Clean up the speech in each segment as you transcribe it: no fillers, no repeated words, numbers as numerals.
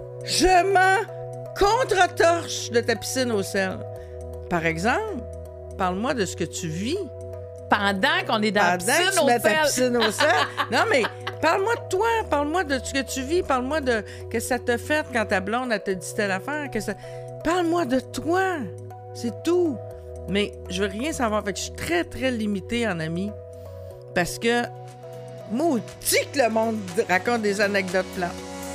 Je m'en contre-torche de ta piscine au sel. Par exemple, parle-moi de ce que tu vis. Pendant qu'on est dans la piscine Pendant que tu mets ta piscine au sel. Non, mais parle-moi de toi. Parle-moi de ce que tu vis. Parle-moi de que ça t'a fait quand ta blonde, elle te dit telle affaire. Parle-moi de toi. C'est tout. Mais je veux rien savoir. Fait que je suis très, très limitée en amis. Parce que, maudit que le monde raconte des anecdotes plates.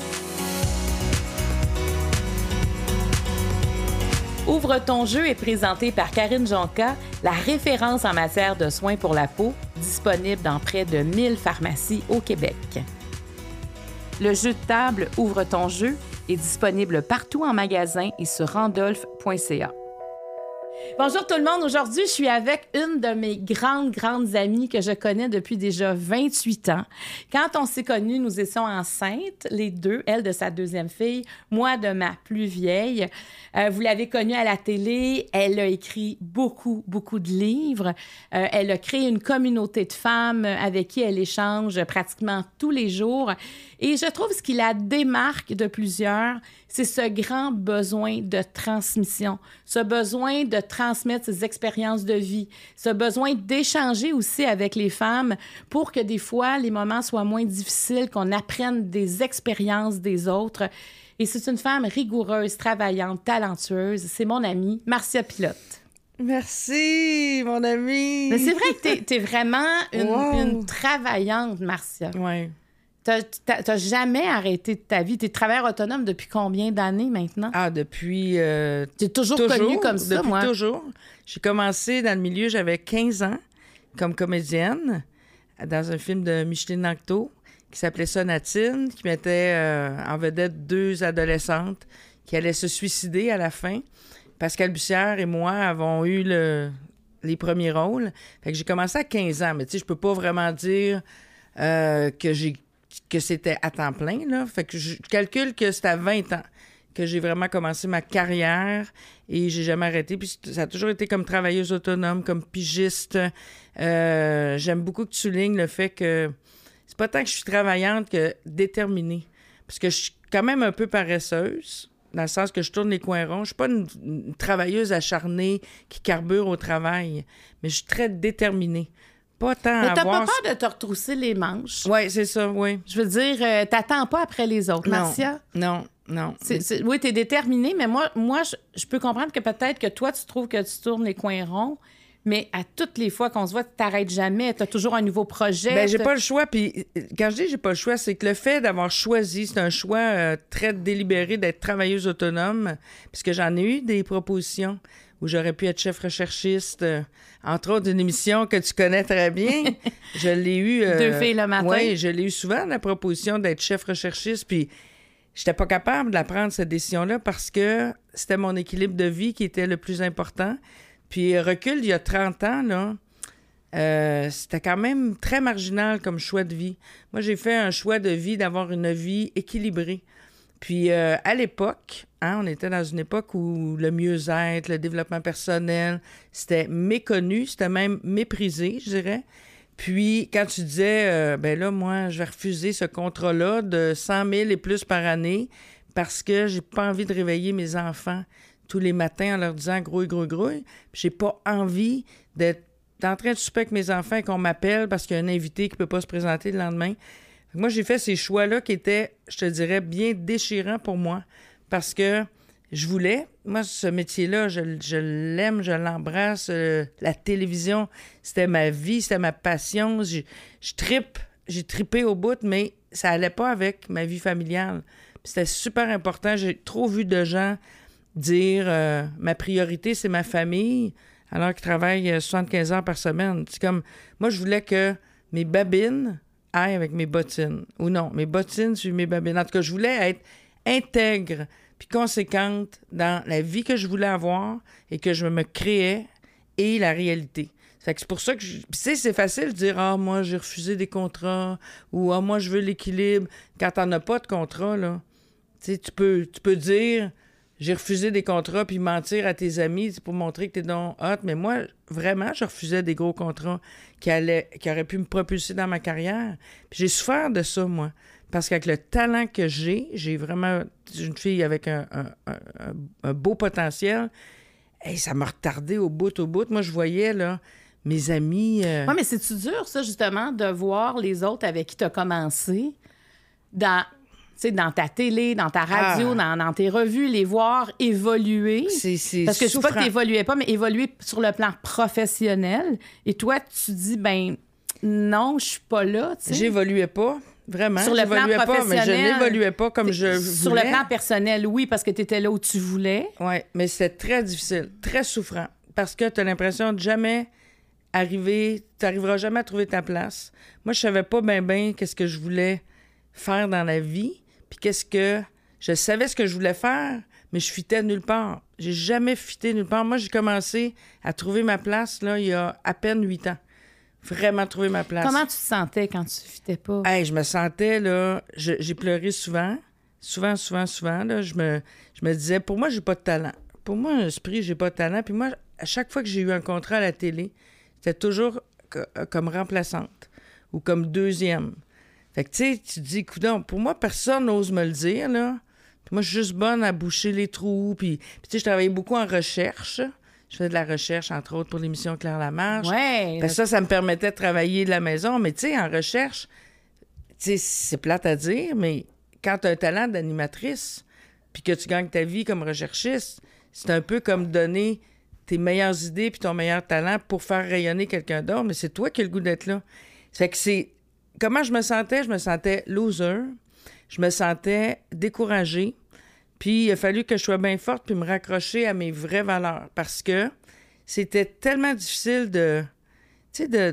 Ouvre ton jeu est présenté par Karine Jonca, la référence en matière de soins pour la peau, disponible dans près de 1000 pharmacies au Québec. Le jeu de table Ouvre ton jeu est disponible partout en magasin et sur randolph.ca. Bonjour tout le monde. Aujourd'hui, je suis avec une de mes grandes amies que je connais depuis déjà 28 ans. Quand on s'est connus, nous étions enceintes, les deux, elle de sa deuxième fille, moi de ma plus vieille. Vous l'avez connue à la télé. Elle a écrit beaucoup de livres. Elle a créé une communauté de femmes avec qui elle échange pratiquement tous les jours. Et je trouve ce qui la démarque de plusieurs, c'est ce grand besoin de transmission, ce besoin de transmettre ses expériences de vie, ce besoin d'échanger aussi avec les femmes pour que des fois, les moments soient moins difficiles, qu'on apprenne des expériences des autres. Et c'est une femme rigoureuse, travaillante, talentueuse. C'est mon amie, Marcia Pilote. Merci, mon amie. Mais c'est vrai que t'es vraiment une travaillante, Marcia. Oui. T'as jamais arrêté de ta vie. T'es travailleur autonome depuis combien d'années maintenant? Ah, depuis... T'es toujours connue comme ça, depuis moi. Toujours. J'ai commencé dans le milieu, j'avais 15 ans, comme comédienne, dans un film de Micheline Anctot, qui s'appelait Sonatine, qui mettait en vedette 2 adolescentes qui allaient se suicider à la fin. Pascal Bussière et moi avons eu les premiers rôles. Fait que j'ai commencé à 15 ans, mais tu sais, je peux pas vraiment dire que c'était à temps plein, là. Fait que je calcule que c'est à 20 ans que j'ai vraiment commencé ma carrière et j'ai jamais arrêté. Puis ça a toujours été comme travailleuse autonome, comme pigiste. J'aime beaucoup que tu soulignes le fait que c'est pas tant que je suis travaillante que déterminée. Parce que je suis quand même un peu paresseuse, dans le sens que je tourne les coins ronds. Je suis pas une travailleuse acharnée qui carbure au travail, mais je suis très déterminée. Pas tant mais à t'as avoir... pas peur de te retrousser les manches? Oui, c'est ça, oui. Je veux dire, t'attends pas après les autres, Marcia? Non. Oui, t'es déterminée, mais moi je peux comprendre que peut-être que toi, tu trouves que tu tournes les coins ronds, mais à toutes les fois qu'on se voit, tu t'arrêtes jamais. T'as toujours un nouveau projet. Ben j'ai pas le choix. Puis quand je dis j'ai pas le choix, c'est que le fait d'avoir choisi, c'est un choix très délibéré d'être travailleuse autonome, puisque j'en ai eu des propositions où j'aurais pu être chef recherchiste, entre autres une émission que tu connais très bien. Je l'ai eu... 2 filles le matin. Oui, je l'ai eu souvent, la proposition d'être chef recherchiste, puis j'étais pas capable de la prendre, cette décision-là, parce que c'était mon équilibre de vie qui était le plus important. Puis recul, il y a 30 ans, là, c'était quand même très marginal comme choix de vie. Moi, j'ai fait un choix de vie d'avoir une vie équilibrée. Puis à l'époque, on était dans une époque où le mieux-être, le développement personnel, c'était méconnu, c'était même méprisé, je dirais. Puis quand tu disais, ben là, moi, je vais refuser ce contrat-là de 100 000 et plus par année parce que j'ai pas envie de réveiller mes enfants tous les matins en leur disant grouille. Puis j'ai pas envie d'être en train de souper avec mes enfants et qu'on m'appelle parce qu'il y a un invité qui peut pas se présenter le lendemain. Moi, j'ai fait ces choix-là qui étaient, je te dirais, bien déchirants pour moi parce que je voulais. Moi, ce métier-là, je l'aime, je l'embrasse. La télévision, c'était ma vie, c'était ma passion. J'ai trippé au bout, mais ça allait pas avec ma vie familiale. Puis c'était super important. J'ai trop vu de gens dire ma priorité, c'est ma famille, alors qu'ils travaillent 75 heures par semaine. C'est comme, moi, je voulais que mes babines aillent avec mes bottines. Ou non, mes bottines suivent mes babines. En tout cas, je voulais être intègre puis conséquente dans la vie que je voulais avoir et que je me créais et la réalité. Fait que c'est pour ça que, tu sais, c'est facile de dire « Ah, moi, j'ai refusé des contrats » ou « Ah, moi, je veux l'équilibre ». Quand t'en as pas de contrat, là, tu sais, tu peux dire « J'ai refusé des contrats » puis mentir à tes amis pour montrer que t'es donc hot. Mais moi, vraiment, je refusais des gros contrats qui auraient pu me propulser dans ma carrière. Puis j'ai souffert de ça, moi. parce qu'avec le talent que j'ai vraiment une fille avec un beau potentiel. Hey, ça m'a retardé au bout. Moi, je voyais, là, mes amis... Oui, mais c'est-tu dur, ça, justement, de voir les autres avec qui tu as commencé dans ta télé, dans ta radio, dans tes revues, les voir évoluer? C'est parce que je sais pas que souffrant. tu évoluais pas, mais évoluer sur le plan professionnel. Et toi, tu dis, ben non, je suis pas là, tu sais. J'évoluais pas, vraiment. Sur le plan J'évoluais pas, mais je professionnel, n'évoluais pas comme je voulais. Sur le plan personnel, oui, parce que tu étais là où tu voulais. Oui, mais c'était très difficile, très souffrant, parce que tu as l'impression de jamais arriver, tu n'arriveras jamais à trouver ta place. Moi, je savais pas bien qu'est-ce que je voulais faire dans la vie, puis je savais ce que je voulais faire, mais je fitais nulle part. J'ai jamais fité nulle part. Moi, j'ai commencé à trouver ma place, là, il y a à peine 8 ans. Vraiment trouver ma place. Comment tu te sentais quand tu fitais pas? Hey, je me sentais, là, j'ai pleuré souvent. Souvent, là. Je me disais, pour moi, j'ai pas de talent. Pour moi, un esprit, j'ai pas de talent. Puis moi, à chaque fois que j'ai eu un contrat à la télé, c'était toujours comme remplaçante ou comme deuxième. Fait que, tu sais, tu te dis, coudonc, pour moi, personne n'ose me le dire, là. Puis moi, je suis juste bonne à boucher les trous. Puis tu sais, je travaillais beaucoup en recherche. Je faisais de la recherche, entre autres, pour l'émission Claire Lamarche. Ouais. Fait que ça me permettait de travailler de la maison. Mais tu sais, en recherche, tu sais, c'est plate à dire, mais quand tu as un talent d'animatrice puis que tu gagnes ta vie comme recherchiste, c'est un peu comme donner tes meilleures idées puis ton meilleur talent pour faire rayonner quelqu'un d'autre, mais c'est toi qui as le goût d'être là. Fait que c'est... Comment je me sentais? Je me sentais loser. Je me sentais découragée. Puis il a fallu que je sois bien forte puis me raccrocher à mes vraies valeurs parce que c'était tellement difficile de... Tu sais,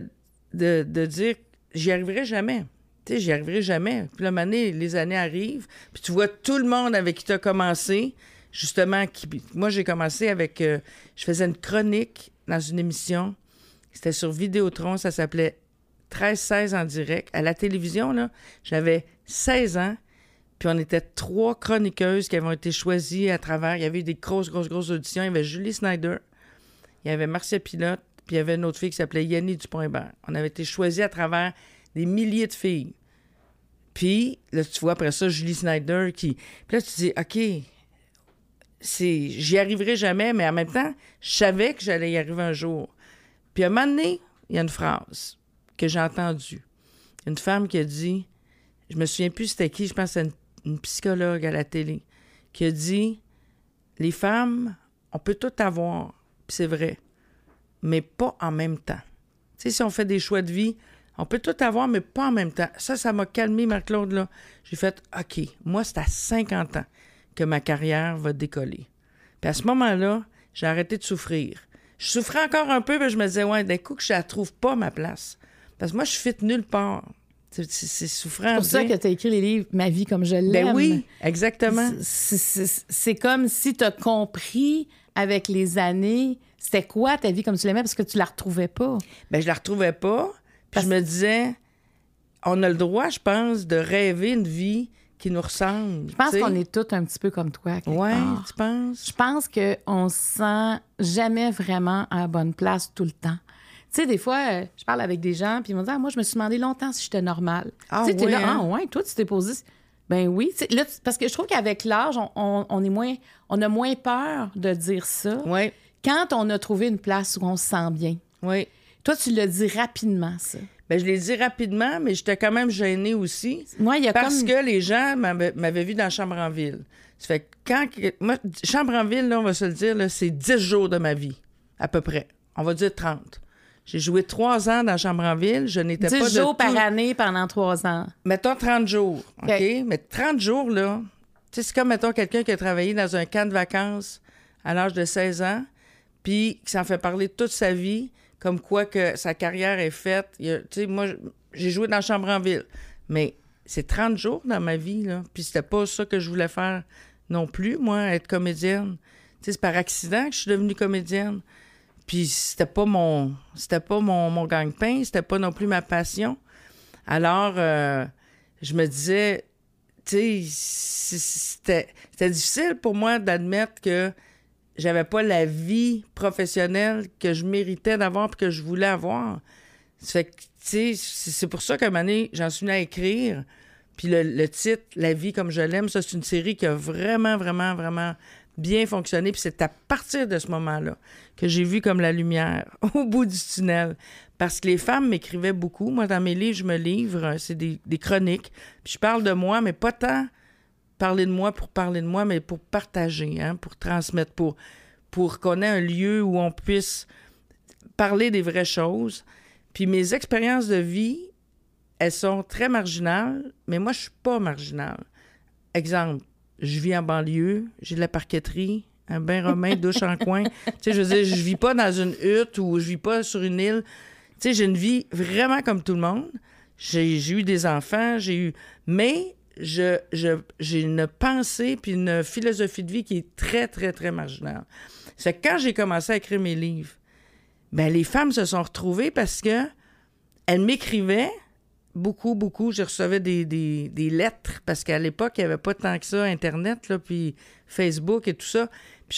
de dire « j'y arriverai jamais ». Tu sais, j'y arriverai jamais. Puis là, les années arrivent, puis tu vois tout le monde avec qui tu as commencé, justement, moi, j'ai commencé avec... je faisais une chronique dans une émission. C'était sur Vidéotron, ça s'appelait 13-16 en direct. À la télévision, là, j'avais 16 ans, puis on était 3 chroniqueuses qui avaient été choisies à travers... Il y avait eu des grosses auditions. Il y avait Julie Snyder, il y avait Marcia Pilote, puis il y avait une autre fille qui s'appelait Yanni Dupont-Hébert. On avait été choisis à travers des milliers de filles. Puis, là, tu vois, après ça, Julie Snyder qui... Puis là, tu dis, OK, j'y arriverai jamais, mais en même temps, je savais que j'allais y arriver un jour. Puis à un moment donné, il y a une phrase que j'ai entendue. Une femme qui a dit, je me souviens plus c'était qui, je pense que c'est une psychologue à la télé, qui a dit, les femmes, on peut tout avoir, puis c'est vrai, mais pas en même temps. Tu sais, si on fait des choix de vie, on peut tout avoir, mais pas en même temps. Ça m'a calmé, Marc-Claude, là. J'ai fait, OK, moi, c'est à 50 ans que ma carrière va décoller. Puis à ce moment-là, j'ai arrêté de souffrir. Je souffrais encore un peu, mais je me disais, ouais, d'un coup, que je ne trouve pas ma place. Parce que moi, je fit nulle part. C'est souffrant. C'est pour ça que tu as écrit les livres « Ma vie comme je l'aime ». Ben oui, exactement. C'est comme si tu as compris avec les années, c'était quoi ta vie comme tu l'aimais parce que tu la retrouvais pas. Ben je la retrouvais pas. Puis je me disais, on a le droit, je pense, de rêver une vie qui nous ressemble. Je pense qu'on est tous un petit peu comme toi. Oui, part. tu penses? Je pense qu'on se sent jamais vraiment à la bonne place tout le temps. Tu sais, des fois, je parle avec des gens, puis ils vont dire, moi, je me suis demandé longtemps si j'étais normale. Ah, tu sais, t'es ouais, là, hein? ah ouais, toi, tu t'es posé. Ben oui. Là, parce que je trouve qu'avec l'âge, on a moins peur de dire ça. Oui. Quand on a trouvé une place où on se sent bien. Oui. Toi, tu l'as dit rapidement, ça. Ben je l'ai dit rapidement, mais j'étais quand même gênée aussi. Moi, il y a parce que les gens m'avaient vu dans Chambre en ville. Ça fait que moi, Chambre en ville, là, on va se le dire, là, c'est 10 jours de ma vie, à peu près. On va dire 30. J'ai joué 3 ans dans Chambre en ville. Je n'étais pas de 10 jours par année pendant 3 ans. Mettons 30 jours, OK? Mais 30 jours, là, tu sais, c'est comme, mettons, quelqu'un qui a travaillé dans un camp de vacances à l'âge de 16 ans, puis qui s'en fait parler toute sa vie, comme quoi que sa carrière est faite. Tu sais, moi, j'ai joué dans Chambre en ville, mais c'est 30 jours dans ma vie, là, puis c'était pas ça que je voulais faire non plus, moi, être comédienne. Tu sais, c'est par accident que je suis devenue comédienne. Puis c'était pas mon gagne-pain, c'était pas non plus ma passion. Alors, je me disais, tu sais, c'était difficile pour moi d'admettre que j'avais pas la vie professionnelle que je méritais d'avoir et que je voulais avoir. Ça fait que, tu sais, c'est pour ça qu'à un moment donné, j'en suis venue à écrire Puis le titre, La vie comme je l'aime, ça, c'est une série qui a vraiment, vraiment, vraiment bien fonctionné. Puis c'est à partir de ce moment-là que j'ai vu comme la lumière au bout du tunnel. Parce que les femmes m'écrivaient beaucoup. Moi, dans mes livres, je me livre, c'est des chroniques. Puis je parle de moi, mais pas tant parler de moi, mais pour partager, hein, pour transmettre, pour qu'on ait un lieu où on puisse parler des vraies choses. Puis mes expériences de vie, elles sont très marginales, mais moi, je suis pas marginale. Exemple, je vis en banlieue, j'ai de la parqueterie, un bain romain, douche en coin. Tu sais, je veux dire, je vis pas dans une hutte ou je vis pas sur une île. Tu sais, j'ai une vie vraiment comme tout le monde. J'ai eu des enfants, mais j'ai une pensée puis une philosophie de vie qui est très, très, très marginale. C'est que quand j'ai commencé à écrire mes livres, ben les femmes se sont retrouvées parce que elles m'écrivaient beaucoup, beaucoup. Je recevais des lettres parce qu'à l'époque, il n'y avait pas tant que ça, Internet, là, puis Facebook et tout ça. Puis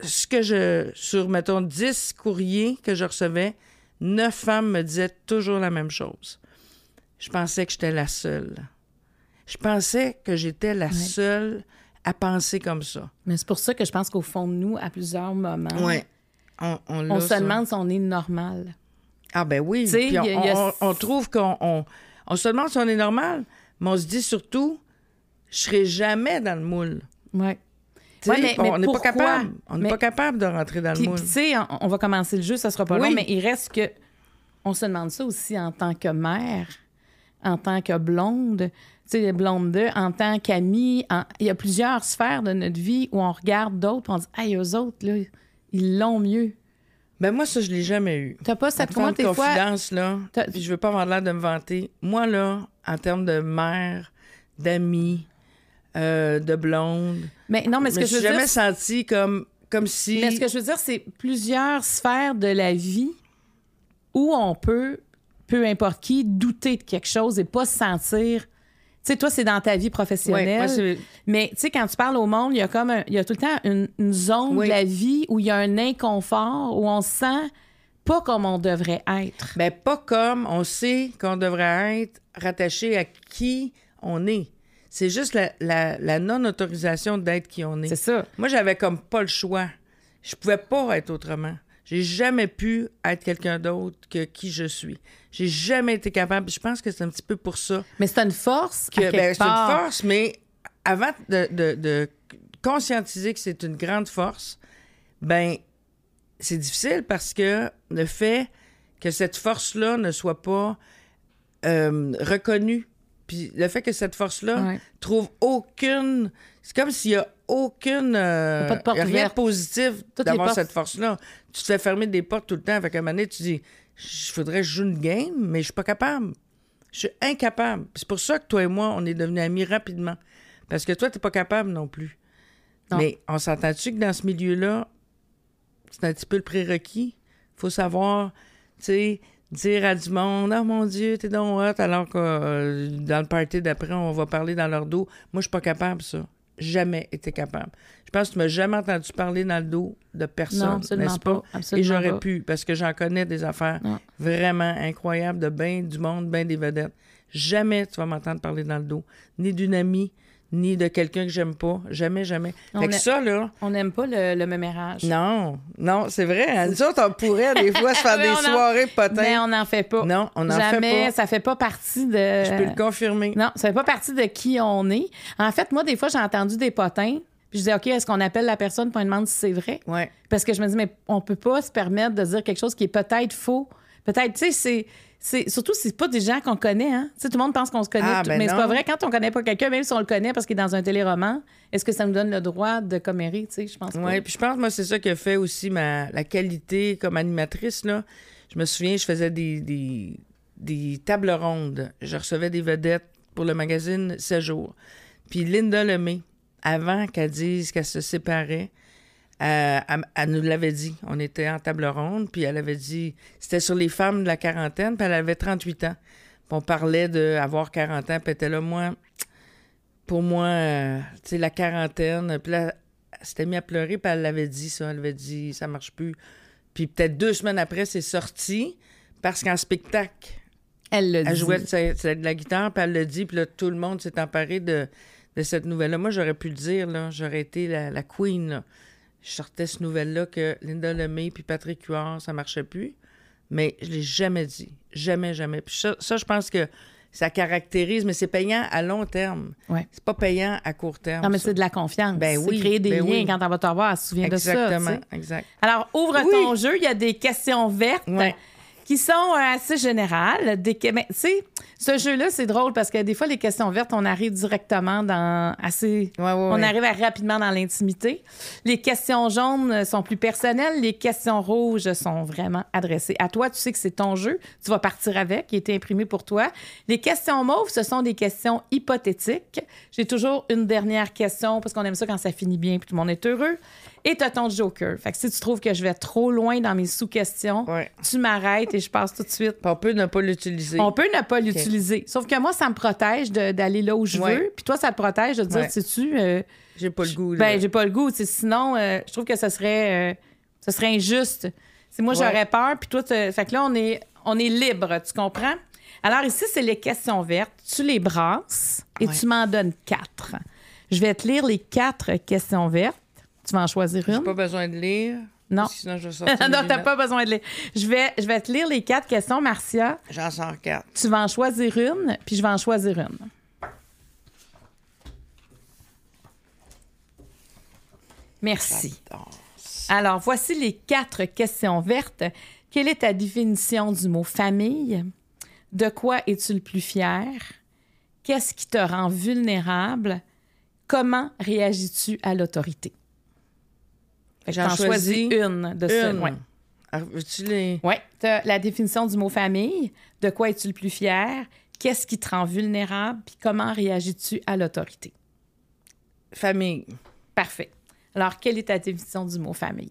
sur, mettons, 10 courriers que je recevais, 9 femmes me disaient toujours la même chose. Je pensais que j'étais la seule. Je pensais que j'étais la seule à penser comme ça. Mais c'est pour ça que je pense qu'au fond de nous, à plusieurs moments, on se demande si on est normal. Ah ben oui. Puis on trouve on se demande si on est normal, mais on se dit surtout, je serai jamais dans le moule. Oui. Mais on n'est pas capable. On n'est pas capable de rentrer dans le moule. Puis tu sais, on va commencer le jeu, ça sera pas long, mais il reste que on se demande ça aussi en tant que mère, en tant que blonde, tu sais, blonde, en tant qu'amie. Il y a plusieurs sphères de notre vie où on regarde d'autres, on dit, hey, eux autres, là, ils l'ont mieux. Ben moi, ça, je l'ai jamais eu. T'as pas cette confidence, là, puis je veux pas avoir l'air de me vanter. Moi, là, en termes de mère, d'amis, de blonde... Mais non, mais ce que je veux dire... Je me suis jamais sentie comme si... Mais ce que je veux dire, c'est plusieurs sphères de la vie où on peut, peu importe qui, douter de quelque chose et pas se sentir... Tu sais, toi, c'est dans ta vie professionnelle. Ouais, mais tu sais, quand tu parles au monde, il y a tout le temps une zone de la vie où il y a un inconfort, où on se sent pas comme on devrait être. Ben pas comme on sait qu'on devrait être rattaché à qui on est. C'est juste la non-autorisation d'être qui on est. C'est ça. Moi, j'avais comme pas le choix. Je pouvais pas être autrement. J'ai jamais pu être quelqu'un d'autre que qui je suis. J'ai jamais été capable. Je pense que c'est un petit peu pour ça. Mais c'est une force, c'est une force, mais avant de conscientiser que c'est une grande force, ben c'est difficile parce que le fait que cette force-là ne soit pas reconnue, puis le fait que cette force-là trouve aucune... C'est comme s'il y a aucune... rien de positif d'avoir cette force-là. Tu te fais fermer des portes tout le temps. Fait qu'à un moment donné, tu dis, il faudrait que je joue une game, mais je suis pas capable. Je suis incapable. C'est pour ça que toi et moi, on est devenus amis rapidement. Parce que toi, t'es pas capable non plus. Non. Mais on s'entend-tu que dans ce milieu-là, c'est un petit peu le prérequis? Faut savoir, tu sais, dire à du monde, « Oh mon Dieu, t'es donc hot », alors que dans le party d'après, on va parler dans leur dos. Moi, je suis pas capable, ça. Jamais été capable. Je pense que tu m'as jamais entendu parler dans le dos de personne, n'est-ce pas? Absolument et j'aurais pu, parce que j'en connais des affaires vraiment incroyables de bien du monde, bien des vedettes. Jamais tu vas m'entendre parler dans le dos, ni d'une amie, ni de quelqu'un que j'aime pas. Jamais, jamais. Fait que ça, là... On n'aime pas le mémérage. Non, c'est vrai. Hein? Nous autres, on pourrait des fois se faire des soirées potins. Mais on n'en fait pas. Non, on n'en fait pas. Ça fait pas partie de... Je peux le confirmer. Non, ça fait pas partie de qui on est. En fait, moi, des fois, j'ai entendu des potins, puis je dis, OK, est-ce qu'on appelle la personne pour lui demander si c'est vrai? Oui. Parce que je me dis, mais on peut pas se permettre de dire quelque chose qui est peut-être faux. Peut-être, tu sais, surtout, c'est pas des gens qu'on connaît, hein? Tu sais, tout le monde pense qu'on se connaît, mais c'est pas vrai. Quand on connaît pas quelqu'un, même si on le connaît parce qu'il est dans un téléroman, est-ce que ça nous donne le droit de commérer, tu sais? Je pense pas. Oui, puis je pense, moi, c'est ça qui a fait aussi la qualité comme animatrice, là. Je me souviens, je faisais des tables rondes. Je recevais des vedettes pour le magazine 7 jours. Puis Linda Lemay, avant qu'elle dise qu'elle se séparait, elle nous l'avait dit. On était en table ronde, puis elle avait dit... C'était sur les femmes de la quarantaine, puis elle avait 38 ans. Puis on parlait d'avoir 40 ans, puis elle était là, pour moi, tu sais, la quarantaine. Puis là, elle s'était mise à pleurer, puis elle l'avait dit, ça. Elle avait dit, ça marche plus. Puis peut-être 2 semaines après, c'est sorti, parce qu'en spectacle, Elle le dit. Elle jouait de la guitare, puis elle l'a dit, puis là, tout le monde s'est emparé de cette nouvelle-là. Moi, j'aurais pu le dire, là, j'aurais été la queen, là. Je sortais cette nouvelle-là que Linda Lemay puis Patrick Huard, ça marchait plus, mais je l'ai jamais dit. Jamais, jamais. Puis ça, je pense que ça caractérise, mais c'est payant à long terme. Ouais. C'est pas payant à court terme. Non, mais ça. c'est de la confiance. Ben oui, C'est créer des ben liens. oui. Quand on va te revoir, elle se souvient de ça. Exactement, exact. Alors, ouvre ton jeu. Il y a des questions vertes. Ouais. Qui sont assez générales. Mais, tu sais, ce jeu-là, c'est drôle parce que des fois, les questions vertes, on arrive directement dans on arrive rapidement dans l'intimité. Les questions jaunes sont plus personnelles. Les questions rouges sont vraiment adressées à toi. Tu sais que c'est ton jeu. Tu vas partir avec. Il a été imprimé pour toi. Les questions mauves, ce sont des questions hypothétiques. J'ai toujours une dernière question parce qu'on aime ça quand ça finit bien puis tout le monde est heureux. Et tu as ton joker. Fait que si tu trouves que je vais trop loin dans mes sous-questions, tu m'arrêtes et je passe tout de suite. On peut ne pas l'utiliser. On peut ne pas l'utiliser. Sauf que moi, ça me protège d'aller là où je veux. Puis toi, ça te protège de dire, sais-tu... j'ai pas le goût. Ben, j'ai pas le goût. Sinon, je trouve que ce serait injuste. Moi, j'aurais peur. Puis toi, fait que là, on est libre. Tu comprends? Alors ici, c'est les questions vertes. Tu les brasses et tu m'en donnes 4. Je vais te lire les 4 questions vertes. Tu vas en choisir une? J'ai pas besoin de lire. Non. Sinon, je vais sortir non, mes t'as lunettes. pas besoin de lire. Je vais te lire les 4 questions, Marcia. J'en sors 4. Tu vas en choisir une, puis je vais en choisir une. Merci. Alors, voici les 4 questions vertes. Quelle est ta définition du mot famille? De quoi es-tu le plus fier? Qu'est-ce qui te rend vulnérable? Comment réagis-tu à l'autorité? J'en choisis une de ça. Ouais. Alors, veux-tu les... Oui, tu as la définition du mot famille. De quoi es-tu le plus fier? Qu'est-ce qui te rend vulnérable? Puis comment réagis-tu à l'autorité? Famille. Parfait. Alors, quelle est ta définition du mot famille?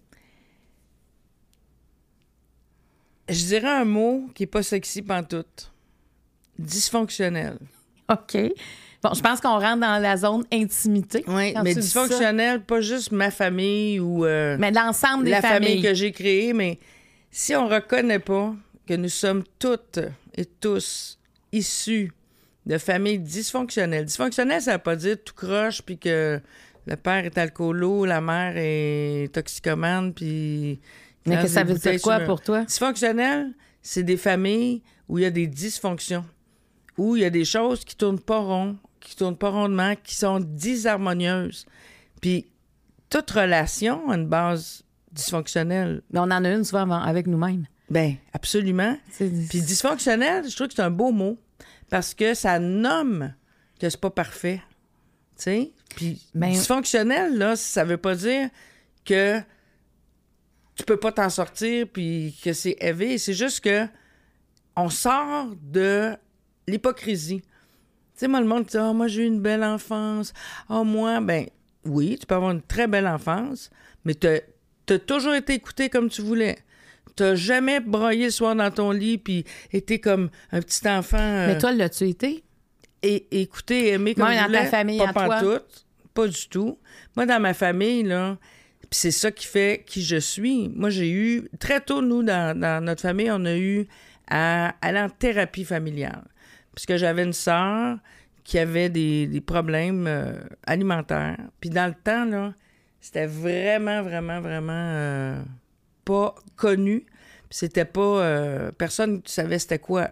Je dirais un mot qui n'est pas sexy pantoute. Dysfonctionnel. OK. Bon, je pense qu'on rentre dans la zone intimité. Oui, mais dysfonctionnel, pas juste ma famille ou mais l'ensemble des la familles. famille que j'ai créée, mais si on reconnaît pas que nous sommes toutes et tous issus de familles dysfonctionnelles. Dysfonctionnel, ça veut pas dire tout croche puis que le père est alcoolo, la mère est toxicomane puis... Mais que ça veut dire quoi pour toi? Dysfonctionnel, c'est des familles où il y a des dysfonctions, où il y a des choses qui tournent pas rond, qui tournent pas rondement, qui sont disharmonieuses. Puis toute relation a une base dysfonctionnelle. Mais on en a une souvent avec nous-mêmes. Bien, absolument. Puis dysfonctionnel, je trouve que c'est un beau mot parce que ça nomme que c'est pas parfait. Tu sais? Puis dysfonctionnel, là, ça veut pas dire que tu peux pas t'en sortir puis que c'est élevé. C'est juste que on sort de l'hypocrisie. Tu sais, moi, le monde dit « Ah, moi, j'ai eu une belle enfance. Ah, moi... » Ben oui, tu peux avoir une très belle enfance, mais t'as toujours été écouté comme tu voulais. T'as jamais broyé le soir dans ton lit puis été comme un petit enfant... Mais toi, l'as-tu été? Et écouté, aimé comme je voulais. Dans ta famille, pas à toi? pantoute, pas du tout. Moi, dans ma famille, là... Puis c'est ça qui fait qui je suis. Moi, j'ai eu... Très tôt, nous, dans notre famille, on a eu à aller en thérapie familiale. Puisque j'avais une sœur qui avait des problèmes alimentaires. Puis dans le temps, là, c'était vraiment, vraiment, vraiment pas connu. Puis c'était pas... personne ne savait c'était quoi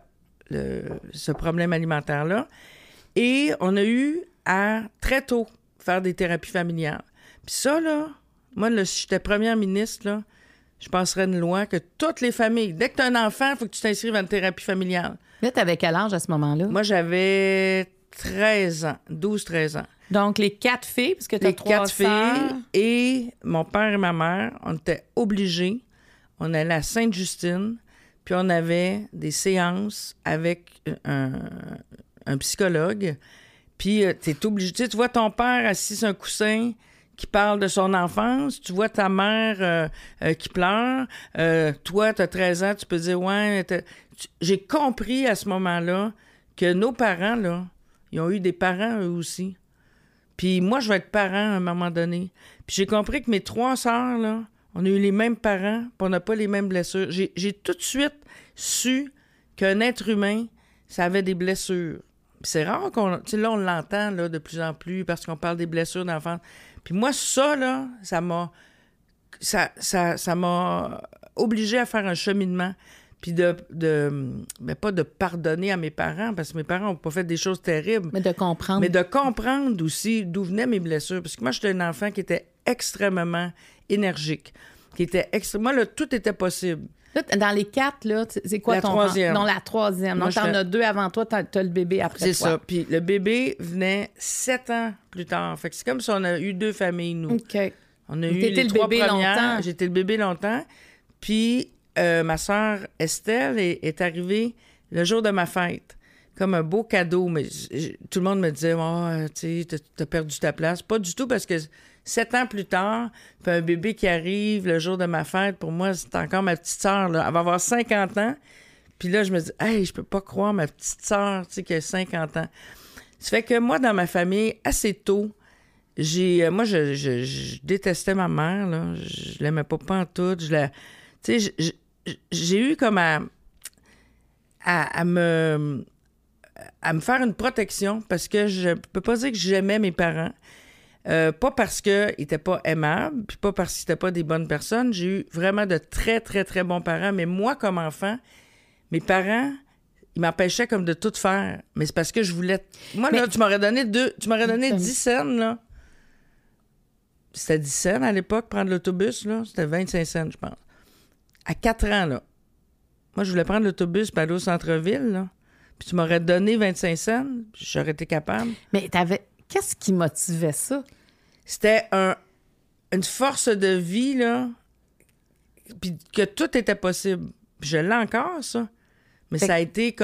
ce problème alimentaire-là. Et on a eu à, très tôt, faire des thérapies familiales. Puis ça, là... Moi, là, si j'étais première ministre, là, je passerais une loi que toutes les familles, dès que tu as un enfant, il faut que tu t'inscrives à une thérapie familiale. Là, t'avais quel âge à ce moment-là? Moi, j'avais 13 ans, 12-13 ans. Donc, les 4 filles, parce que tu as 3 sœurs. Filles et mon père et ma mère, on était obligés. On allait à Sainte-Justine, puis on avait des séances avec un psychologue. Puis, t'es obligé. Tu vois ton père assis sur un coussin qui parle de son enfance, tu vois ta mère qui pleure, toi, t'as 13 ans, tu peux dire, ouais, j'ai compris à ce moment-là que nos parents, là, ils ont eu des parents eux aussi. Puis moi, je vais être parent à un moment donné. Puis j'ai compris que mes 3 sœurs, là, on a eu les mêmes parents, puis on n'a pas les mêmes blessures. J'ai tout de suite su qu'un être humain, ça avait des blessures. Puis c'est rare qu'on... Tu sais, là, on l'entend là, de plus en plus parce qu'on parle des blessures d'enfants. Puis moi, ça, là, ça m'a obligé à faire un cheminement. Puis mais pas de pardonner à mes parents, parce que mes parents n'ont pas fait des choses terribles. Mais de comprendre. Mais de comprendre aussi d'où venaient mes blessures. Parce que moi, j'étais un enfant qui était extrêmement énergique. Moi, là, tout était possible. Là, dans les 4, là, c'est quoi la ton... troisième. Non, la troisième. Moi, donc, t'en as 2 avant toi, t'as le bébé après toi. C'est ça. Puis le bébé venait 7 ans plus tard. Fait que c'est comme si on a eu 2 familles, nous. OK. On a eu les 3 premières. J'étais le bébé longtemps. Puis ma sœur Estelle est arrivée le jour de ma fête. Comme un beau cadeau. Mais tout le monde me disait, tu sais, t'as perdu ta place. Pas du tout, parce que 7 ans plus tard, puis un bébé qui arrive le jour de ma fête, pour moi, c'est encore ma petite sœur, là. Elle va avoir 50 ans. Puis là, je me dis, hey, je peux pas croire ma petite sœur, tu sais, qui a 50 ans. Ça fait que moi, dans ma famille, assez tôt, je détestais ma mère, là. Je l'aimais pas pantoute. Tu sais, j'ai eu comme à me faire une protection, parce que je peux pas dire que j'aimais mes parents. Pas parce qu'ils n'étaient pas aimables, puis pas parce qu'ils n'étaient pas des bonnes personnes. J'ai eu vraiment de très, très, très bons parents. Mais moi, comme enfant, mes parents, ils m'empêchaient comme de tout faire. Mais c'est parce que je voulais... Moi, là, tu m'aurais donné 10 cents, là. C'était 10 cents à l'époque, prendre l'autobus, là. C'était 25 cents, je pense. À 4 ans, là. Moi, je voulais prendre l'autobus pour aller au centre-ville, là. Puis tu m'aurais donné 25 cents, puis j'aurais été capable. Mais qu'est-ce qui motivait ça? C'était une force de vie, là, puis que tout était possible. Puis je l'ai encore, ça. Mais ça a été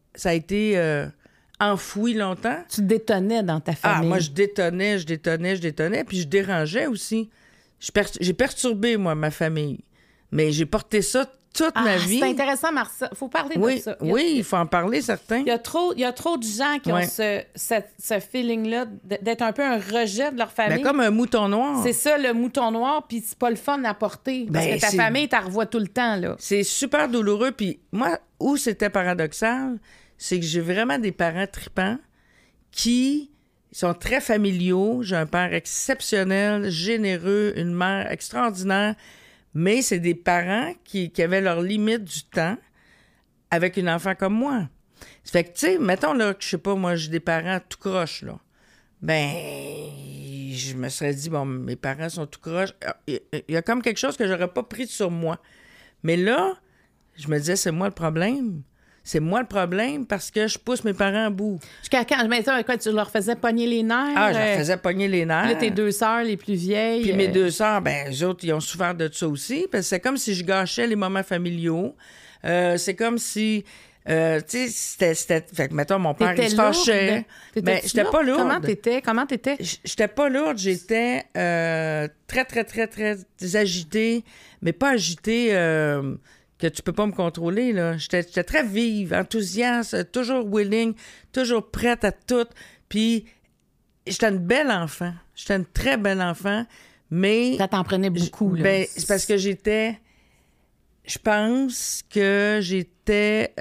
enfoui longtemps. Tu détonnais dans ta famille. Ah, moi, je détonnais, puis je dérangeais aussi. J'ai perturbé, moi, ma famille. Mais j'ai porté ça toute ma vie. C'est intéressant, Marcel. Il faut parler de ça. Il faut en parler, certains. Il y a trop de gens qui ont ce feeling-là d'être un peu un rejet de leur famille. Ben, comme un mouton noir. C'est ça, le mouton noir, puis c'est pas le fun à porter. Parce que ta famille, t'en revois tout le temps, là. C'est super douloureux. Puis moi, où c'était paradoxal, c'est que j'ai vraiment des parents tripants qui sont très familiaux. J'ai un père exceptionnel, généreux, une mère extraordinaire. Mais c'est des parents qui avaient leurs limites du temps avec une enfant comme moi. Ça fait que, tu sais, mettons là que, je sais pas, moi, j'ai des parents tout croche, là. Ben, je me serais dit, bon, mes parents sont tout croche. Il y a comme quelque chose que j'aurais pas pris sur moi. Mais là, je me disais, c'est moi le problème. C'est moi le problème parce que je pousse mes parents à bout. Jusqu'à quand? Quoi, tu leur faisais pogner les nerfs? Ah, je leur faisais pogner les nerfs. Là, tes 2 sœurs les plus vieilles. Puis mes 2 sœurs, ben, eux autres, ils ont souffert de ça aussi. Parce que c'est comme si je gâchais les moments familiaux. C'est comme si... tu sais, c'était... Fait que, mettons, mon père, il se fâchait. Ben, j'étais pas lourde. Comment t'étais? J'étais pas lourde. J'étais très, très, très, très agitée. Mais pas agitée... que tu peux pas me contrôler, là. J'étais très vive, enthousiaste, toujours willing, toujours prête à tout. Puis, j'étais une belle enfant. J'étais une très belle enfant, mais... Ça t'en prenait beaucoup, là. Ben, c'est parce que j'étais... Je pense que j'étais...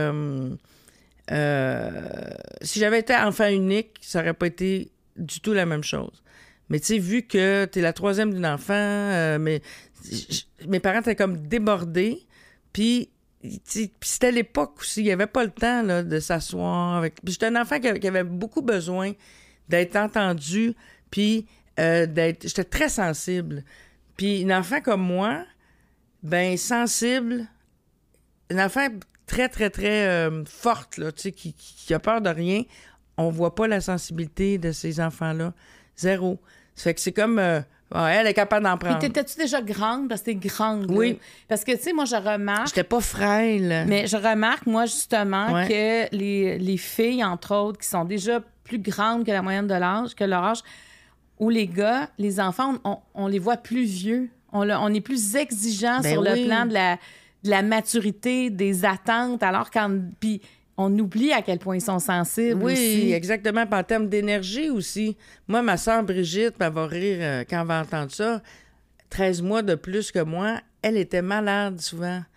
si j'avais été enfant unique, ça aurait pas été du tout la même chose. Mais tu sais, vu que t'es la troisième d'une enfant, mes parents étaient comme débordés. Puis c'était l'époque aussi. Il n'y avait pas le temps là, de s'asseoir avec... Puis j'étais un enfant qui avait beaucoup besoin d'être entendu, puis j'étais très sensible. Puis une enfant comme moi, ben sensible, une enfant très, très, très forte, là, tu sais, qui a peur de rien, on voit pas la sensibilité de ces enfants-là. Zéro. Ça fait que c'est comme... elle est capable d'en prendre. Puis t'étais-tu déjà grande? Parce que t'es grande. Oui. Là. Parce que, tu sais, moi, je remarque... J'étais pas frêle. Mais je remarque, moi, justement, que les filles, entre autres, qui sont déjà plus grandes que la moyenne de l'âge, que leur âge, ou les gars, les enfants, on les voit plus vieux. On est plus exigeants sur le plan de la maturité, des attentes, alors puis on oublie à quel point ils sont sensibles aussi. Oui, exactement. Puis en termes d'énergie aussi. Moi, ma sœur Brigitte, elle va rire quand elle va entendre ça, 13 mois de plus que moi, elle était malade souvent.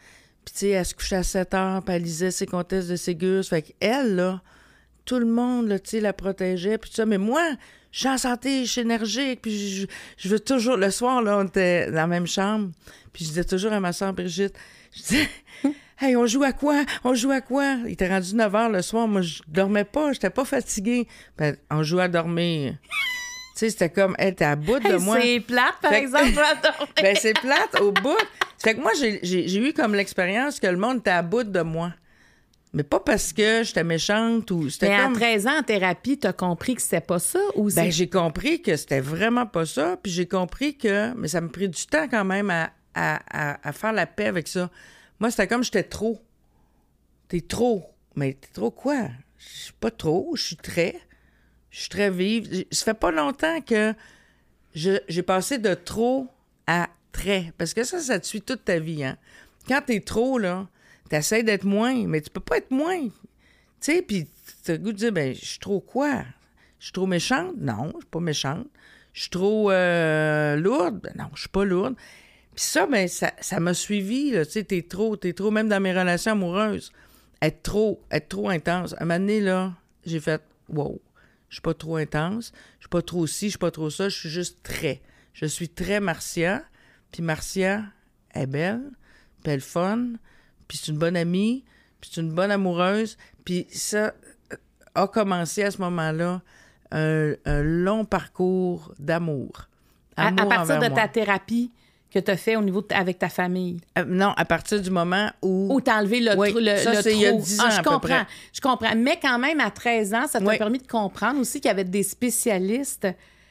Puis, tu sais, elle se couchait à 7 heures, puis elle lisait ses comtesses de Ségur. Fait qu'elle, là, tout le monde, là, tu sais, la protégeait, puis tout ça. Mais moi, je suis en santé, je suis énergique, puis je veux toujours... Le soir, là, on était dans la même chambre, puis je disais toujours à ma soeur Brigitte, je disais... Hey, on joue à quoi? On joue à quoi? Il était rendu 9 h le soir. Moi, je dormais pas. J'étais pas fatiguée. Ben, on jouait à dormir. Tu sais, c'était comme, elle était à bout de moi. C'est plate, par exemple, à dormir. Ben, c'est plate, au bout. Fait que moi, j'ai eu comme l'expérience que le monde était à bout de moi. Mais pas parce que j'étais méchante ou... Mais à 13 ans, en thérapie, t'as compris que c'était pas ça? Ou ben, j'ai compris que c'était vraiment pas ça. Puis j'ai compris que... Mais ça m'a pris du temps quand même à faire la paix avec ça. Moi, c'était comme j'étais trop. T'es trop. Mais t'es trop quoi? Je suis pas trop. Je suis très vive. Ça fait pas longtemps que j'ai passé de trop à très. Parce que ça te suit toute ta vie, hein. Quand t'es trop, là, t'essaies d'être moins, mais tu peux pas être moins. Tu sais, puis t'as le goût de dire, ben, je suis trop quoi? Je suis trop méchante? Non, je suis pas méchante. Je suis trop lourde? Ben non, je suis pas lourde. Puis ça, ben, ça m'a suivi, là, tu sais, t'es trop, même dans mes relations amoureuses. Être trop intense. À un moment donné, là, j'ai fait, wow, je suis pas trop intense, je suis pas trop ci, je suis pas trop ça, je suis juste très. Je suis très Marcia, puis Marcia est belle, puis elle est fun, puis c'est une bonne amie, puis c'est une bonne amoureuse, puis ça a commencé à ce moment-là un long parcours d'amour. À partir de ta thérapie que tu as fait au niveau avec ta famille? Non, à partir du moment où... Où tu as enlevé le trop. C'est il y a 10 ans à peu près. Je comprends. Mais quand même, à 13 ans, ça t'a permis de comprendre aussi qu'il y avait des spécialistes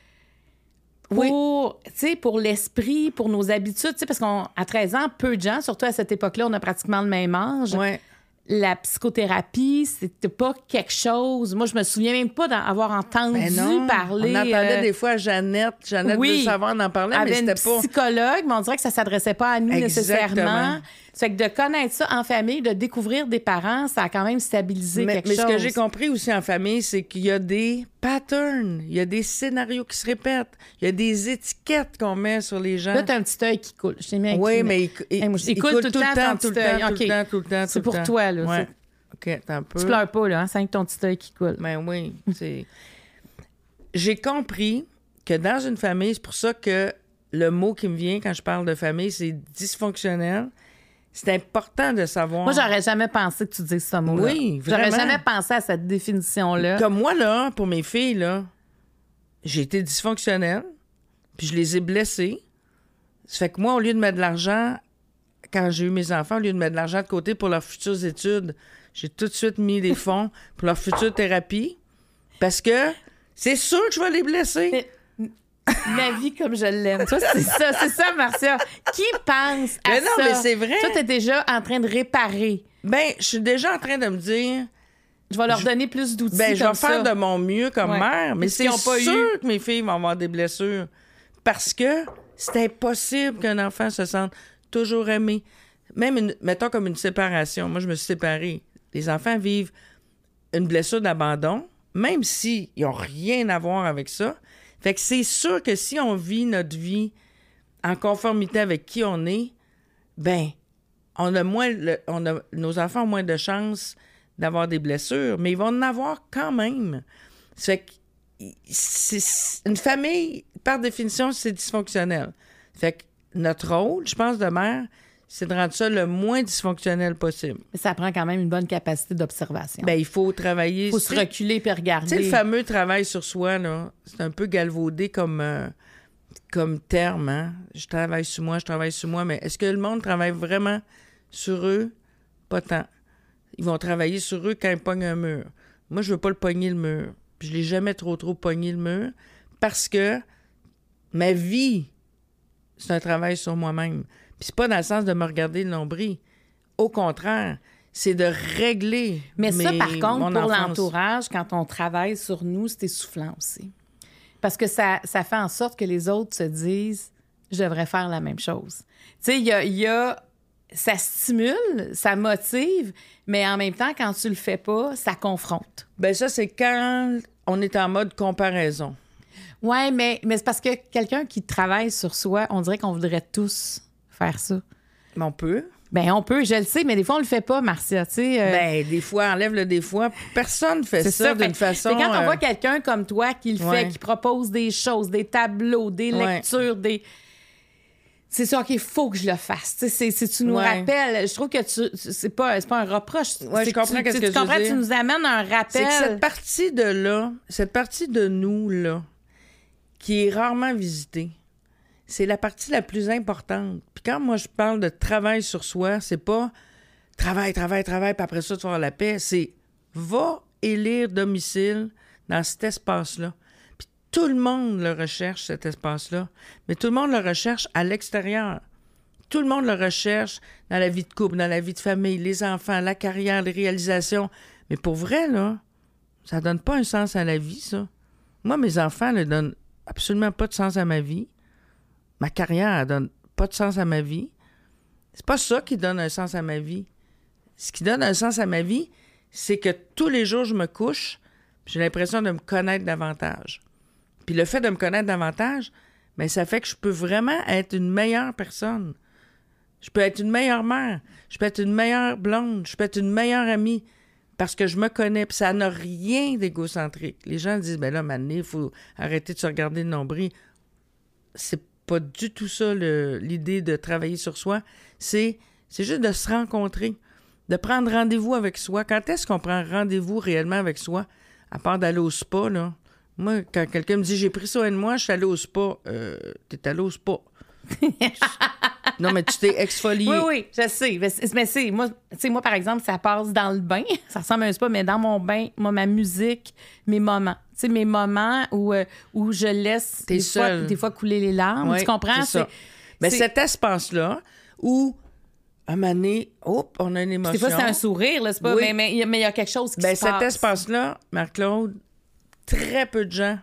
pour l'esprit, pour nos habitudes. Parce qu'à 13 ans, peu de gens, surtout à cette époque-là, on a pratiquement le même âge. Ouais. La psychothérapie, c'était pas quelque chose... Moi, je me souviens même pas d'avoir entendu parler... On entendait des fois Jeannette veut savoir en parler, mais c'était pas... une psychologue, mais on dirait que ça s'adressait pas à nous nécessairement. Ça fait que de connaître ça en famille, de découvrir des parents, ça a quand même stabilisé quelque chose. Mais ce que j'ai compris aussi en famille, c'est qu'il y a des patterns, il y a des scénarios qui se répètent, il y a des étiquettes qu'on met sur les gens. Là, t'as un petit œil qui coule. Je t'ai mis mais il coule tout le temps. C'est pour toi, là. Ouais. OK, t'as un peu... Tu pleures pas, là, c'est ton petit œil qui coule. Ben oui, c'est... J'ai compris que dans une famille, c'est pour ça que le mot qui me vient quand je parle de famille, c'est dysfonctionnel. C'est important de savoir... Moi, j'aurais jamais pensé que tu dises ce mot-là. Oui, vraiment. J'aurais jamais pensé à cette définition-là. Comme moi, là, pour mes filles, là, j'ai été dysfonctionnelle, puis je les ai blessées. Ça fait que moi, au lieu de mettre de l'argent, quand j'ai eu mes enfants, au lieu de mettre de l'argent de côté pour leurs futures études, j'ai tout de suite mis des fonds pour leur future thérapie, parce que c'est sûr que je vais les blesser. Ma vie comme je l'aime. Toi, c'est ça, Marcia. Qui pense à ça? Mais c'est vrai. Toi, t'es déjà en train de réparer. Ben, je suis déjà en train de me dire... Je vais leur donner plus d'outils je vais faire de mon mieux comme mère, mais c'est sûr que mes filles vont avoir des blessures. Parce que c'est impossible qu'un enfant se sente toujours aimé. Même, mettons, comme une séparation. Moi, je me suis séparée. Les enfants vivent une blessure d'abandon, même s'ils n'ont rien à voir avec ça. Fait que c'est sûr que si on vit notre vie en conformité avec qui on est, ben, nos enfants ont moins de chances d'avoir des blessures, mais ils vont en avoir quand même. Fait que une famille, par définition, c'est dysfonctionnel. Fait que notre rôle, je pense, de mère, c'est de rendre ça le moins dysfonctionnel possible. Mais ça prend quand même une bonne capacité d'observation. Ben, il faut travailler... Il faut se reculer puis regarder. Tu sais, le fameux travail sur soi, là, c'est un peu galvaudé comme terme, hein? Je travaille sur moi, mais est-ce que le monde travaille vraiment sur eux? Pas tant. Ils vont travailler sur eux quand ils pognent un mur. Moi, je veux pas le pogner, le mur. Puis je l'ai jamais trop pogné, le mur, parce que ma vie, c'est un travail sur moi-même. Puis c'est pas dans le sens de me regarder le nombril. Au contraire, c'est de régler Mais ça, par contre, pour enfance. l'entourage, quand on travaille sur nous, c'est essoufflant aussi. Parce que ça fait en sorte que les autres se disent « je devrais faire la même chose ». Tu sais, il y a... Ça stimule, ça motive, mais en même temps, quand tu le fais pas, ça confronte. Ben ça, c'est quand on est en mode comparaison. Oui, mais c'est parce que quelqu'un qui travaille sur soi, on dirait qu'on voudrait tous faire ça. Mais on peut. Ben on peut, je le sais, mais des fois, on le fait pas, Marcia, tu sais. Ben, des fois, enlève-le des fois. Personne fait ça d'une façon... Quand on voit quelqu'un comme toi qui le Ouais. fait, qui propose des choses, des tableaux, des Ouais. lectures, des... C'est ça, OK, il faut que je le fasse. Tu sais, si tu nous Ouais. rappelles, je trouve que c'est pas un reproche. Ouais, C'est je comprends que qu'est-ce que tu tu veux comprends, dire. tu nous amènes un C'est rappel. que cette partie de là, cette partie de nous, là, qui est rarement visitée, c'est la partie la plus importante. Puis quand moi, je parle de travail sur soi, c'est pas travail, puis après ça, tu vas avoir la paix. C'est va élire domicile dans cet espace-là. Puis tout le monde le recherche, cet espace-là. Mais tout le monde le recherche à l'extérieur. Tout le monde le recherche dans la vie de couple, dans la vie de famille, les enfants, la carrière, les réalisations. Mais pour vrai, là, ça donne pas un sens à la vie, ça. Moi, mes enfants ne donnent absolument pas de sens à ma vie. Ma carrière, elle donne pas de sens à ma vie. C'est pas ça qui donne un sens à ma vie. Ce qui donne un sens à ma vie, c'est que tous les jours, je me couche, j'ai l'impression de me connaître davantage. Puis le fait de me connaître davantage, bien, ça fait que je peux vraiment être une meilleure personne. Je peux être une meilleure mère, je peux être une meilleure blonde, je peux être une meilleure amie parce que je me connais. Puis ça n'a rien d'égocentrique. Les gens disent, ben là, maintenant, il faut arrêter de se regarder le nombril. C'est pas du tout ça l'idée de travailler sur soi. C'est juste de se rencontrer, de prendre rendez-vous avec soi. Quand est-ce qu'on prend rendez-vous réellement avec soi, à part d'aller au spa, là? Moi, quand quelqu'un me dit « j'ai pris soin de moi, je suis allé au spa », t'es allé au spa. Non, mais tu t'es exfolié. Oui, je sais. Mais c'est, moi, tu sais, moi, par exemple, ça passe dans le bain. Ça ressemble à un spa, mais dans mon bain, moi, ma musique, mes moments. Tu sais, mes moments où je laisse des fois couler les larmes. Ouais, tu comprends? c'est ça. Mais cet espace-là où, à un moment donné, on a une émotion. Des fois, c'est un sourire, là, c'est pas... Oui. Mais il y a quelque chose qui se passe. Cet espace-là, Marc-Claude, très peu de gens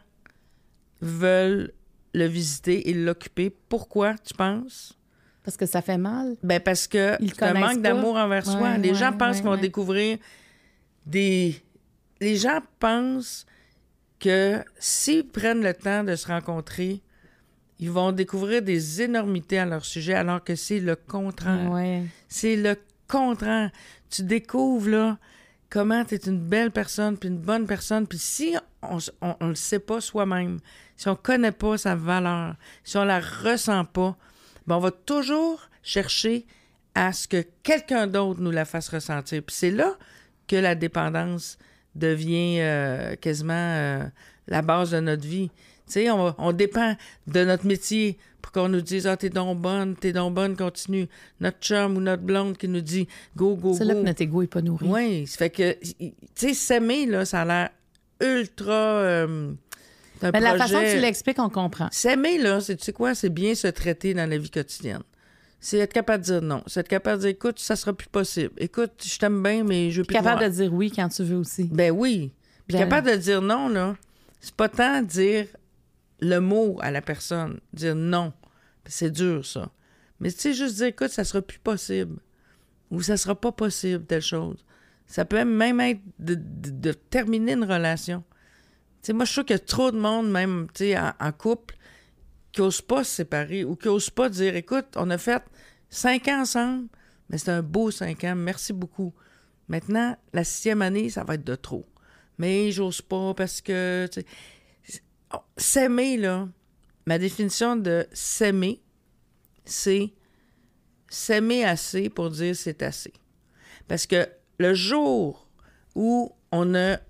veulent le visiter et l'occuper. Pourquoi, tu penses? Parce que ça fait mal. Ben parce que c'est un manque d'amour envers soi. Les gens pensent qu'ils vont découvrir des... Les gens pensent que s'ils prennent le temps de se rencontrer, ils vont découvrir des énormités à leur sujet, alors que c'est le contraire. Ouais. C'est le contraire. Tu découvres, là, comment tu es une belle personne, puis une bonne personne, puis si on le sait pas soi-même, si on connaît pas sa valeur, si on la ressent pas, ben on va toujours chercher à ce que quelqu'un d'autre nous la fasse ressentir. Puis c'est là que la dépendance devient quasiment la base de notre vie. Tu sais, on dépend de notre métier pour qu'on nous dise « Ah, t'es donc bonne, continue. » Notre chum ou notre blonde qui nous dit « Go, go, go. » C'est là que notre ego n'est pas nourri. Oui, ça fait que, tu sais, s'aimer, là, ça a l'air ultra... Mais la façon que tu l'expliques, on comprend. S'aimer, là, tu sais quoi, c'est bien se traiter dans la vie quotidienne. C'est être capable de dire non. C'est être capable de dire, écoute, ça sera plus possible. Écoute, je t'aime bien, mais je veux plus Capable de dire oui quand tu veux aussi. Ben oui. Puis capable de dire non, là, c'est pas tant dire le mot à la personne. Dire non. C'est dur, ça. Mais tu sais, juste dire, écoute, ça sera plus possible. Ou ça sera pas possible, telle chose. Ça peut même être de terminer une relation. Tu sais, moi, je suis sûre qu'il y a trop de monde, même, tu sais, en couple, qui n'osent pas se séparer ou qui n'osent pas dire, écoute, on a fait 5 ans ensemble, mais c'est un beau 5 ans, merci beaucoup. Maintenant, la 6e année, ça va être de trop. Mais j'ose pas parce que, tu sais, s'aimer, là, ma définition de s'aimer, c'est s'aimer assez pour dire c'est assez. Parce que le jour où on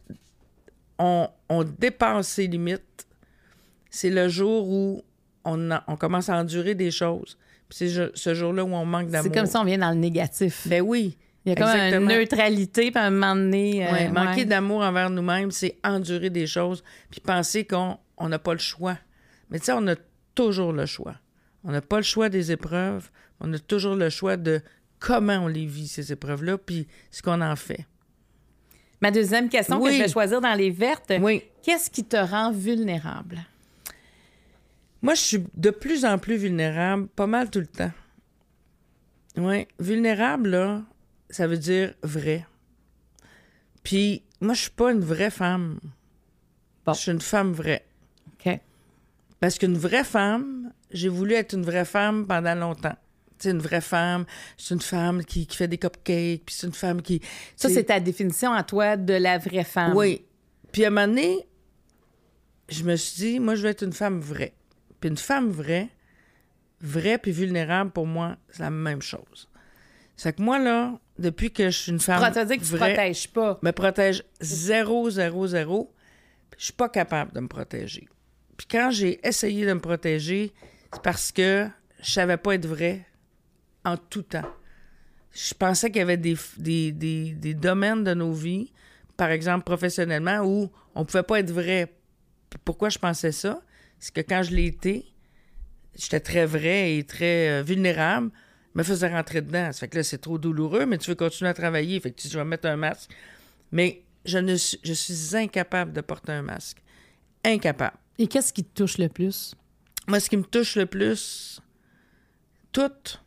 dépasse ses limites, c'est le jour où on commence à endurer des choses. Puis c'est ce jour-là où on manque d'amour. C'est comme si on vient dans le négatif. Ben oui. Il y a comme exactement. une neutralité, puis à un moment donné... manquer d'amour envers nous-mêmes, c'est endurer des choses, puis penser qu'on n'a pas le choix. Mais tu sais, on a toujours le choix. On n'a pas le choix des épreuves. On a toujours le choix de comment on les vit, ces épreuves-là, puis ce qu'on en fait. Ma deuxième question que je vais choisir dans les vertes, qu'est-ce qui te rend vulnérable? Moi, je suis de plus en plus vulnérable, pas mal tout le temps. Oui, vulnérable, là, ça veut dire vrai. Puis, moi, je suis pas une vraie femme. Bon. Je suis une femme vraie. OK. Parce qu'une vraie femme, j'ai voulu être une vraie femme pendant longtemps. Tu sais, une vraie femme, c'est une femme qui fait des cupcakes, puis c'est une femme qui... Ça, c'est ta définition à toi de la vraie femme. Oui. Puis à un moment donné, je me suis dit, moi, je veux être une femme vraie. Puis une femme vraie puis vulnérable, pour moi, c'est la même chose. C'est que moi, là, depuis que je suis une femme Ça veut dire que tu ne protèges pas. Me protège 0, 0, 0. Puis je suis pas capable de me protéger. Puis quand j'ai essayé de me protéger, c'est parce que je savais pas être vraie en tout temps. Je pensais qu'il y avait des domaines de nos vies, par exemple professionnellement, où on pouvait pas être vrai. Puis pourquoi je pensais ça? C'est que quand je l'ai été, j'étais très vraie et très vulnérable, me faisait rentrer dedans. Ça fait que là, c'est trop douloureux, mais tu veux continuer à travailler, fait que tu vas mettre un masque. Mais je suis incapable de porter un masque. Incapable. Et qu'est-ce qui te touche le plus? Moi, ce qui me touche le plus, tout.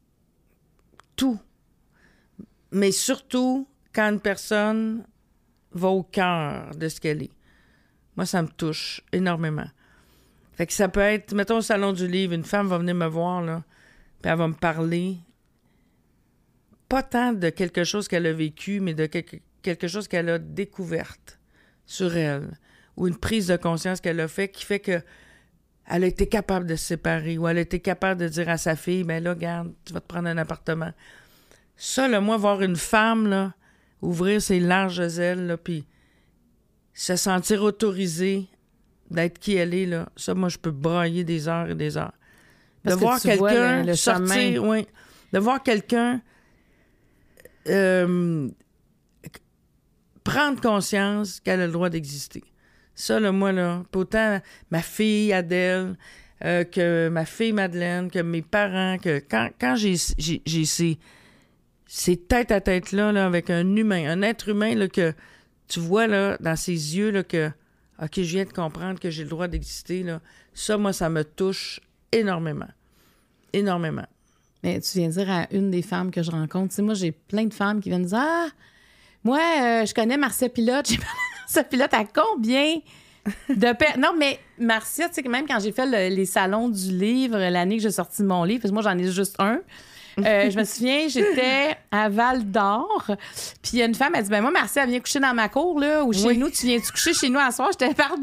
Mais surtout, quand une personne va au cœur de ce qu'elle est. Moi, ça me touche énormément. Fait que ça peut être, mettons, au Salon du Livre, une femme va venir me voir, là, puis elle va me parler, pas tant de quelque chose qu'elle a vécu, mais de quelque chose qu'elle a découverte sur elle, ou une prise de conscience qu'elle a fait qui fait que elle a été capable de se séparer, ou elle a été capable de dire à sa fille, ben là, regarde, tu vas te prendre un appartement. Ça, là, moi, voir une femme, là, ouvrir ses larges ailes, là, puis se sentir autorisée d'être qui elle est, là, ça, moi, je peux brailler des heures et des heures. Parce de que voir tu vois quelqu'un le sortir, chemin. oui, de voir quelqu'un prendre conscience qu'elle a le droit d'exister. Ça, là, moi, là, autant ma fille Adèle, que ma fille Madeleine, que mes parents, que quand j'ai ces tête-à-tête-là, là, avec un humain, un être humain, là, que tu vois, là, dans ses yeux, là, que, OK, je viens de comprendre que j'ai le droit d'exister, là, ça, moi, ça me touche énormément. Énormément. Mais tu viens de dire à une des femmes que je rencontre, tu sais, moi, j'ai plein de femmes qui viennent dire « Ah, moi, je connais Marcia Pilote. J'ai parlé à Marcia Pilote à combien de... Non, mais Marcia, tu sais, même quand j'ai fait les salons du livre, l'année que j'ai sorti mon livre, parce que moi, j'en ai juste un, je me souviens, j'étais à Val-d'Or, puis il y a une femme, elle dit « Ben moi, Marcia, elle vient coucher dans ma cour, là, ou chez nous, tu viens-tu coucher chez nous à soir? » J'étais « Pardon? »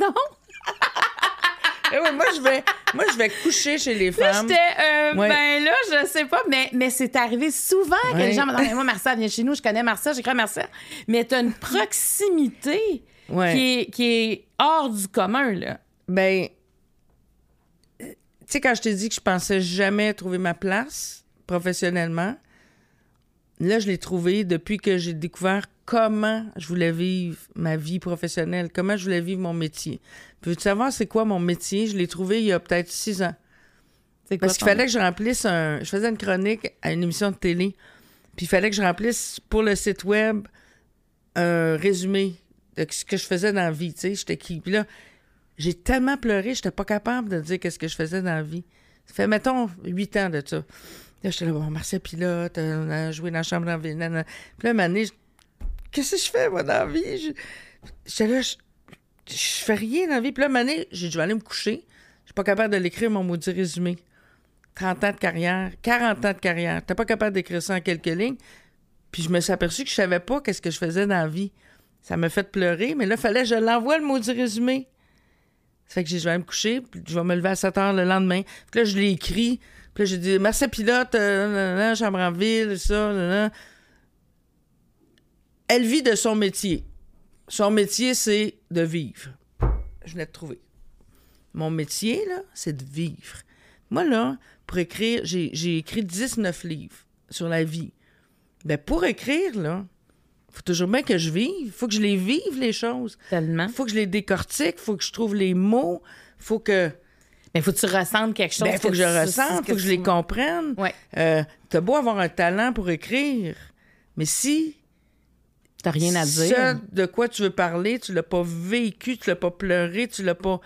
Oui, moi, je vais coucher chez les femmes. J'étais, ben là, je sais pas, mais c'est arrivé souvent que les gens me disent, moi, Marcia vient chez nous, je connais Marcia, j'écris à Marcia. Mais t'as une proximité qui est hors du commun, là. Ben, tu sais, quand je t'ai dit que je pensais jamais trouver ma place professionnellement, là, je l'ai trouvée depuis que j'ai découvert comment je voulais vivre ma vie professionnelle, comment je voulais vivre mon métier. Veux-tu savoir c'est quoi mon métier? Je l'ai trouvé il y a peut-être 6 ans. Parce qu'il fallait que je remplisse je faisais une chronique à une émission de télé, puis il fallait que je remplisse pour le site web un résumé de ce que je faisais dans la vie, tu sais, j'étais qui. Puis là, j'ai tellement pleuré, j'étais pas capable de dire qu'est-ce que je faisais dans la vie. Ça fait, mettons, 8 ans de ça. Là, j'étais là, bon, Marcia Pilote, on a joué dans la chambre d'envie. Puis là, un moment donné, qu'est-ce que je fais, moi, dans la vie? J'étais là, je fais rien dans la vie. Puis là, un moment donné, j'ai dit, je vais aller me coucher. Je suis pas capable de l'écrire, mon maudit résumé. 30 ans de carrière, 40 ans de carrière. T'es pas capable d'écrire ça en quelques lignes. Puis je me suis aperçu que je savais pas qu'est-ce que je faisais dans la vie. Ça m'a fait pleurer, mais là, il fallait que je l'envoie, le maudit résumé. Ça fait que j'ai dit, je vais aller me coucher, puis je vais me lever à 7 heures le lendemain. Puis là, je l'ai écrit. Puis là, j'ai dit, Marcia Pilote, chambre en ville, ça, Elle vit de son métier. Son métier, c'est de vivre. Je l'ai trouvé. Mon métier, là, c'est de vivre. Moi, là, pour écrire, j'ai écrit 19 livres sur la vie. Ben pour écrire, là, faut toujours bien que je vive. Il faut que je les vive, les choses. Tellement. Il faut que je les décortique. Il faut que je trouve les mots. Il faut que... Mais faut que tu ressentes quelque chose. Ben, faut que je ressente. Il faut que je les comprenne. Ouais. T'as beau avoir un talent pour écrire, mais si... T'as rien à dire. Ça de quoi tu veux parler, tu l'as pas vécu, tu l'as pas pleuré, tu l'as pas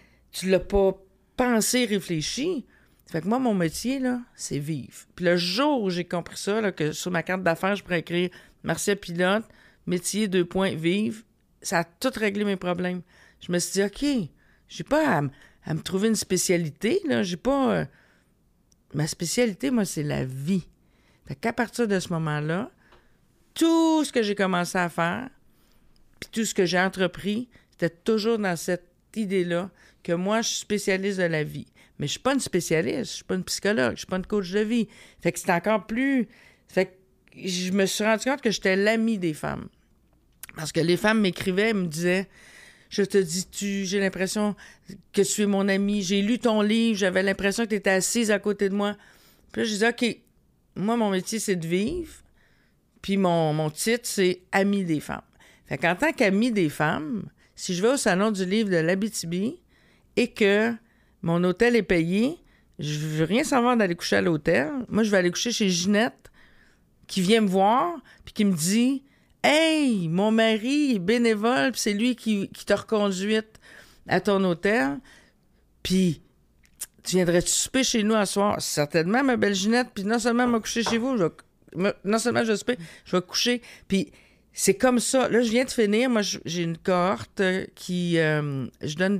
pensé, réfléchi. Fait que moi, mon métier, là, c'est vivre. Puis le jour où j'ai compris ça, là, que sur ma carte d'affaires, je pourrais écrire Marcia Pilote, métier, vivre, ça a tout réglé mes problèmes. Je me suis dit, OK, j'ai pas à me trouver une spécialité, là, j'ai pas... ma spécialité, moi, c'est la vie. Fait qu'à partir de ce moment-là, tout ce que j'ai commencé à faire, puis tout ce que j'ai entrepris, c'était toujours dans cette idée-là que moi, je suis spécialiste de la vie. Mais je suis pas une spécialiste, je suis pas une psychologue, je suis pas une coach de vie. Fait que c'est encore plus... Fait que je me suis rendu compte que j'étais l'amie des femmes. Parce que les femmes m'écrivaient, elles me disaient... Je te dis, j'ai l'impression que tu es mon ami. J'ai lu ton livre, j'avais l'impression que tu étais assise à côté de moi. Puis là, je disais, OK, moi, mon métier, c'est de vivre. Puis mon titre, c'est Ami des femmes. Fait qu'en tant qu'ami des femmes, si je vais au Salon du livre de l'Abitibi et que mon hôtel est payé, je veux rien savoir d'aller coucher à l'hôtel. Moi, je vais aller coucher chez Ginette, qui vient me voir, puis qui me dit... Hey, mon mari est bénévole, puis c'est lui qui t'a reconduite à ton hôtel. Puis, tu viendrais-tu souper chez nous à soir? Certainement, ma belle Ginette. Puis non seulement me coucher chez vous, non seulement je vais souper, je vais coucher. Puis, c'est comme ça. Là, je viens de finir. Moi, j'ai une cohorte qui... je donne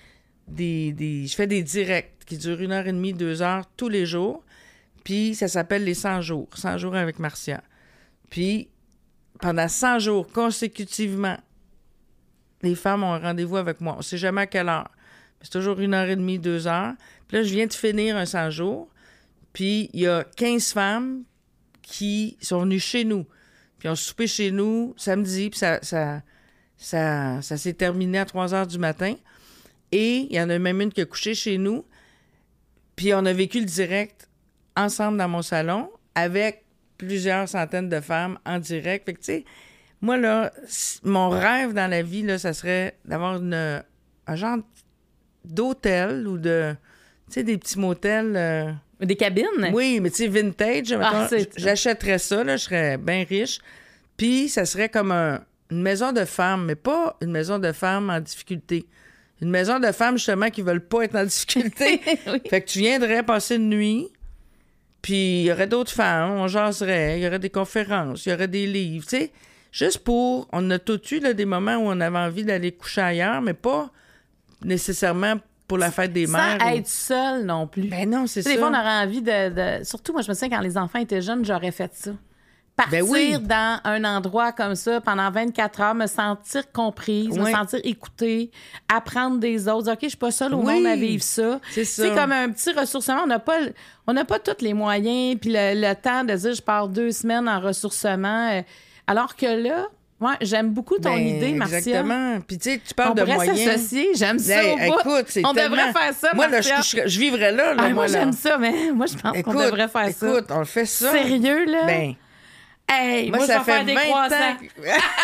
je fais des directs qui durent 1h30, 2 heures tous les jours. Puis, ça s'appelle les 100 jours. 100 jours avec Marcia. Puis... Pendant 100 jours consécutivement, les femmes ont un rendez-vous avec moi. On ne sait jamais à quelle heure. C'est toujours 1h30, 2 heures. Puis là, je viens de finir un 100 jours. Puis il y a 15 femmes qui sont venues chez nous. Puis ont soupé chez nous samedi. Puis ça s'est terminé à 3 heures du matin. Et il y en a même une qui a couché chez nous. Puis on a vécu le direct ensemble dans mon salon avec plusieurs centaines de femmes en direct. Fait que, tu sais, moi, là, mon rêve dans la vie, là, ça serait d'avoir un genre d'hôtel ou de, tu sais, des petits motels. Des cabines? Oui, mais tu sais, vintage. J'achèterais ça, là, je serais bien riche. Puis, ça serait comme une maison de femmes, mais pas une maison de femmes en difficulté. Une maison de femmes, justement, qui veulent pas être en difficulté. Oui. Fait que tu viendrais passer une nuit. Puis il y aurait d'autres femmes, on jaserait, il y aurait des conférences, il y aurait des livres, tu sais. Juste pour... On a tout eu là, des moments où on avait envie d'aller coucher ailleurs, mais pas nécessairement pour la fête des mères. Sans être seule non plus. Ben non, c'est ça. Des fois, on aurait envie de... Surtout, moi, je me souviens, quand les enfants étaient jeunes, j'aurais fait ça. Partir dans un endroit comme ça pendant 24 heures, me sentir comprise, me sentir écoutée, apprendre des autres. OK, je suis pas seule au monde à vivre ça. C'est ça. C'est comme un petit ressourcement. On n'a pas tous les moyens puis le temps de dire je pars 2 semaines en ressourcement. Alors que là, moi, j'aime beaucoup ton idée, Marcia. Exactement. Puis tu sais, tu parles de moyens. On pourrait s'associer. J'aime ça au bout. Écoute, c'est devrait faire ça, moi, Marcia. Là, je vivrais là. Moi, j'aime ça, mais moi, je pense qu'on devrait faire ça. Écoute, on le fait ça. Sérieux, là? Ben... Hey, moi, ça fait 20 ans. Puis,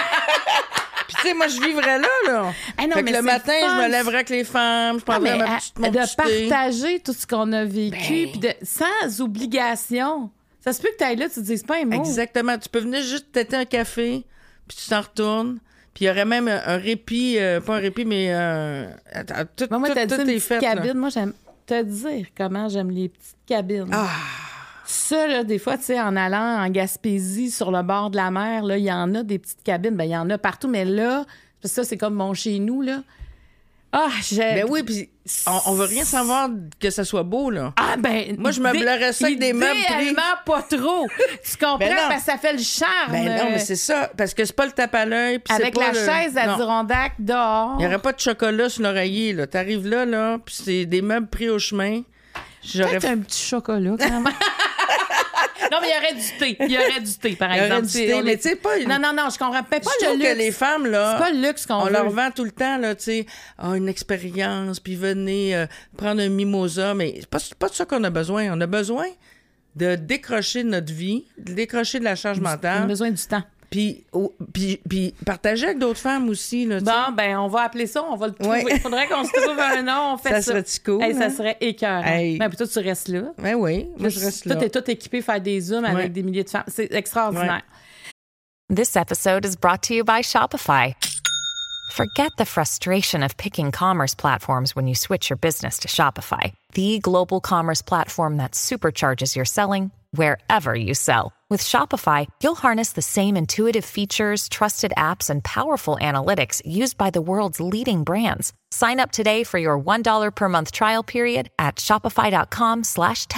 tu sais, moi, je vivrais là. Hey, non, fait mais que le matin, je me lèverais avec les femmes, je prendrais ma petite de partager tout ce qu'on a vécu, puis sans obligation. Ça se peut que tu ailles là, tu te dises pas un mot. Exactement. Tu peux venir juste têter un café, puis tu t'en retournes. Puis il y aurait même un répit, pas un répit, mais toutes les fêtes. Cabine. Moi, j'aime te dire comment j'aime les petites cabines. Ah! Ça, là, des fois, tu sais, en allant en Gaspésie, sur le bord de la mer, là, il y en a des petites cabines. Ben, il y en a partout, mais là, ça, c'est comme mon chez nous, là. Ah, Ben oui, puis on veut rien savoir que ça soit beau, là. Ah, ben... Moi, je meublerais ça avec des meubles pris. Idéalement pas trop. Tu comprends? Parce que ça fait le charme. Ben non, mais c'est ça. Parce que c'est pas le tape à l'œil. Avec la chaise à Dirondac dehors. Il n'y aurait pas de chocolat sur l'oreiller, là. T'arrives là, puis c'est des meubles pris au chemin. Peut-être un petit chocolat, quand même. Non, mais il y aurait du thé, par exemple. Il y aurait du thé, mais tu sais, pas... Non, je comprends pas le luxe. Que les femmes, là... C'est pas le luxe qu'on veut. On leur vend tout le temps, là, tu sais, une expérience, puis venez prendre un mimosa, mais c'est pas de ça qu'on a besoin. On a besoin de décrocher de notre vie, de décrocher de la charge mentale. On a besoin du temps. Puis partager avec d'autres femmes aussi. Là, bon, ben on va appeler ça, on va le trouver. Il faudrait qu'on se trouve un nom, on fait ça. Ça serait-tu cool? Hey, ça serait écœurant. Hey. Ben, puis toi, tu restes là. Ben oui, moi, je reste là. Toi, t'es tout équipé, faire des zooms avec des milliers de femmes. C'est extraordinaire. This episode is brought to you by Shopify. Forget the frustration of picking commerce platforms when you switch your business to Shopify, the global commerce platform that supercharges your selling wherever you sell. With Shopify, you'll harness the same intuitive features, trusted apps, and powerful analytics used by the world's leading brands. Sign up today for your $1 per month trial period at shopify.com/tech,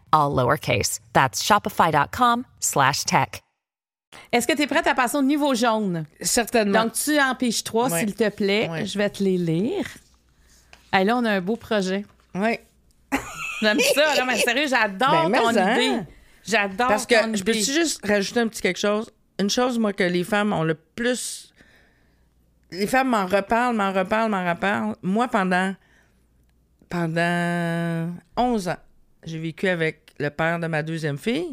all lowercase. That's shopify.com/tech. Est-ce que tu es prête à passer au niveau jaune? Certainement. Donc, tu en piges 3, s'il te plaît. Ouais. Je vais te les lire. Hey, là, on a un beau projet. Oui. J'aime ça. Là, mais sérieux, j'adore ton idée. J'adore Parce ton que idée. je peux-tu juste rajouter un petit quelque chose? Une chose, moi, que les femmes ont le plus... Les femmes m'en reparlent. Moi, pendant 11 ans, j'ai vécu avec le père de ma deuxième fille,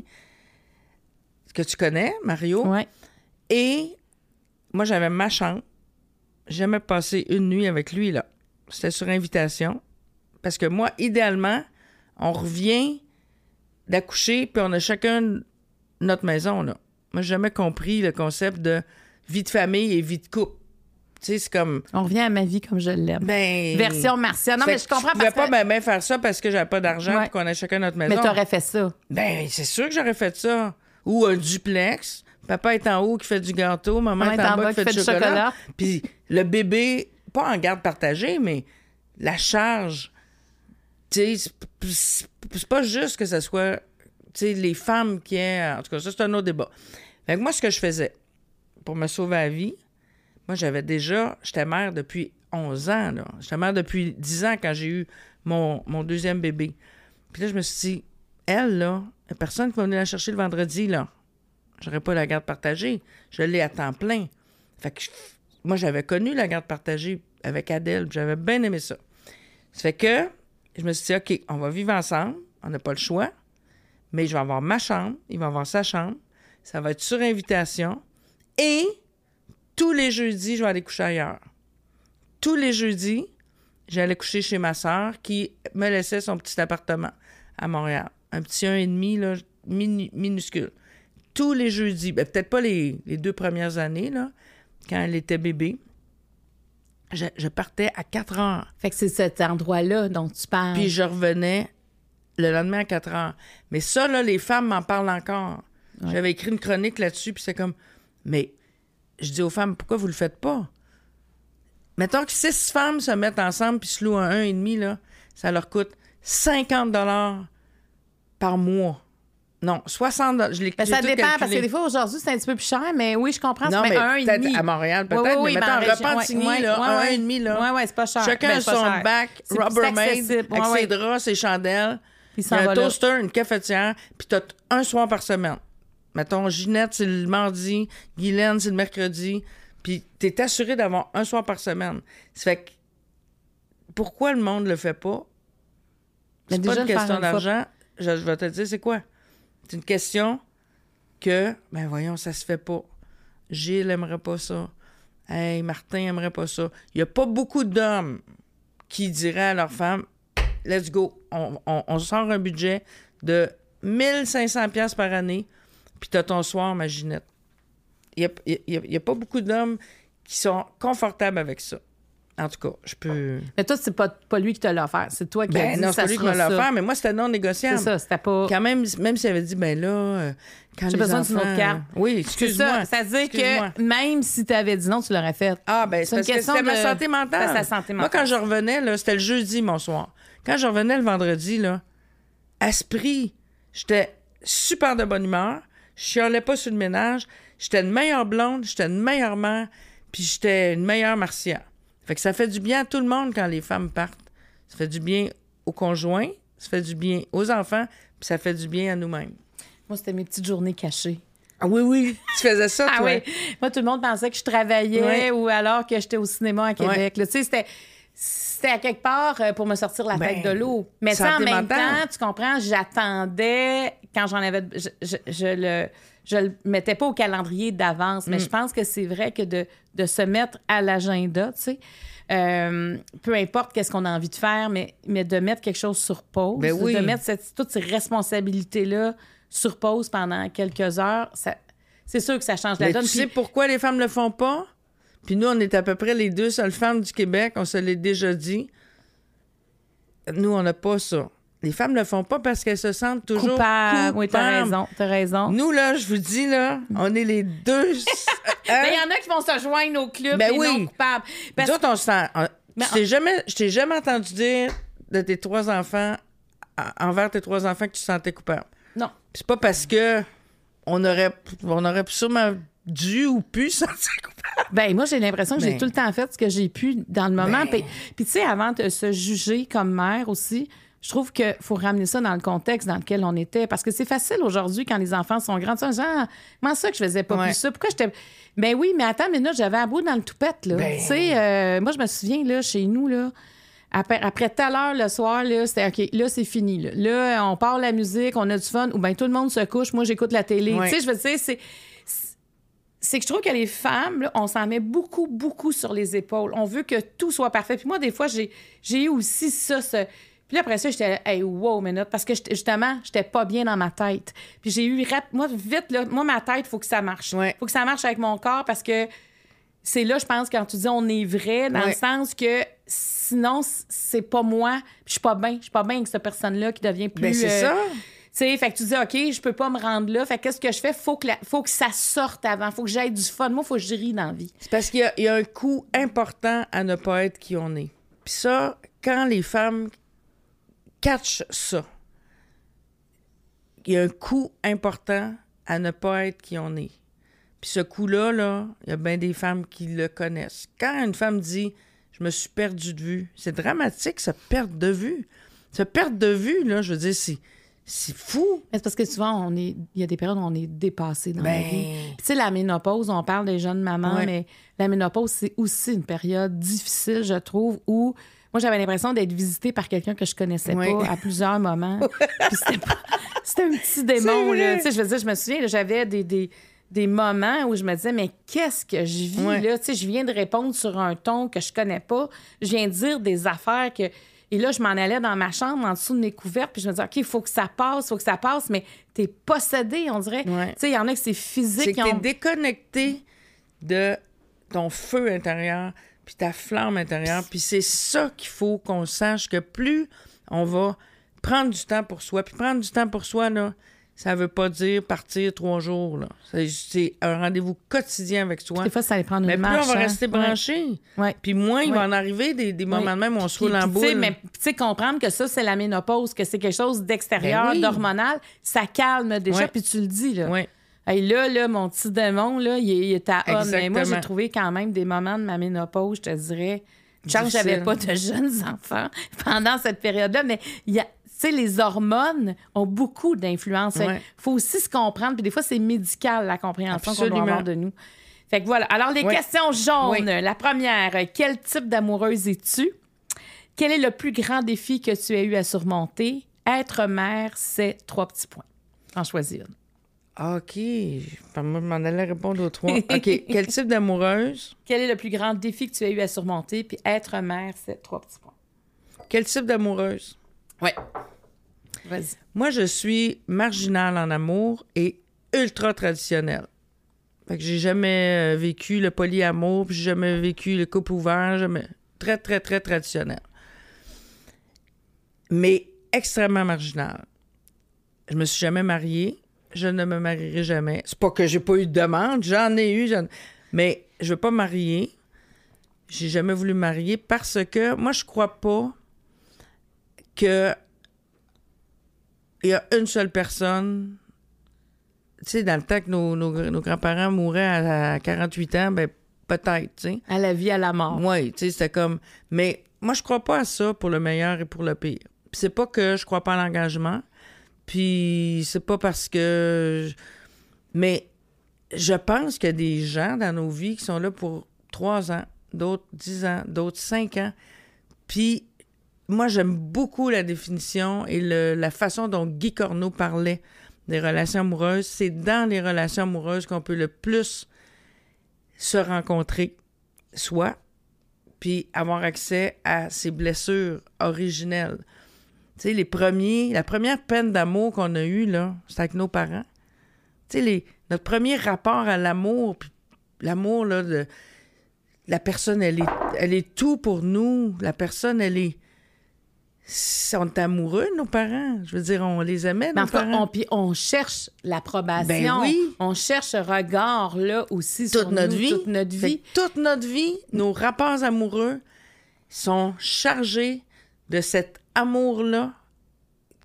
que tu connais, Mario. Ouais. Et moi, j'avais ma chambre. J'ai jamais passé une nuit avec lui, là. C'était sur invitation. Parce que moi, idéalement, on revient d'accoucher, puis on a chacun notre maison, là. Moi, j'ai jamais compris le concept de vie de famille et vie de couple. Tu sais, c'est comme... On revient à ma vie comme je l'aime. Ben... Version martienne. Non, mais je comprends Je pouvais parce pas que... bien faire ça parce que j'avais pas d'argent et qu'on a chacun notre maison. Mais t'aurais fait ça. Ben, c'est sûr que j'aurais fait ça. Ou un duplex. Papa est en haut qui fait du gâteau, maman est en bas qui fait du chocolat. Puis le bébé, pas en garde partagée, mais la charge. Tu sais, c'est pas juste que ce soit, tu sais, les femmes qui aient... En tout cas, ça, c'est un autre débat. Fait que moi, ce que je faisais pour me sauver la vie, moi, j'étais mère depuis 11 ans, là. J'étais mère depuis 10 ans quand j'ai eu mon deuxième bébé. Puis là, je me suis dit, elle, là, il n'y a personne qui va venir la chercher le vendredi, là. J'aurais pas la garde partagée. Je l'ai à temps plein. Fait que moi, j'avais connu la garde partagée avec Adèle, puis j'avais bien aimé ça. Ça fait que je me suis dit, OK, on va vivre ensemble, on n'a pas le choix, mais je vais avoir ma chambre, il va avoir sa chambre, ça va être sur invitation, et tous les jeudis, je vais aller coucher ailleurs. Tous les jeudis, j'allais coucher chez ma sœur qui me laissait son petit appartement à Montréal. Un petit 1,5, là, minuscule. Tous les jeudis, ben, peut-être pas les 2 premières années, là, quand elle était bébé, je partais à 4 heures. Fait que c'est cet endroit-là dont tu parles. Puis je revenais le lendemain à 4 heures. Mais ça, là, les femmes m'en parlent encore. Ouais. J'avais écrit une chronique là-dessus, puis c'est comme... Mais je dis aux femmes, pourquoi vous le faites pas? Mettons que 6 femmes se mettent ensemble puis se louent un 1,5, là, ça leur coûte 50 $ par mois. Non, 60 $. Je l'ai ben, ça dépend, calculé. parce que des fois, aujourd'hui, c'est un petit peu plus cher, mais oui, je comprends. Non, mais peut-être 1,5. à Montréal, peut-être, oui, mais mettons, en Repentigny, là, un 1,5, là. Oui, c'est pas cher. Chacun ben, a son bac, Rubbermaid, avec ses draps, ses chandelles. Il y a un toaster, une cafetière, puis t'as un soir par semaine. Mettons, Ginette, c'est le mardi, Guylaine, c'est le mercredi, puis t'es assuré d'avoir un soir par semaine. Ça fait que, pourquoi le monde le fait pas? C'est pas une question d'argent. Je vais te dire, c'est quoi? C'est une question que, ben voyons, ça se fait pas. Gilles aimerait pas ça. Hey, Martin aimerait pas ça. Il y a pas beaucoup d'hommes qui diraient à leur femme, let's go, on sort un budget de 1500 $ par année, puis t'as ton soir, ma Ginette. Il y a pas beaucoup d'hommes qui sont confortables avec ça. En tout cas, je peux... Mais toi, c'est pas lui qui te l'a offert. C'est toi qui as dit non, ça c'est lui qui me l'a offert, mais moi, c'était non négociable. C'est ça, c'était pas... Quand même s'il avait dit, ben là, quand j'ai les besoin enfants... d'une autre carte. Oui, excuse-moi. Ça veut dire que même si tu avais dit non, tu l'aurais fait. Ah, ben c'est parce que c'était ma santé mentale. C'est sa santé mentale. Moi, quand je revenais, là, c'était le jeudi, mon soir. Quand je revenais le vendredi, là, à ce prix, j'étais super de bonne humeur, je chialais pas sur le ménage, j'étais une meilleure blonde, j'étais une meilleure mère, puis j'étais une meilleure martière. Fait que ça fait du bien à tout le monde quand les femmes partent. Ça fait du bien aux conjoints, ça fait du bien aux enfants, puis ça fait du bien à nous-mêmes. Moi, c'était mes petites journées cachées. Ah oui, tu faisais ça, toi? Ah oui. Moi, tout le monde pensait que je travaillais ou alors que j'étais au cinéma à Québec. Tu sais, c'était à quelque part pour me sortir la tête de l'eau. Mais ça, en même temps, tu comprends, j'attendais quand j'en avais... Je le mettais pas au calendrier d'avance, mais je pense que c'est vrai que de se mettre à l'agenda, tu sais, peu importe qu'est-ce qu'on a envie de faire, mais de mettre quelque chose sur pause, de mettre toutes ces responsabilités-là sur pause pendant quelques heures, c'est sûr que ça change la donne. Tu sais pourquoi les femmes le font pas? Puis nous, on est à peu près les 2 seules femmes du Québec, on se l'est déjà dit. Nous, on n'a pas ça. Les femmes le font pas parce qu'elles se sentent toujours coupables. Oui, t'as raison. Nous, là, je vous dis, là, on est les 2... Mais il y en a qui vont se joindre au club ben des non coupables. Nous autres, on se sent... Je t'ai jamais entendu dire de tes 3 enfants envers tes 3 enfants que tu te sentais coupable. Non. Puis c'est pas parce que on aurait sûrement dû ou pu se sentir coupable. Ben moi, j'ai l'impression que j'ai tout le temps fait ce que j'ai pu dans le moment. Puis tu sais, avant de se juger comme mère aussi, je trouve qu'il faut ramener ça dans le contexte dans lequel on était. Parce que c'est facile aujourd'hui, quand les enfants sont grands, genre, comment ça que je faisais pas plus ça? Pourquoi j'étais... Ben oui, mais attends, mais là, j'avais un bout dans le toupette, là. Tu sais, moi, je me souviens, là, chez nous, là, après telle heure le soir, là, c'était OK, là, c'est fini. Là, on part la musique, on a du fun, ou bien tout le monde se couche, moi, j'écoute la télé. Tu sais, je veux dire, c'est que je trouve que les femmes, là, on s'en met beaucoup, beaucoup sur les épaules. On veut que tout soit parfait. Puis moi, des fois, j'ai eu aussi ça, Puis là, après ça, j'étais là, hey, wow, minute, parce que justement, j'étais pas bien dans ma tête. Puis j'ai eu, moi, vite, là, moi, ma tête, il faut que ça marche. Il faut que ça marche avec mon corps parce que c'est là, je pense, quand tu dis on est vrai, dans le sens que sinon, c'est pas moi, puis je suis pas bien. Je suis pas bien avec cette personne-là qui devient plus... Ben, c'est ça. Tu sais, fait que tu dis, OK, je peux pas me rendre là. Fait que qu'est-ce que je fais? Faut que ça sorte avant. Faut que j'aille du fun. Moi, faut que je ris dans la vie. C'est parce qu'il y a un coût important à ne pas être qui on est. Puis ça, quand les femmes catchent ça, il y a un coût important à ne pas être qui on est. Puis ce coup-là, là, il y a bien des femmes qui le connaissent. Quand une femme dit « je me suis perdue de vue », c'est dramatique, cette perte de vue. Cette perte de vue, là, je veux dire, c'est fou. Mais c'est parce que souvent, il y a des périodes où on est dépassé dans la vie. Puis tu sais, la ménopause, on parle des jeunes mamans, mais la ménopause, c'est aussi une période difficile, je trouve, où moi, j'avais l'impression d'être visitée par quelqu'un que je connaissais pas à plusieurs moments. Puis c'était un petit démon, là. Tu sais, je veux dire, je me souviens, là, j'avais des moments où je me disais, mais qu'est-ce que je vis, là? Tu sais, je viens de répondre sur un ton que je connais pas. Je viens de dire des affaires que... Et là, je m'en allais dans ma chambre, en dessous de mes couvertes, puis je me disais, OK, il faut que ça passe, mais t'es possédé, on dirait. Tu sais, il y en a que c'est physique. C'est que t'es déconnecté de ton feu intérieur, puis ta flamme intérieure, puis c'est ça qu'il faut qu'on sache, que plus on va prendre du temps pour soi, puis prendre du temps pour soi, là, ça veut pas dire partir 3 jours, là. C'est un rendez-vous quotidien avec soi. Des fois, ça allait prendre une marche. Mais plus on va rester branché. Puis moins il va en arriver des moments de même où on se roule en boule. Mais tu sais, comprendre que ça, c'est la ménopause, que c'est quelque chose d'extérieur, d'hormonal, ça calme déjà, puis tu le dis, là. Hey, là, mon petit démon, là, il est à homme. Mais moi, j'ai trouvé quand même des moments de ma ménopause, je te dirais. Chance que j'avais pas de jeunes enfants pendant cette période-là, mais il y a... Tu sais, les hormones ont beaucoup d'influence. Il faut aussi se comprendre. Puis des fois, c'est médical, la compréhension qu'on doit avoir de nous. Fait que voilà. Alors, les questions jaunes. La première, quel type d'amoureuse es-tu? Quel est le plus grand défi que tu as eu à surmonter? Être mère, c'est 3 petits points. En choisis une. OK. Moi, je m'en allais répondre aux 3. OK. Quel type d'amoureuse? Quel est le plus grand défi que tu as eu à surmonter? Puis être mère, c'est 3 petits points. Quel type d'amoureuse? Oui. Vas-y. Moi, je suis marginale en amour et ultra traditionnelle. Fait que j'ai jamais vécu le polyamour, puis j'ai jamais vécu le couple ouvert, jamais... Très, très, très traditionnel. Mais extrêmement marginale. Je me suis jamais mariée. Je ne me marierai jamais. C'est pas que j'ai pas eu de demande. J'en ai eu. Mais je veux pas me marier. J'ai jamais voulu me marier parce que moi, je crois pas que il y a une seule personne. Tu sais, dans le temps que nos grands-parents mouraient à 48 ans, ben peut-être, tu sais. À la vie, à la mort. Oui, tu sais, c'était comme... Mais moi, je crois pas à ça pour le meilleur et pour le pire. Puis c'est pas que je crois pas à l'engagement, puis c'est pas parce que... Mais je pense qu'il y a des gens dans nos vies qui sont là pour 3 ans, d'autres 10 ans, d'autres 5 ans. Puis moi, j'aime beaucoup la définition et la façon dont Guy Corneau parlait des relations amoureuses. C'est dans les relations amoureuses qu'on peut le plus se rencontrer, soit, puis avoir accès à ses blessures originelles. Tu sais, la première peine d'amour qu'on a eue, là, c'était avec nos parents. Tu sais, notre premier rapport à l'amour, puis l'amour, là, de la personne, elle est tout pour nous. La personne, on est amoureux de nos parents. Je veux dire, on les aimait, nos parents. Puis on cherche l'approbation. Ben oui. On cherche ce regard-là aussi sur notre nous, vie. toute notre vie. Toute notre vie, nos rapports amoureux sont chargés de cet amour-là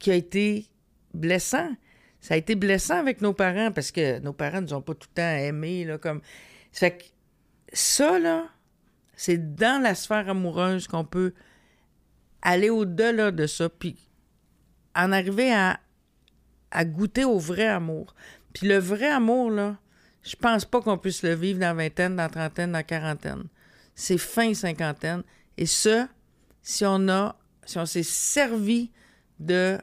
qui a été blessant. Ça a été blessant avec nos parents parce que nos parents ne nous ont pas tout le temps aimés. Là, comme... Ça fait que ça, là, c'est dans la sphère amoureuse qu'on peut aller au-delà de ça puis en arriver à goûter au vrai amour. Puis le vrai amour, là, je pense pas qu'on puisse le vivre dans la vingtaine, dans la trentaine, dans la quarantaine. C'est fin cinquantaine. Et ça, si on s'est servi de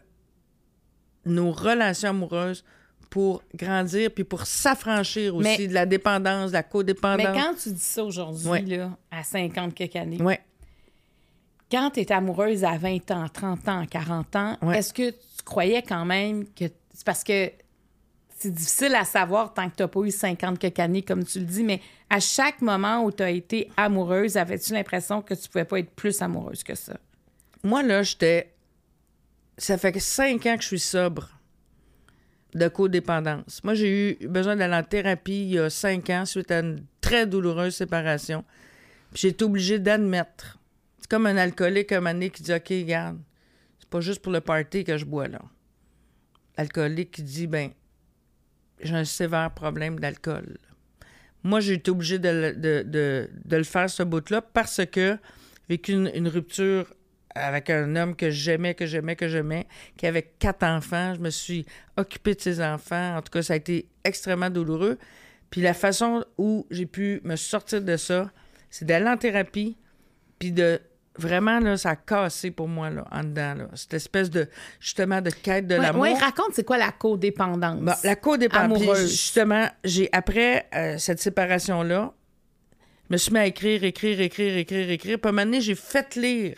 nos relations amoureuses pour grandir puis pour s'affranchir aussi de la dépendance, de la codépendance. Mais quand tu dis ça aujourd'hui, là, à 50 quelques années, quand tu étais amoureuse à 20 ans, 30 ans, 40 ans, est-ce que tu croyais quand même que... C'est parce que c'est difficile à savoir tant que tu n'as pas eu 50 quelques années, comme tu le dis, mais à chaque moment où tu as été amoureuse, avais-tu l'impression que tu pouvais pas être plus amoureuse que ça? Moi, là, ça fait 5 ans que je suis sobre de codépendance. Moi, j'ai eu besoin d'aller en thérapie il y a 5 ans suite à une très douloureuse séparation. Puis j'ai été obligée d'admettre. C'est comme un alcoolique, un moment donné, qui dit « OK, regarde, c'est pas juste pour le party que je bois, là. » Alcoolique qui dit « Ben, j'ai un sévère problème d'alcool. » Moi, j'ai été obligée de le faire, ce bout-là, parce que j'ai vécu une rupture avec un homme que j'aimais, qui avait 4 enfants. Je me suis occupée de ses enfants. En tout cas, ça a été extrêmement douloureux. Puis la façon où j'ai pu me sortir de ça, c'est d'aller en thérapie, puis de... Vraiment, là, ça a cassé pour moi, là, en dedans, là. Cette espèce de, justement, de quête de l'amour. Oui, raconte, c'est quoi la codépendance? Bon, la codépendance. Amoureuse. Justement, après cette séparation-là, je me suis mis à écrire. Puis à un moment donné, j'ai fait lire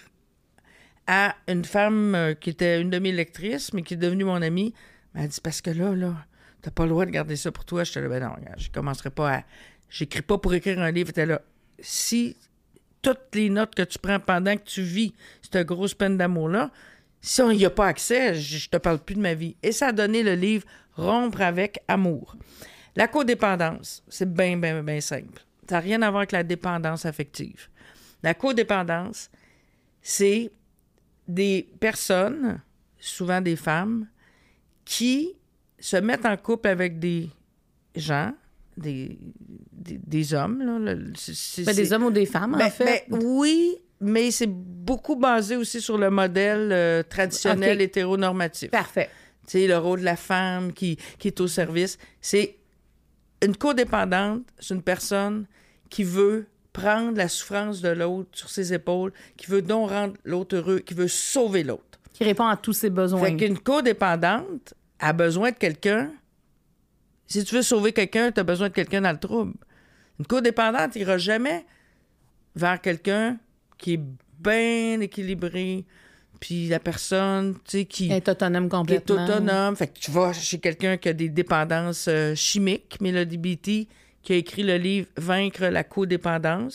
à une femme qui était une de mes lectrices, mais qui est devenue mon amie. Elle m'a dit, parce que là, t'as pas le droit de garder ça pour toi. J'étais là, ben non, je commencerai pas à... J'écris pas pour écrire un livre. J'étais là, si... toutes les notes que tu prends pendant que tu vis cette grosse peine d'amour-là, si on n'y a pas accès, je te parle plus de ma vie. Et ça a donné le livre « Rompre avec amour ». La codépendance, c'est bien, bien, bien simple. Ça n'a rien à voir avec la dépendance affective. La codépendance, c'est des personnes, souvent des femmes, qui se mettent en couple avec des gens, des hommes. Là. Des hommes ou des femmes, en fait? Oui, mais c'est beaucoup basé aussi sur le modèle traditionnel hétéronormatif. Parfait. Tu sais, le rôle de la femme qui est au service. C'est une codépendante, c'est une personne qui veut prendre la souffrance de l'autre sur ses épaules, qui veut donc rendre l'autre heureux, qui veut sauver l'autre. Qui répond à tous ses besoins. Fait qu'une codépendante a besoin de quelqu'un. Si tu veux sauver quelqu'un, tu as besoin de quelqu'un dans le trouble. Une codépendante n'ira jamais vers quelqu'un qui est bien équilibré, puis la personne, tu sais, qui est autonome complètement. Qui est autonome. Fait que tu vas chez quelqu'un qui a des dépendances chimiques, Mélodie Beattie, qui a écrit le livre « Vaincre la codépendance ».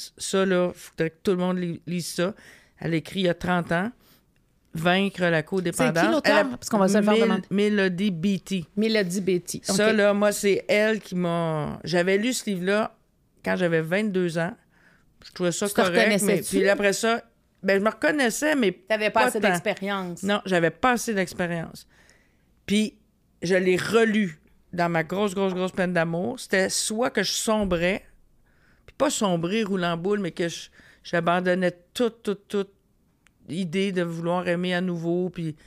Ça, là, il faudrait que tout le monde lise ça. Elle a écrit il y a 30 ans. Vaincre la codépendance. C'est qui l'auteur? Parce qu'on va se le faire demander. Mélodie Beattie. Mélodie Beattie. Okay. Ça, là, moi, c'est elle qui m'a... J'avais lu ce livre-là quand j'avais 22 ans. Je trouvais ça correct. Mais puis après ça, ben, je me reconnaissais, mais t'avais pas assez d'expérience. Non, j'avais pas assez d'expérience. Puis je l'ai relu dans ma grosse peine d'amour. C'était soit que je sombrais, puis pas sombrer, rouler en boule, mais que j'abandonnais toute idée de vouloir aimer à nouveau, puis...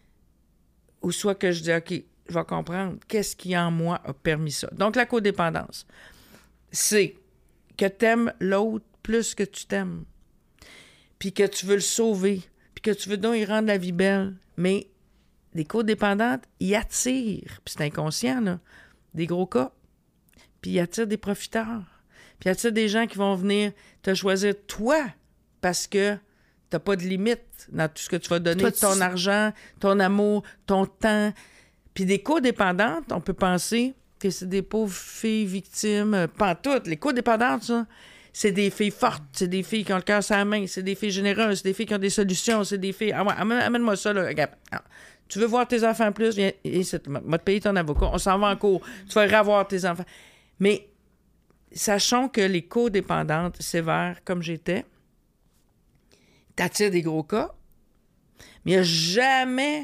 Ou soit que je dis, OK, je vais comprendre qu'est-ce qui en moi a permis ça. Donc, la codépendance, c'est que t'aimes l'autre plus que tu t'aimes, puis que tu veux le sauver, puis que tu veux donc y rendre la vie belle. Mais les codépendantes, ils attirent, puis c'est inconscient, là, des gros cas, puis ils attirent des profiteurs, puis ils attirent des gens qui vont venir te choisir toi, parce que t'as pas de limite dans tout ce que tu vas donner, ton argent, ton amour, ton temps. Puis des codépendantes, on peut penser que c'est des pauvres filles victimes, pas toutes. Les codépendantes, ça, c'est des filles fortes, c'est des filles qui ont le cœur sur la main, c'est des filles généreuses, c'est des filles qui ont des solutions, c'est des filles... Ah ouais, amène-moi ça, là. Regarde. Tu veux voir tes enfants plus? Viens, va te payer ton avocat. On s'en va en cours. Tu vas revoir tes enfants. Mais sachons que les codépendantes sévères, comme j'étais, t'attires des gros cas, mais il n'y a jamais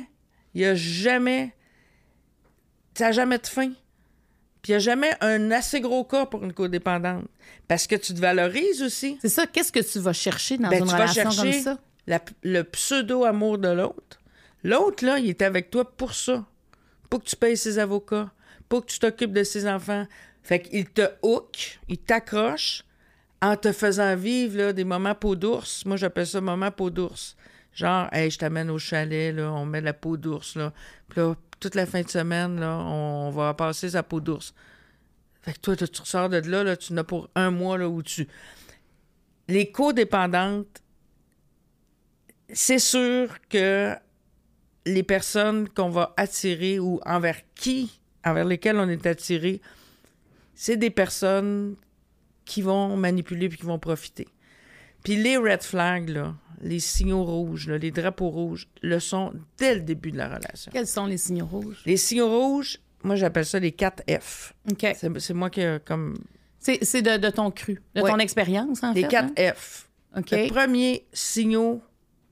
Il n'y a jamais... Ça n'a jamais de fin. Puis il n'y a jamais un assez gros cas pour une codépendante. Parce que tu te valorises aussi. C'est ça. Qu'est-ce que tu vas chercher dans une relation comme ça? Le pseudo-amour de l'autre. L'autre, là, il est avec toi pour ça. Pour que tu payes ses avocats. Pour que tu t'occupes de ses enfants. Fait qu'il te hook, il t'accroche en te faisant vivre là, des moments peau d'ours. Moi, j'appelle ça moment peau d'ours. Genre, hey, je t'amène au chalet, là, on met de la peau d'ours, là. Puis là, toute la fin de semaine, là, on va passer sa peau d'ours. Fait que toi, tu ressors de là, tu n'as pour un mois là, où tu... Les codépendantes, c'est sûr que les personnes qu'on va attirer ou envers lesquelles on est attiré, c'est des personnes qui vont manipuler puis qui vont profiter. Puis les red flags, là, les signaux rouges, là, les drapeaux rouges, le sont dès le début de la relation. Quels sont les signaux rouges? Les signaux rouges, moi, j'appelle ça les 4 F. OK. C'est moi qui, comme... C'est de ton cru, de ton expérience, en fait. Les 4 F. OK. Le premier signal,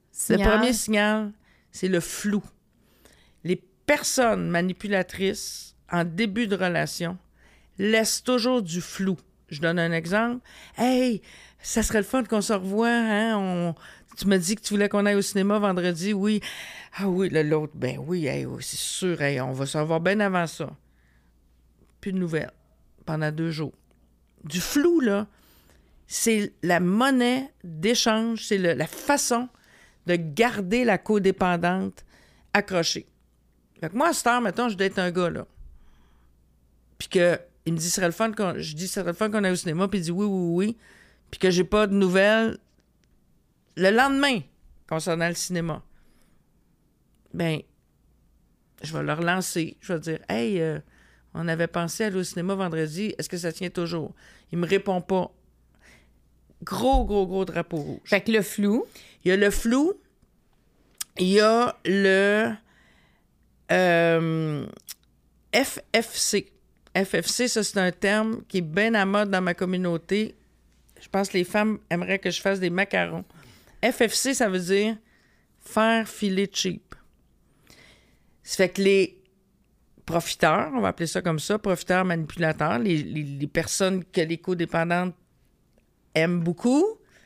c'est le flou. Les personnes manipulatrices, en début de relation, laissent toujours du flou. Je donne un exemple. « Hey, ça serait le fun qu'on se revoie, hein? Tu m'as dit que tu voulais qu'on aille au cinéma vendredi, oui. Ah oui, l'autre, ben oui, hey, c'est sûr, hey, on va se revoir bien avant ça. » Plus de nouvelles pendant 2 jours. Du flou, là, c'est la monnaie d'échange, c'est la façon de garder la codépendante accrochée. Fait que moi, à cette heure, mettons, je dois être un gars, là. Puis que il me dit, ce serait le fun qu'on aille au cinéma, puis il dit oui. Puis que j'ai pas de nouvelles le lendemain concernant le cinéma. Ben, je vais le relancer. Je vais dire, hey, on avait pensé aller au cinéma vendredi, est-ce que ça tient toujours? Il me répond pas. Gros drapeau rouge. Fait que le flou. Il y a le flou. Il y a le FFC. FFC, ça, c'est un terme qui est bien à mode dans ma communauté. Je pense que les femmes aimeraient que je fasse des macarons. FFC, ça veut dire faire filer cheap. Ça fait que les profiteurs, on va appeler ça comme ça, profiteurs manipulateurs, les personnes que les codépendantes aiment beaucoup,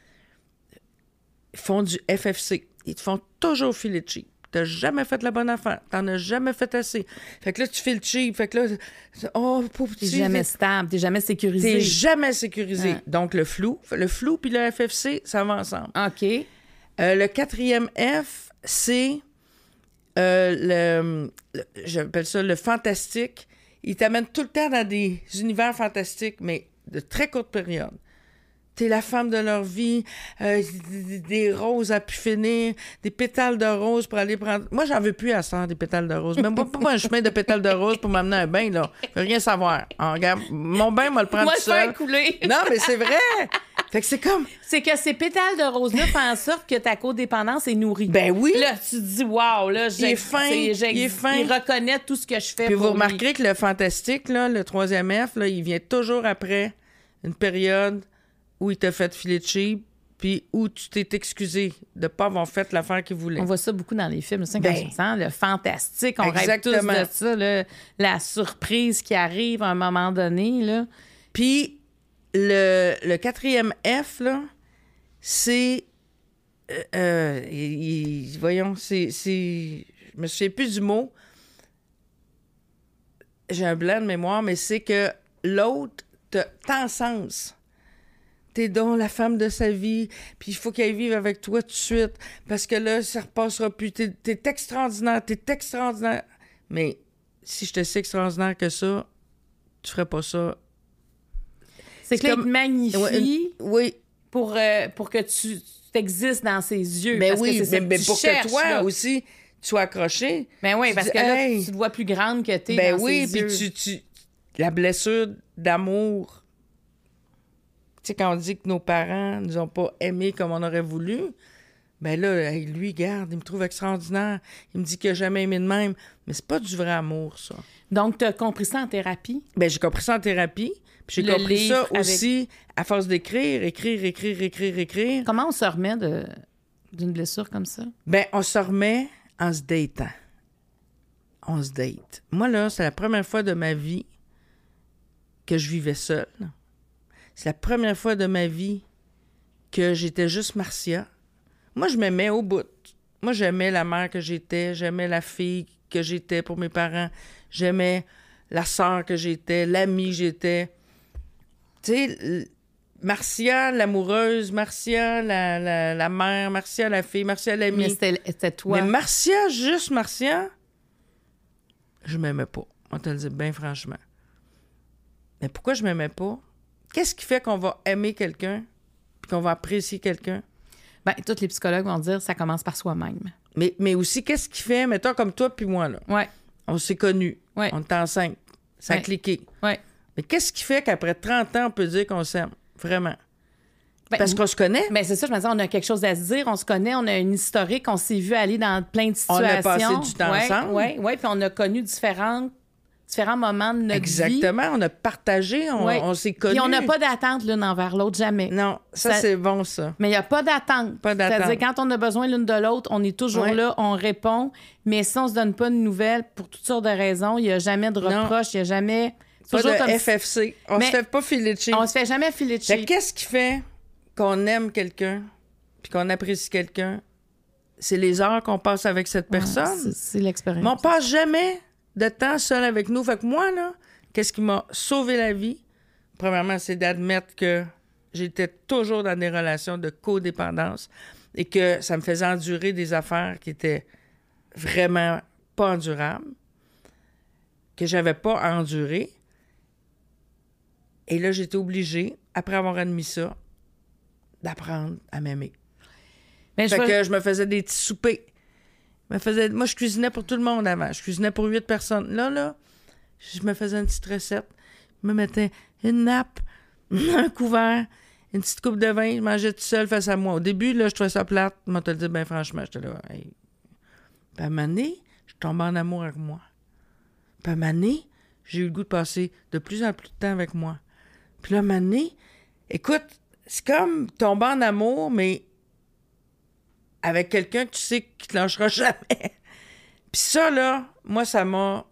font du FFC. Ils te font toujours filer cheap. T'as jamais fait la bonne affaire. T'en as jamais fait assez. Fait que là, tu files cheap. Fait que là, oh, pauvre petit. T'es jamais stable. T'es jamais sécurisé. T'es jamais sécurisé. Ouais. Donc, le flou puis le FFC, ça va ensemble. OK. Le 4e F, c'est j'appelle ça le fantastique. Il t'amène tout le temps dans des univers fantastiques, mais de très courte période. T'es la femme de leur vie, des roses à pu finir, des pétales de roses pour aller prendre... Moi, j'en veux plus à ça, des pétales de roses. Même pas un chemin de pétales de roses pour m'amener un bain, là. Je veux rien savoir. Alors, regarde, mon bain, moi, le prendre tout seul. Moi, couler. Non, mais c'est vrai! Fait que c'est comme... C'est que ces pétales de rose-là font en sorte que ta codépendance est nourrie. Ben oui! Là, tu te dis, wow, là, il est fin. Il reconnaît tout ce que je fais. Puis vous remarquerez que le fantastique, là, le 3e F, là, il vient toujours après une période où il t'a fait filer cheap, puis où tu t'es excusé de ne pas avoir fait l'affaire qu'il voulait. On voit ça beaucoup dans les films, le fantastique, on rêve tous de ça, là, la surprise qui arrive à un moment donné. Là. Puis le 4e F, là, c'est... voyons, c'est... Je me souviens plus du mot. J'ai un blanc de mémoire, mais c'est que l'autre t'encense. T'es donc la femme de sa vie, puis il faut qu'elle vive avec toi tout de suite, parce que là, ça repassera plus. T'es extraordinaire. Mais si je te sais extraordinaire que ça, tu ferais pas ça. C'est que là, il te magnifie oui. pour que tu existes dans ses yeux. Mais parce oui, que mais pour que toi là aussi, tu sois accroché. Ben oui, parce que là, tu te vois plus grande que t'es dans ses yeux. Ben oui, puis la blessure d'amour... Tu sais, quand on dit que nos parents nous ont pas aimés comme on aurait voulu, ben là, lui, regarde, il me trouve extraordinaire. Il me dit qu'il n'a jamais aimé de même. Mais c'est pas du vrai amour, ça. Donc, tu as compris ça en thérapie? Ben j'ai compris ça en thérapie. Puis j'ai compris ça aussi à force d'écrire. Comment on se remet d'une blessure comme ça? Ben on se remet en se datant. on se date. Moi, là, c'est la première fois de ma vie que je vivais seule. C'est la première fois de ma vie que j'étais juste Marcia. Moi, je m'aimais au bout. Moi, j'aimais la mère que j'étais, j'aimais la fille que j'étais pour mes parents, j'aimais la sœur que j'étais, l'amie que j'étais. Tu sais, Marcia, l'amoureuse, Marcia, la mère, Marcia, la fille, Marcia, l'amie. Mais c'était toi. Mais Marcia, juste Marcia, je m'aimais pas. On te le dit bien franchement. Mais pourquoi je m'aimais pas? Qu'est-ce qui fait qu'on va aimer quelqu'un puis qu'on va apprécier quelqu'un? Ben, tous les psychologues vont dire que ça commence par soi-même. Mais aussi, qu'est-ce qui fait, mettons, comme toi puis moi, là? Ouais. On s'est connus. Ouais. On est enceinte. Ça a cliqué. Ouais. Mais qu'est-ce qui fait qu'après 30 ans, on peut dire qu'on s'aime? Vraiment. Ben, Parce qu'on se connaît. Ben c'est ça, je me disais, on a quelque chose à se dire, on se connaît, on a une historique, on s'est vu aller dans plein de situations. On a passé du temps ensemble. Oui, puis on a connu différents moments de notre vie. Exactement, on a partagé, on s'est connus. Puis on n'a pas d'attente l'une envers l'autre, jamais. Non, ça c'est bon, ça. Mais il n'y a pas d'attente. Pas d'attente. C'est-à-dire, quand on a besoin l'une de l'autre, on est toujours là, on répond. Mais si on se donne pas de nouvelles, pour toutes sortes de raisons, il n'y a jamais de reproches, il n'y a jamais... Pas toujours de comme FFC. On se fait pas filer de chier. On se fait jamais filer de chier. Qu'est-ce qui fait qu'on aime quelqu'un puis qu'on apprécie quelqu'un? C'est les heures qu'on passe avec cette personne. C'est l'expérience. Mais on passe jamais de temps seul avec nous. Fait que moi, là, qu'est-ce qui m'a sauvé la vie? Premièrement, c'est d'admettre que j'étais toujours dans des relations de codépendance et que ça me faisait endurer des affaires qui étaient vraiment pas endurables, que j'avais pas à endurer. Et là, j'étais obligée, après avoir admis ça, d'apprendre à m'aimer. Fait que je me faisais des petits soupers. Moi, je cuisinais pour tout le monde avant. Je cuisinais pour 8 personnes. Là, je me faisais une petite recette. Je me mettais une nappe, un couvert, une petite coupe de vin. Je mangeais tout seul face à moi. Au début, là, je trouvais ça plate. Moi, te le dis bien franchement. J'étais là, hey. Puis à un moment donné, je tombais en amour avec moi. Puis à un moment donné, j'ai eu le goût de passer de plus en plus de temps avec moi. Puis là, à un moment donné, écoute, c'est comme tomber en amour, mais avec quelqu'un que tu sais qui te lâchera jamais. Puis ça, là, moi, ça m'a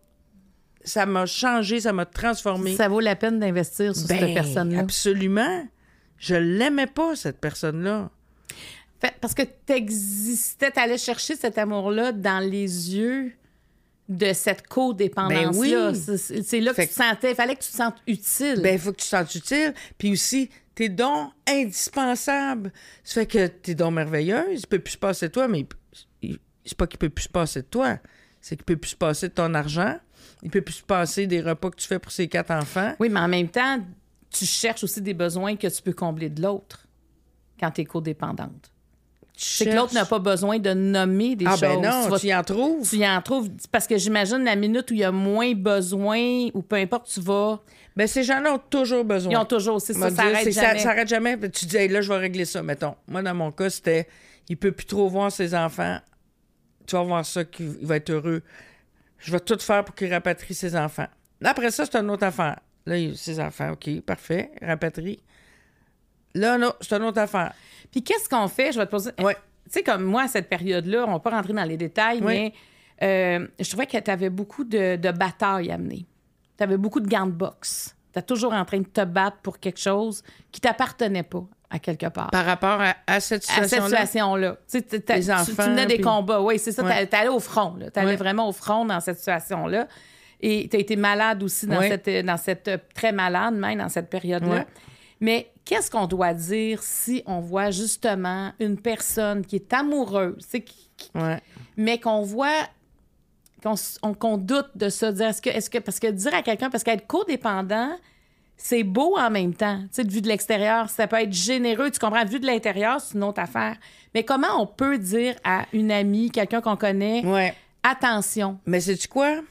changé, ça m'a transformé. Ça vaut la peine d'investir sur cette personne-là. Absolument. Je l'aimais pas, cette personne-là. Parce que t'existais, t'allais chercher cet amour-là dans les yeux de cette codépendance-là. Ben oui. C'est là que tu te sentais... Il fallait que tu te sentes utile. Ben, il faut que tu te sentes utile. Puis aussi, t'es donc indispensable. Ça fait que t'es donc merveilleuse. Il peut plus se passer de toi, mais c'est pas qu'il peut plus se passer de toi. C'est qu'il peut plus se passer de ton argent. Il peut plus se passer des repas que tu fais pour ses 4 enfants. Oui, mais en même temps, tu cherches aussi des besoins que tu peux combler de l'autre quand t'es codépendante. C'est que l'autre n'a pas besoin de nommer des choses. Ah ben non, tu y en trouves. Tu y en trouves. Parce que j'imagine la minute où il y a moins besoin, ou peu importe, tu vas... Ben ces gens-là ont toujours besoin. Ils ont toujours, c'est ça, ça arrête jamais. Ça arrête jamais. Tu dis, hey, là, je vais régler ça, mettons. Moi, dans mon cas, c'était, il peut plus trop voir ses enfants. Tu vas voir ça, qu'il va être heureux. Je vais tout faire pour qu'il rapatrie ses enfants. Là, après ça, c'est une autre affaire. Là, ses enfants, OK, parfait, rapatrie. Là, non, c'est une autre affaire. Puis qu'est-ce qu'on fait? Je vais te poser... Ouais. Tu sais, comme moi, à cette période-là, on va pas rentrer dans les détails, mais je trouvais que tu avais beaucoup de batailles à mener. Tu avais beaucoup de gants de boxe. Tu es toujours en train de te battre pour quelque chose qui t'appartenait pas, à quelque part. Par rapport à cette situation-là? À cette situation-là. Les enfants, tu menais des combats. Oui, c'est ça. Ouais. Tu allais au front. Tu allais vraiment au front dans cette situation-là. Et tu as été malade aussi dans cette très malade, même dans cette période-là. Ouais. Mais qu'est-ce qu'on doit dire si on voit justement une personne qui est amoureuse, mais qu'on voit, qu'on doute de ça, dire est-ce que parce que dire à quelqu'un, parce qu'être codépendant, c'est beau en même temps, tu sais, de vue de l'extérieur, ça peut être généreux, tu comprends, de vue de l'intérieur, c'est une autre affaire. Mais comment on peut dire à une amie, quelqu'un qu'on connaît, attention? Mais sais-tu quoi?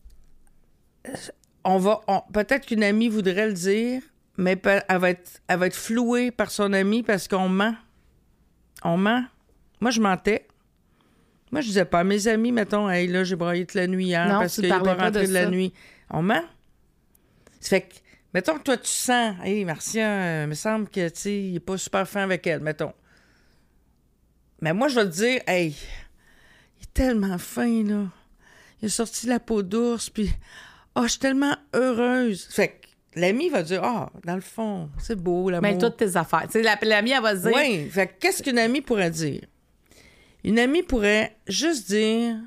Peut-être qu'une amie voudrait le dire, mais elle va être flouée par son ami parce qu'on ment. On ment. Moi, je mentais. Moi, je disais pas à mes amis, mettons, hey, là, j'ai braillé toute la nuit hier parce qu'il n'est pas rentré de la nuit. On ment. Ça fait que, mettons que toi, tu sens, hey, Marcia, il me semble que, tu sais, il n'est pas super fin avec elle, mettons. Mais moi, je vais te dire, hey, il est tellement fin, là. Il il a sorti la peau d'ours, puis je suis tellement heureuse. Fait que l'ami va dire, dans le fond, c'est beau, l'amour. Mais toutes tes affaires. Tu sais, l'amie, elle va dire... Oui, fait que qu'est-ce qu'une amie pourrait dire? Une amie pourrait juste dire,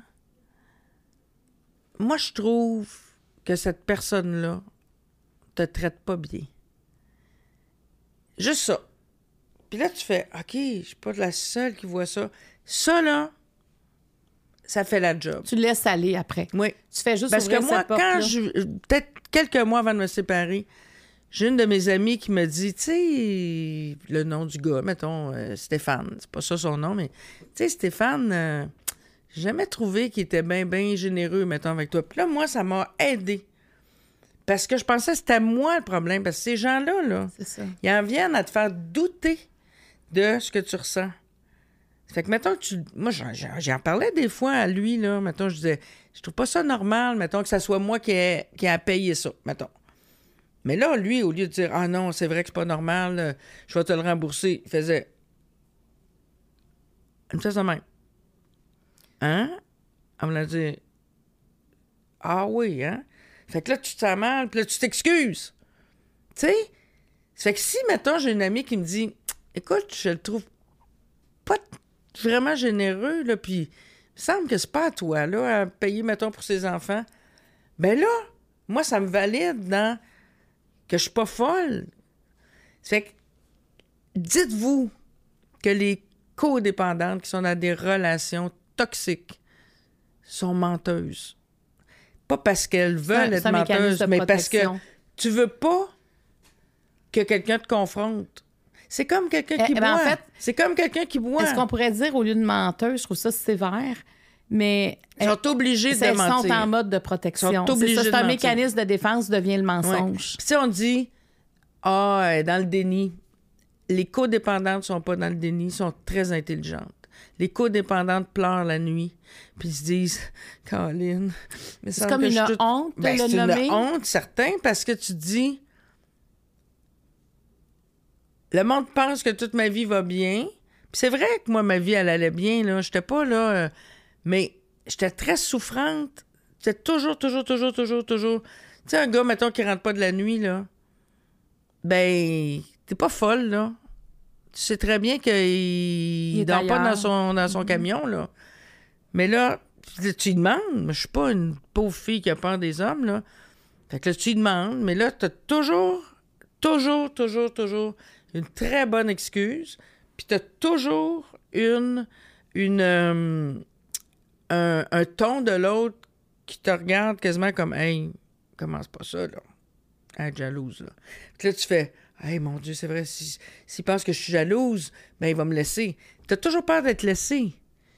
moi, je trouve que cette personne-là te traite pas bien. Juste ça. Puis là, tu fais, OK, je suis pas la seule qui voit ça. Ça, là, ça fait la job. Tu laisses aller après. Oui. Tu fais juste Parce que ouvrir moi, cette porte-là. peut-être quelques mois avant de me séparer, j'ai une de mes amies qui me dit, tu sais, le nom du gars, mettons, Stéphane, c'est pas ça son nom, mais, tu sais, Stéphane, j'ai jamais trouvé qu'il était bien généreux, mettons, avec toi. Puis là, moi, ça m'a aidé. Parce que je pensais que c'était moi le problème, parce que ces gens-là, là, C'est ça. ils en viennent à te faire douter de ce que tu ressens. Fait que, mettons que moi, j'en parlais des fois à lui, là. Mettons, je disais, je trouve pas ça normal, mettons, que ça soit moi qui ai à payer ça, mettons. Mais là, lui, au lieu de dire, non, c'est vrai que c'est pas normal, je vais te le rembourser, il faisait. Il me fait ça même. Hein? On me l'a dit. Ah oui, hein? Fait que là, tu te sens mal, puis là, tu t'excuses. Tu sais? Fait que si, mettons, j'ai une amie qui me dit, écoute, je le trouve pas vraiment généreux, là, puis il me semble que c'est pas à toi, là, à payer, mettons, pour ses enfants. Ben là, moi, ça me valide dans que je suis pas folle. Fait que, dites-vous que les codépendantes qui sont dans des relations toxiques sont menteuses. Pas parce qu'elles veulent être menteuses, mais parce que tu veux pas que quelqu'un te confronte. C'est comme quelqu'un qui boit. En fait, c'est comme quelqu'un qui boit. Est-ce qu'on pourrait dire, au lieu de menteur, je trouve ça sévère, mais... Ils sont obligés de mentir. Ils sont en mode de protection. C'est un mécanisme de défense devient le mensonge. Ouais. Puis si on dit, dans le déni, les codépendantes sont pas dans le déni, sont très intelligentes. Les codépendantes pleurent la nuit, puis ils se disent, Caroline... C'est comme une honte de le nommer? C'est une honte, certain, parce que tu dis... Le monde pense que toute ma vie va bien. Puis c'est vrai que moi, ma vie, elle allait bien, là. J'étais pas là... mais j'étais très souffrante. J'étais toujours... Tu sais, un gars, mettons, qui rentre pas de la nuit, là, ben, t'es pas folle, là. Tu sais très bien qu'il dort pas dans son camion, là. Mais là, tu lui demandes. Je suis pas une pauvre fille qui a peur des hommes, là. Fait que là, tu lui demandes. Mais là, t'as toujours une très bonne excuse. Puis t'as toujours un ton de l'autre qui te regarde quasiment comme « Hey, commence pas ça, là. Être jalouse, là. » Puis là, tu fais « Hey, mon Dieu, c'est vrai, s'il pense que je suis jalouse, ben il va me laisser. » T'as toujours peur d'être laissé.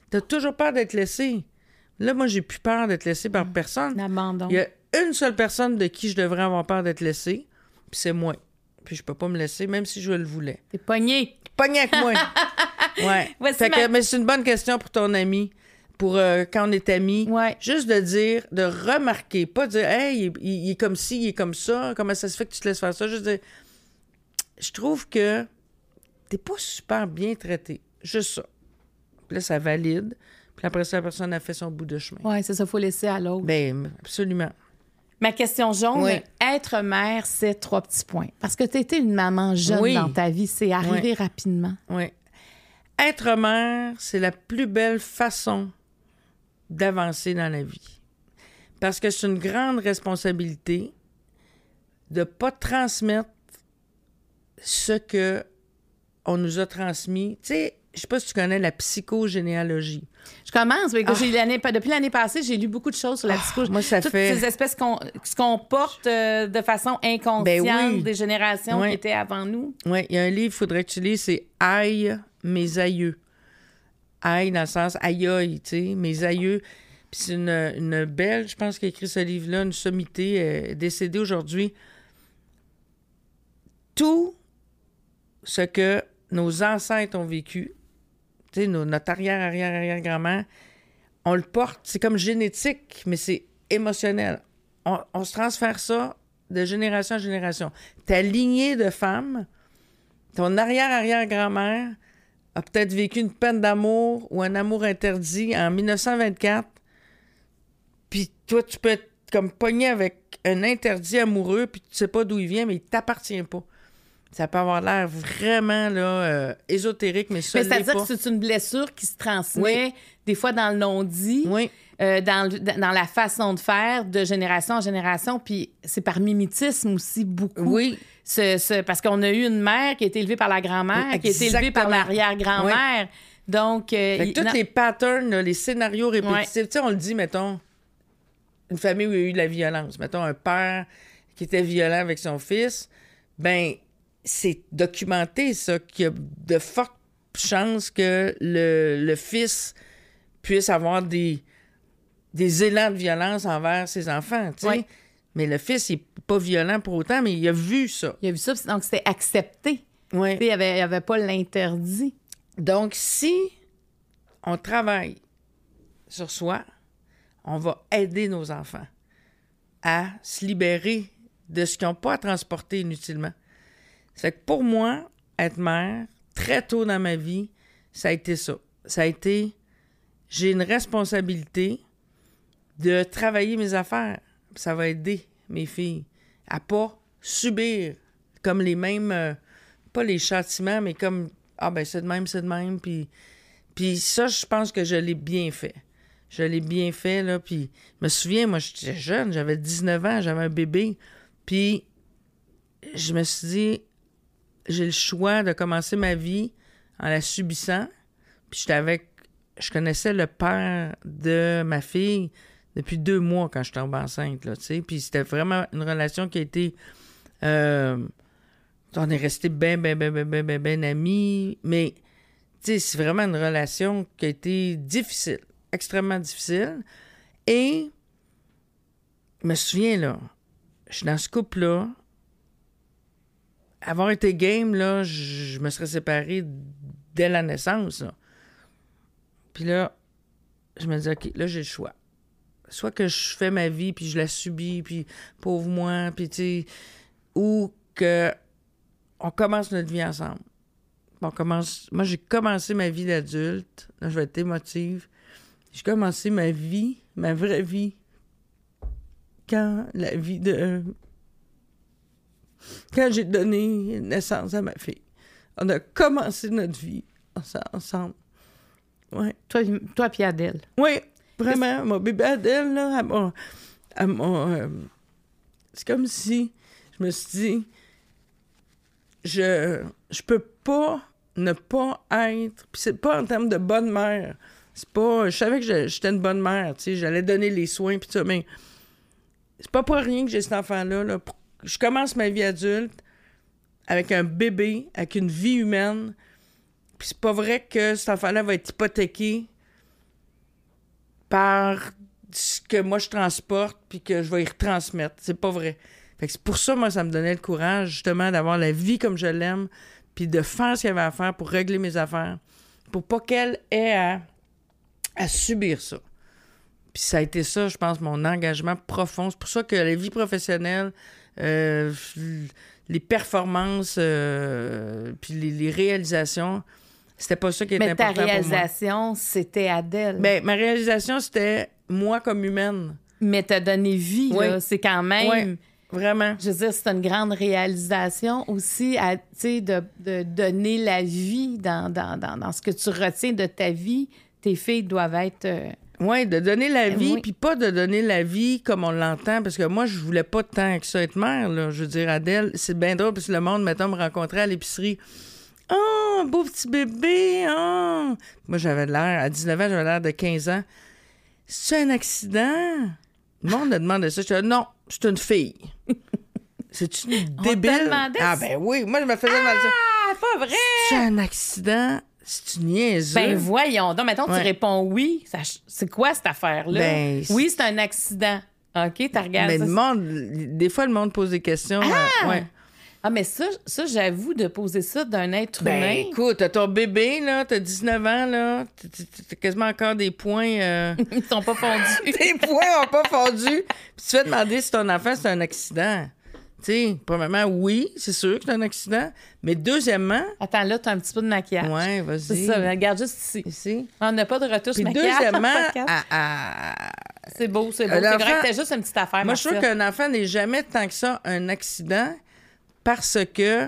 Là, moi, j'ai plus peur d'être laissé par personne. L'abandon. Il y a une seule personne de qui je devrais avoir peur d'être laissé, puis c'est moi. Puis je peux pas me laisser, même si je le voulais. T'es pogné. Pogné avec moi. Ouais. Mais c'est une bonne question pour ton ami. Pour quand on est amis, juste de dire, de remarquer, pas dire « Hey, il est comme ci, il est comme ça, comment ça se fait que tu te laisses faire ça? » Juste dire « Je trouve que t'es pas super bien traité. » Juste ça. Puis là, ça valide. Puis après ça, la personne a fait son bout de chemin. Oui, c'est ça, il faut laisser à l'autre. Bien, absolument. Ma question jaune, être mère, c'est 3 petits points. Parce que tu étais une maman jeune dans ta vie, c'est arrivé rapidement. Oui. Être mère, c'est la plus belle façon d'avancer dans la vie. Parce que c'est une grande responsabilité de ne pas transmettre ce que on nous a transmis. Tu sais, je sais pas si tu connais la psychogénéalogie. Je commence, mais depuis l'année passée, j'ai lu beaucoup de choses sur la psychogénéalogie. Moi, ça toutes fait... ces espèces qu'on porte de façon inconsciente des générations qui étaient avant nous. Oui, il y a un livre, il faudrait que tu lises, c'est « Aïe, mes aïeux ». Aïe, dans le sens aïe, tu sais, mes aïeux. Puis c'est une Belge, je pense, qui a écrit ce livre-là, une sommité, décédée aujourd'hui. Tout ce que nos ancêtres ont vécu, tu sais, notre arrière-grand-mère, on le porte, c'est comme génétique, mais c'est émotionnel. On se transfère ça de génération en génération. Ta lignée de femmes, ton arrière-grand-mère a peut-être vécu une peine d'amour ou un amour interdit en 1924. Puis toi, tu peux être comme pogné avec un interdit amoureux, puis tu sais pas d'où il vient, mais il t'appartient pas. Ça peut avoir l'air vraiment là, ésotérique, mais ça Mais l'est pas. c'est-à-dire que c'est une blessure qui se transmet des fois dans le non-dit, dans la façon de faire de génération en génération, puis c'est par mimétisme aussi beaucoup. Oui. Parce qu'on a eu une mère qui a été élevée par la grand-mère, qui a été élevée par l'arrière-grand-mère. Donc, Fait que tous les patterns, là, les scénarios répétitifs, tu sais, on le dit, mettons, une famille où il y a eu de la violence, mettons un père qui était violent avec son fils, ben c'est documenté, ça, qu'il y a de fortes chances que le fils puisse avoir des élans de violence envers ses enfants, tu sais. Oui. Mais le fils, il n'est pas violent pour autant, mais il a vu ça. Il a vu ça, donc c'était accepté. Oui. Il n'y avait pas l'interdit. Donc, si on travaille sur soi, on va aider nos enfants à se libérer de ce qu'ils n'ont pas à transporter inutilement. Ça fait que pour moi, être mère, très tôt dans ma vie, ça a été ça. Ça a été, j'ai une responsabilité de travailler mes affaires. Ça va aider mes filles à pas subir comme les mêmes, pas les châtiments, mais comme, c'est de même. Puis ça, je pense que je l'ai bien fait. Je l'ai bien fait, là. Puis je me souviens, moi, j'étais jeune, j'avais 19 ans, j'avais un bébé. Puis je me suis dit, j'ai le choix de commencer ma vie en la subissant. Puis je connaissais le père de ma fille depuis 2 mois quand je tombe enceinte, là, tu sais. Puis c'était vraiment une relation qui a été... on est restés bien amis. Mais, tu sais, c'est vraiment une relation qui a été difficile, extrêmement difficile. Et je me souviens, là, je suis dans ce couple-là. Avoir été game, là, je me serais séparée dès la naissance, là. Puis là, je me dis, OK, là, j'ai le choix. Soit que je fais ma vie, puis je la subis, puis pauvre moi, puis tu sais, ou que on commence notre vie ensemble. Moi, j'ai commencé ma vie d'adulte. Là, je vais être émotive. J'ai commencé ma vie, ma vraie vie, quand j'ai donné naissance à ma fille. On a commencé notre vie ensemble. Ouais. Toi puis Adèle. Oui, vraiment. Mon bébé Adèle, là, c'est comme si je me suis dit, je peux pas ne pas être... Puis c'est pas en termes de bonne mère. C'est pas... Je savais que j'étais une bonne mère, tu sais, j'allais donner les soins, puis ça, mais c'est pas pour rien que j'ai cet enfant-là, là. Je commence ma vie adulte avec un bébé, avec une vie humaine, puis c'est pas vrai que cet enfant-là va être hypothéqué par ce que moi je transporte puis que je vais y retransmettre. C'est pas vrai. Fait que c'est pour ça, moi, ça me donnait le courage, justement, d'avoir la vie comme je l'aime puis de faire ce qu'il y avait à faire pour régler mes affaires, pour pas qu'elle ait à subir ça. Puis ça a été ça, je pense, mon engagement profond. C'est pour ça que la vie professionnelle, les performances, puis les réalisations, c'était pas ça qui était important pour moi. Mais ta réalisation, c'était Adèle. Ben, ma réalisation, c'était moi comme humaine. Mais t'as donné vie, là. C'est quand même... Oui, vraiment. Je veux dire, c'est une grande réalisation aussi, de donner la vie dans ce que tu retiens de ta vie. Tes filles doivent être... Oui, de donner la vie, puis pas de donner la vie comme on l'entend, parce que moi, je voulais pas tant que ça être mère, là. Je veux dire, Adèle, c'est bien drôle, parce que le monde, mettons, me rencontrait à l'épicerie. « Oh, beau petit bébé! Oh! » Moi, j'avais l'air, à 19 ans, j'avais l'air de 15 ans. « C'est un accident? » Le monde me demandait ça. Je disais, non, c'est une fille. C'est une débile? On te demandait ah, ben oui, moi, je me faisais demander ça. Ah, pas vrai! C'est un accident? C'est une niaiseux. Ben voyons donc. Mettons, tu réponds oui. C'est quoi cette affaire-là? Ben, oui, c'est un accident. OK, t'as regardé ça. Des fois, le monde pose des questions. Ah, mais ça, j'avoue, de poser ça d'un être humain. Ben écoute, t'as ton bébé, là, t'as 19 ans, là, t'as quasiment encore des points... Ils sont pas fondus. Tes points ont pas fondu. Puis tu te fais demander si ton enfant, c'est un accident. Tu sais, premièrement, oui, c'est sûr que c'est un accident. Mais deuxièmement... Attends, là, t'as un petit peu de maquillage. Ouais, vas-y. C'est ça, regarde juste ici. Ici. On n'a pas de retouche puis maquillage. Deuxièmement, C'est beau. C'est vrai que t'as juste une petite affaire, moi, je trouve qu'un enfant n'est jamais tant que ça un accident parce que...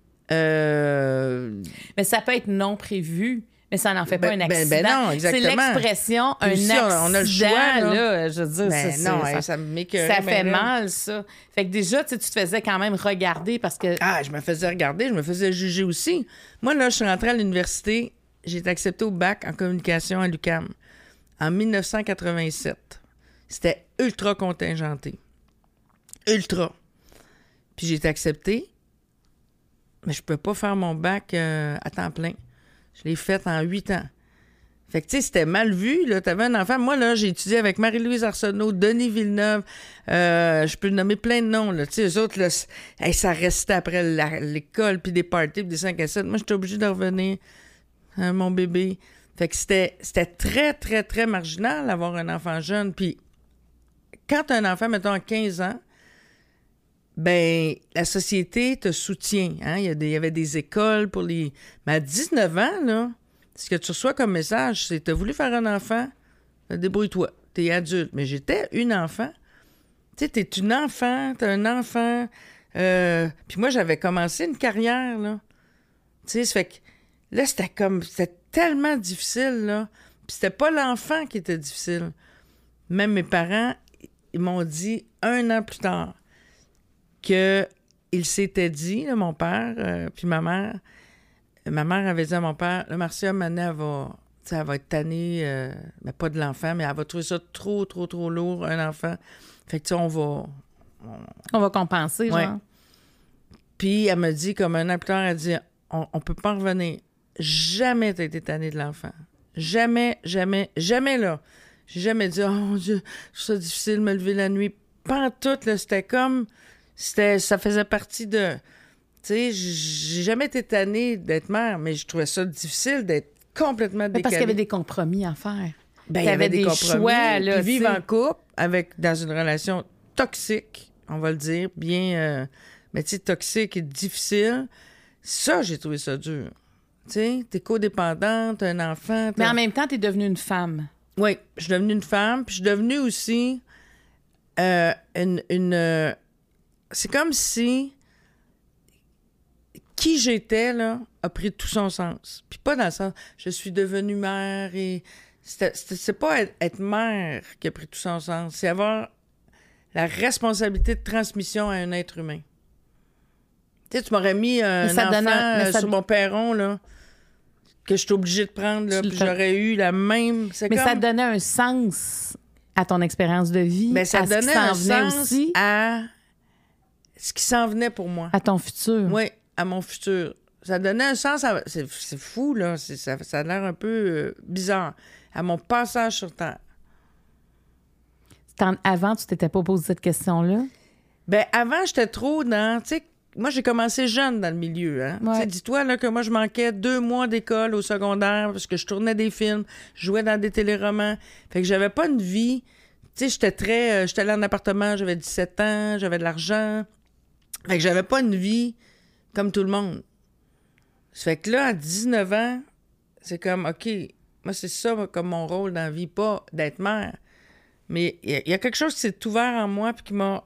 Mais ça peut être non prévu. Mais ça n'en fait pas un accident. Ben non, exactement. C'est l'expression un aussi, accident. On a le choix, là. Je veux dire, ça m'écoeurait. Ça fait mal, ça. Fait que déjà, tu te faisais quand même regarder parce que... Ah, je me faisais regarder, je me faisais juger aussi. Moi, là, je suis rentrée à l'université, j'ai été acceptée au bac en communication à l'UQAM en 1987. C'était ultra contingenté. Ultra. Puis j'ai été acceptée, mais je ne peux pas faire mon bac à temps plein. Je l'ai fait en 8 ans. Fait que, tu sais, c'était mal vu, là. T'avais un enfant. Moi, là, j'ai étudié avec Marie-Louise Arsenault, Denis Villeneuve. Je peux nommer plein de noms, là. Tu sais, eux autres, là, ça restait après l'école, puis des parties, puis des 5 à 7. Moi, j'étais obligée de revenir à mon bébé. Fait que c'était très, très, très marginal d'avoir un enfant jeune. Puis quand t'as un enfant, mettons, à 15 ans, ben la société te soutient. Hein? Il y avait des écoles pour les... Mais à 19 ans, là, ce que tu reçois comme message, c'est « T'as voulu faire un enfant? Débrouille-toi. T'es adulte. » Mais j'étais une enfant. Tu sais, t'es une enfant, t'as un enfant. Puis moi, j'avais commencé une carrière, là. Tu sais, ça fait que là, c'était tellement difficile, là. Puis c'était pas l'enfant qui était difficile. Même mes parents, ils m'ont dit 1 an plus tard qu'il s'était dit, là, mon père, puis ma mère avait dit à mon père, là, Marcia, maintenant, elle va être tannée, mais pas de l'enfant, mais elle va trouver ça trop, trop, trop lourd, un enfant. Fait que, tu sais, on va compenser, ouais. Genre. Puis elle me dit, comme 1 an plus tard, elle dit, on peut pas en revenir. Jamais t'as été tannée de l'enfant. Jamais, jamais, jamais, là. J'ai jamais dit, oh mon Dieu, je trouve ça difficile de me lever la nuit. Pas en tout, là, c'était comme... ça faisait partie de... Tu sais, j'ai jamais été tannée d'être mère, mais je trouvais ça difficile d'être complètement décalée. Parce qu'il y avait des compromis à faire. Ben, il y avait des compromis. Choix, là, puis vivre en couple, dans une relation toxique, on va le dire, bien... mais tu sais, toxique et difficile, ça, j'ai trouvé ça dur. Tu sais, t'es codépendante, t'as un enfant... Mais en même temps, t'es devenue une femme. Oui, je suis devenue une femme, puis je suis devenue aussi une c'est comme si qui j'étais, là, a pris tout son sens. Puis pas dans le sens, je suis devenue mère et... C'est pas être mère qui a pris tout son sens, c'est avoir la responsabilité de transmission à un être humain. Tu sais, tu m'aurais mis un enfant sur mon perron, là, que je suis obligée de prendre, là, puis j'aurais eu la même... Mais ça donnait un sens à ton expérience de vie. Mais ça donnait un sens aussi à ce qui s'en venait pour moi. À ton futur. Oui, à mon futur. Ça donnait un sens à... C'est fou, là. Ça a l'air un peu bizarre. À mon passage sur Terre. Avant, tu t'étais pas posé cette question-là? Bien, avant, j'étais trop dans... Tu sais, moi, j'ai commencé jeune dans le milieu. Hein? Ouais. Dis-toi là, que moi, je manquais 2 mois d'école au secondaire parce que je tournais des films, je jouais dans des téléromans. Fait que j'avais pas une vie... Tu sais, j'étais allée en appartement, j'avais 17 ans, j'avais de l'argent. Fait que j'avais pas une vie comme tout le monde. Ça fait que là, à 19 ans, c'est comme, OK, moi, c'est ça comme mon rôle dans la vie, pas d'être mère. Mais il y a quelque chose qui s'est ouvert en moi puis qui m'a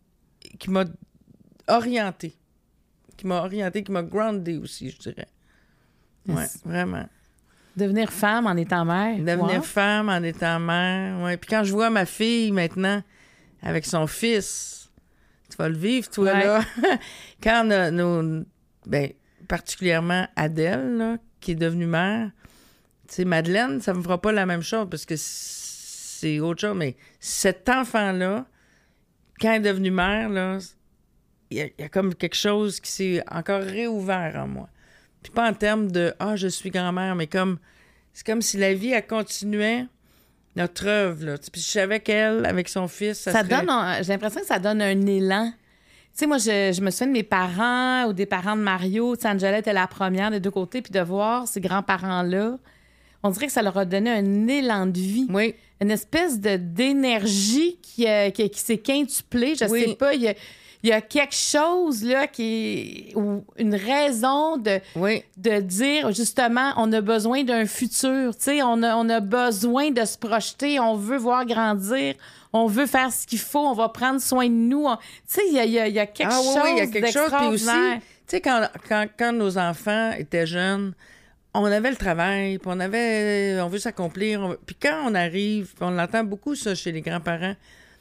orienté. Qui m'a groundé aussi, je dirais. Oui, vraiment. Devenir femme en étant mère. Devenir femme en étant mère, oui. Puis quand je vois ma fille maintenant avec son fils, tu vas le vivre, toi, là. Quand particulièrement Adèle, là, qui est devenue mère, tu sais, Madeleine, ça me fera pas la même chose parce que c'est autre chose, mais cet enfant-là, quand elle est devenue mère, là, il y a comme quelque chose qui s'est encore réouvert en moi. Puis pas en termes de « Ah, je suis grand-mère », mais c'est comme si la vie, elle continuait notre œuvre, là. Puis je savais qu'elle, avec son fils, j'ai l'impression que ça donne un élan. Tu sais, moi, je me souviens de mes parents ou des parents de Mario. Tu sais, Angela était la première des deux côtés, puis de voir ces grands-parents-là, on dirait que ça leur a donné un élan de vie. Oui. Une espèce d'énergie qui s'est quintuplée. Je sais pas, il il y a quelque chose là ou une raison de dire justement on a besoin d'un futur, tu sais, on a besoin de se projeter, on veut voir grandir, on veut faire ce qu'il faut, on va prendre soin de nous, tu sais, il y a quelque chose il y a quelque chose. Puis aussi, d'extraordinaire. tu sais, quand nos enfants étaient jeunes, on avait le travail, puis on veut s'accomplir. Puis quand on arrive, puis on l'entend beaucoup, ça, chez les grands-parents,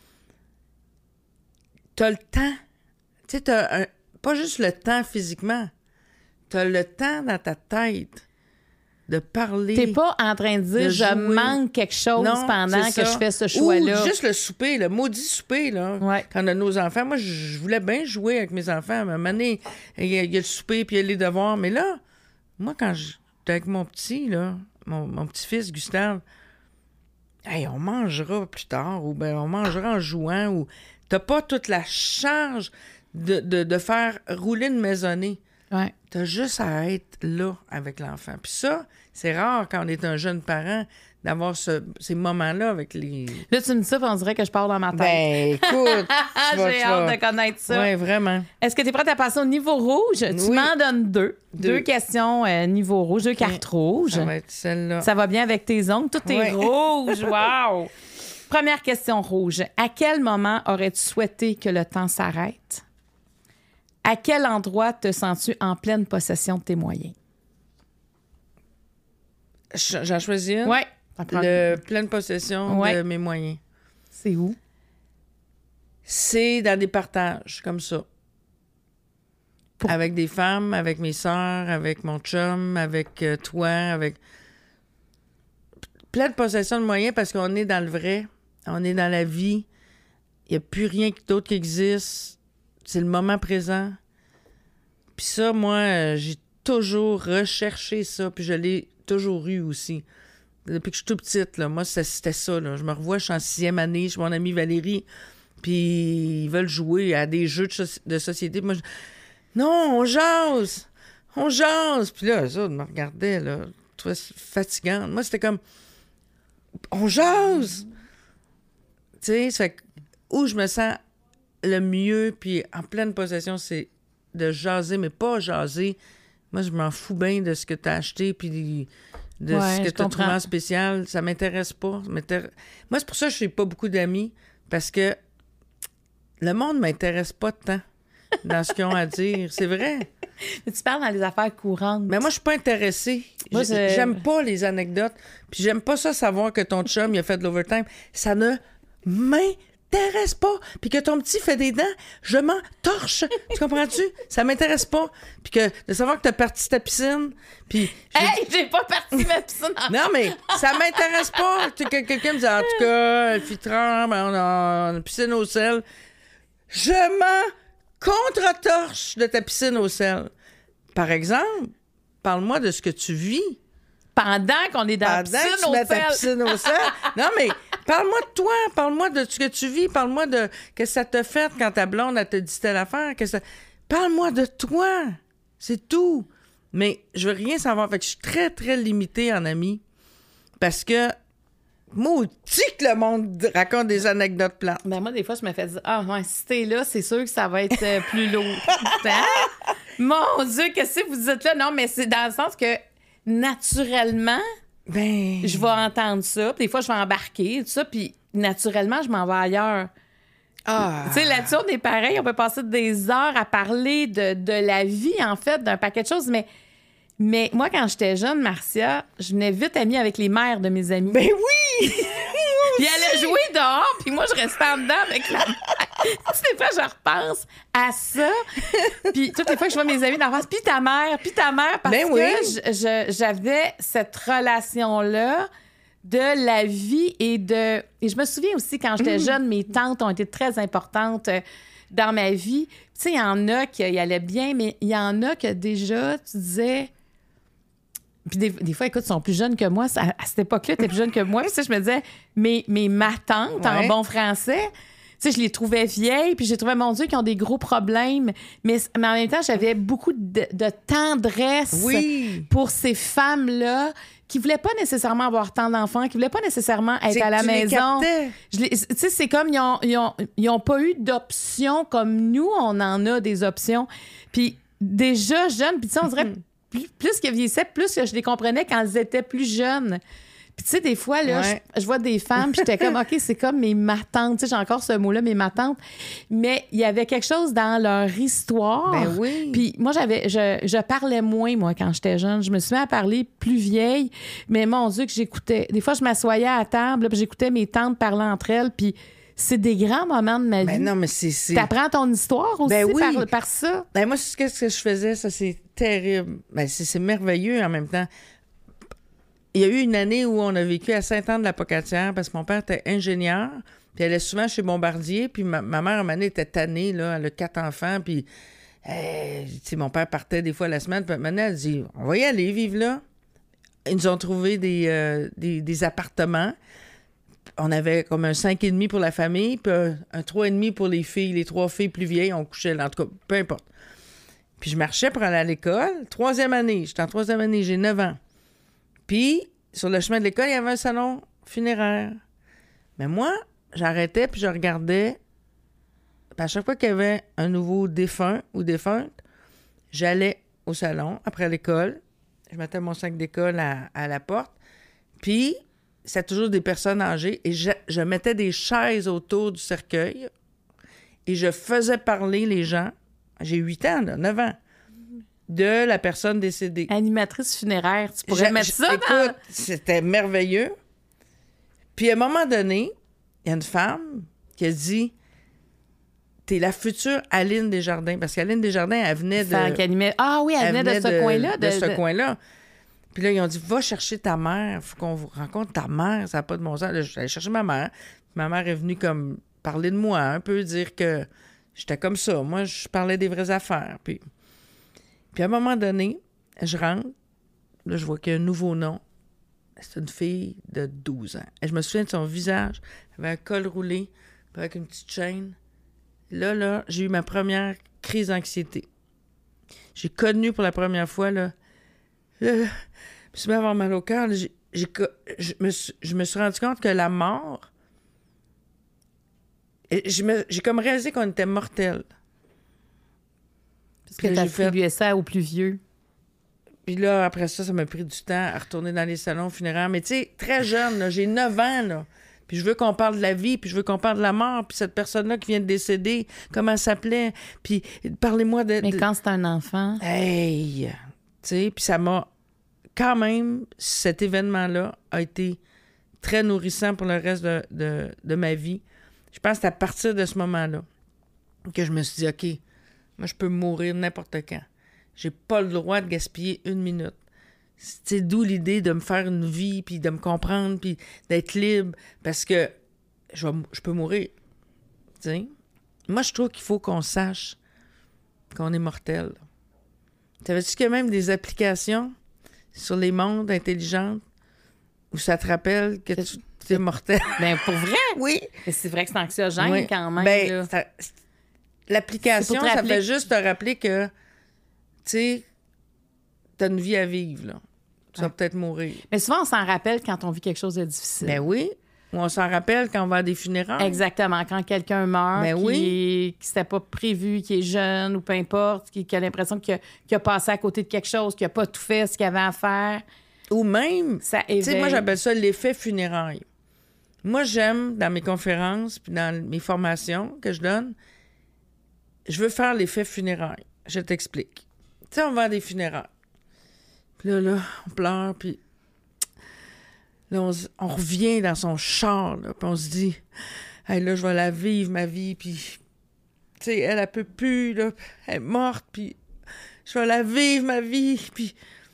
t'as le temps. Tu sais, pas juste le temps physiquement, t'as le temps dans ta tête de parler. T'es pas en train de dire je manque quelque chose pendant que je fais ce choix-là. Ou juste le souper, le maudit souper, là. Ouais. Quand on a nos enfants, moi, je voulais bien jouer avec mes enfants. À un moment donné, il y a le souper, puis il y a les devoirs. Mais là, moi, quand j'étais avec mon petit, là, mon petit-fils, Gustave, hey, on mangera plus tard, ou bien on mangera en jouant, ou t'as pas toute la charge de faire rouler une maisonnée. Ouais. T'as juste à être là avec l'enfant. Puis ça, c'est rare quand on est un jeune parent d'avoir ces moments-là avec les... Là, tu me dis ça, puis on dirait que je pars dans ma tête. Ben, écoute, j'ai hâte de connaître ça. Oui, vraiment. Est-ce que tu es prête à passer au niveau rouge? Tu m'en donnes deux questions niveau rouge, 2 cartes rouges. Ça va être celle-là. Ça va bien avec tes ongles. Tout est rouge. Wow! Première question rouge. À quel moment aurais-tu souhaité que le temps s'arrête? À quel endroit te sens-tu en pleine possession de tes moyens? J'en choisis une? Oui. Pleine possession de mes moyens. C'est où? C'est dans des partages comme ça. Avec des femmes, avec mes sœurs, avec mon chum, avec toi, avec... Pleine possession de moyens parce qu'on est dans le vrai, on est dans la vie. Il n'y a plus rien d'autre qui existe. C'est le moment présent. Puis ça, moi, j'ai toujours recherché ça, puis je l'ai toujours eu aussi. Depuis que je suis toute petite, là, moi, c'était ça. Là. Je me revois, je suis en 6e année, chez mon amie Valérie, puis ils veulent jouer à des jeux de société. Moi, non, on jase! On jase! Puis là, eux autres me regardaient, là, toi, fatigante. Moi, c'était comme, on jase! Tu sais, ça fait que où je me sens le mieux, puis en pleine possession, c'est de jaser, mais pas jaser. Moi, je m'en fous bien de ce que tu as acheté, puis de ce que tu as trouvé en spécial. Ça m'intéresse pas. Moi, c'est pour ça que je n'ai pas beaucoup d'amis, parce que le monde m'intéresse pas tant dans ce qu'ils ont à dire. C'est vrai. Mais tu parles dans les affaires courantes. Mais moi, je suis pas intéressée. Moi, j'aime pas les anecdotes, puis j'aime pas ça savoir que ton chum, il a fait de l'overtime. Ça ne m'intéresse pas. Puis que ton petit fait des dents, je m'en torche. Tu comprends-tu? Ça m'intéresse pas. Puis que de savoir que t'as parti ta piscine, puis... Hey, j'ai pas parti ma piscine! Non, mais ça m'intéresse pas. Que quelqu'un me dit, en tout cas, le filtrant, on a une piscine au sel. Je m'en contre-torche de ta piscine au sel. Par exemple, parle-moi de ce que tu vis. Pendant qu'on est dans la piscine au sel. Ta piscine au sel. Non, mais parle-moi de toi. Parle-moi de ce que tu vis. Parle-moi de qu'est-ce que ça t'a fait quand ta blonde, elle te dit telle affaire. Parle-moi de toi. C'est tout. Mais je veux rien savoir. Fait que je suis très, très limitée en amis. Parce que maudit que le monde raconte des anecdotes plates. Ben moi, des fois, je me fais dire, ouais, si t'es là, c'est sûr que ça va être plus lourd. Hein? Mon Dieu, qu'est-ce que vous dites là? Non, mais c'est dans le sens que naturellement, je vais entendre ça. Puis des fois, je vais embarquer, tout ça. Puis naturellement, je m'en vais ailleurs. Tu sais, là-dessus, on est pareil. On peut passer des heures à parler de la vie, en fait, d'un paquet de choses. Mais moi, quand j'étais jeune, Marcia, je venais vite amie avec les mères de mes amis. Ben oui! Puis elle a joué dehors, puis moi, je restais en dedans avec la mère. Tu sais, des fois, je repense à ça. Puis toutes les fois que je vois mes amis d'enfance, puis ta mère, parce que j'avais cette relation-là de la vie et je me souviens aussi, quand j'étais jeune, mes tantes ont été très importantes dans ma vie. Tu sais, il y en a qui y allaient bien, mais il y en a que déjà, tu disais... Puis des fois, écoute, ils sont plus jeunes que moi. À cette époque-là, tu étais plus jeune que moi. Puis ça, je me disais, mais ma tante, en bon français, sais, je les trouvais vieilles, puis j'ai trouvé, mon Dieu, qu'ils ont des gros problèmes. Mais en même temps, j'avais beaucoup de tendresse pour ces femmes-là qui voulaient pas nécessairement avoir tant d'enfants, qui voulaient pas nécessairement être à la maison. Tu sais, c'est comme ils ont pas eu d'options comme nous, on en a des options. Puis déjà jeunes, puis tu sais, on dirait plus qu'ils vieillissaient, plus que je les comprenais quand ils étaient plus jeunes. Puis tu sais, des fois, là, je vois des femmes, puis j'étais comme, OK, c'est comme mes matantes. Tu sais, j'ai encore ce mot-là, mes matantes. Mais il y avait quelque chose dans leur histoire. Ben oui. Puis moi, je parlais moins, moi, quand j'étais jeune. Je me suis mis à parler plus vieille. Mais mon Dieu, que j'écoutais. Des fois, je m'assoyais à table, là, puis j'écoutais mes tantes parler entre elles. Puis c'est des grands moments de ma vie. Ben non, mais c'est... T'apprends ton histoire aussi par ça. Ben moi, ce que je faisais, ça, c'est terrible. Ben c'est merveilleux en même temps. Il y a eu une année où on a vécu à Sainte-Anne-de-la-Pocatière parce que mon père était ingénieur, puis elle allait souvent chez Bombardier, puis ma mère, à un moment donné, était tannée, là, elle a 4 enfants, puis mon père partait des fois la semaine, puis maintenant, elle dit « On va y aller, vivre là. » Ils nous ont trouvé des appartements. On avait comme un 5,5 pour la famille, puis un 3,5 pour les filles. Les 3 filles plus vieilles, on couchait là, en tout cas, peu importe. Puis je marchais pour aller à l'école. 3e année, j'étais en 3e année, j'ai 9 ans. Puis, sur le chemin de l'école, il y avait un salon funéraire. Mais moi, j'arrêtais puis je regardais. Puis à chaque fois qu'il y avait un nouveau défunt ou défunte, j'allais au salon après l'école. Je mettais mon sac d'école à la porte. Puis, c'était toujours des personnes âgées. Et je mettais des chaises autour du cercueil. Et je faisais parler les gens. J'ai 8 ans, là, 9 ans. De la personne décédée. Animatrice funéraire, tu pourrais mettre ça écoute, c'était merveilleux. Puis à un moment donné, il y a une femme qui a dit « T'es la future Aline Desjardins. » Parce qu'Aline Desjardins, elle venait de... Ah oui, elle venait de ce coin-là. De ce coin-là. Puis là, ils ont dit « Va chercher ta mère. Faut qu'on vous rencontre ta mère. Ça n'a pas de bon sens. » Là, j'allais chercher ma mère. Puis ma mère est venue comme parler de moi, un peu dire que j'étais comme ça. Moi, je parlais des vraies affaires. Puis à un moment donné, je rentre, là, je vois qu'il y a un nouveau nom. C'est une fille de 12 ans. Et je me souviens de son visage. Elle avait un col roulé, avec une petite chaîne. Là, j'ai eu ma première crise d'anxiété. J'ai connu pour la première fois, là, je me suis mis à avoir mal au cœur. Je me suis rendu compte que la mort... J'ai comme réalisé qu'on était mortels. Parce que t'attribuais ça aux plus vieux. Puis là, après ça m'a pris du temps à retourner dans les salons funéraires. Mais tu sais, très jeune, là, j'ai 9 ans, là. Puis je veux qu'on parle de la vie, puis je veux qu'on parle de la mort, puis cette personne-là qui vient de décéder, comment elle s'appelait, puis parlez-moi de... Mais quand c'est un enfant... Hey! Tu sais, puis ça m'a... Quand même, cet événement-là a été très nourrissant pour le reste de ma vie. Je pense que c'est à partir de ce moment-là que je me suis dit, OK, moi, je peux mourir n'importe quand. J'ai pas le droit de gaspiller 1 minute. C'est d'où l'idée de me faire une vie, puis de me comprendre, puis d'être libre, parce que je peux mourir. T'sais? Moi, je trouve qu'il faut qu'on sache qu'on est mortel. Savais-tu qu'il y a même des applications sur les montres intelligentes où ça te rappelle que tu es mortel? Ben pour vrai? Oui. Mais c'est vrai que c'est anxiogène quand même. Ben, là. L'application, ça fait juste te rappeler que, tu sais, t'as une vie à vivre, là. Tu vas peut-être mourir. Mais souvent, on s'en rappelle quand on vit quelque chose de difficile. Ben oui. Ou on s'en rappelle quand on va à des funérailles. Exactement. Quand quelqu'un meurt, qui s'était pas prévu, qui est jeune ou peu importe, qui a l'impression qu'il a passé à côté de quelque chose, qu'il a pas tout fait ce qu'il avait à faire. Ou même, ça tu sais, moi, j'appelle ça l'effet funérailles. Moi, j'aime, dans mes conférences puis dans mes formations que je donne, je veux faire l'effet funérailles. Je t'explique. Tu sais, on va à des funérailles. Puis là, on pleure, puis là, on revient dans son char, là, puis on se dit, hey, là, je vais la vivre, ma vie, puis, tu sais, elle peut plus, là, elle est morte, puis je vais la vivre, ma vie, puis,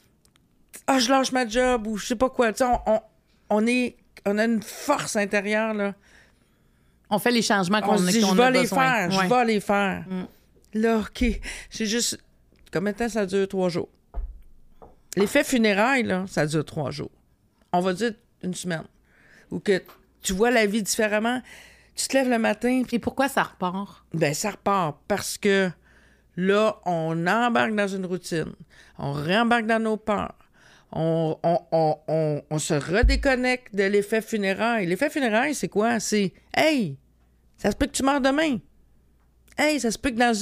je lâche ma job, ou je sais pas quoi, tu sais, on a une force intérieure, là. On fait les changements qu'on a besoin. Je vais les faire. Là, OK, j'ai juste... Combien de temps ça dure? 3 jours. L'effet funérailles, là, ça dure 3 jours. On va dire 1 semaine. Ou que tu vois la vie différemment. Tu te lèves le matin, puis Et pourquoi ça repart? ben ça repart parce que là, on embarque dans une routine. On réembarque dans nos peurs. On se redéconnecte de l'effet funéraire. L'effet funéraire, c'est quoi? C'est « Hey, ça se peut que tu meurs demain. Hey, ça se peut que dans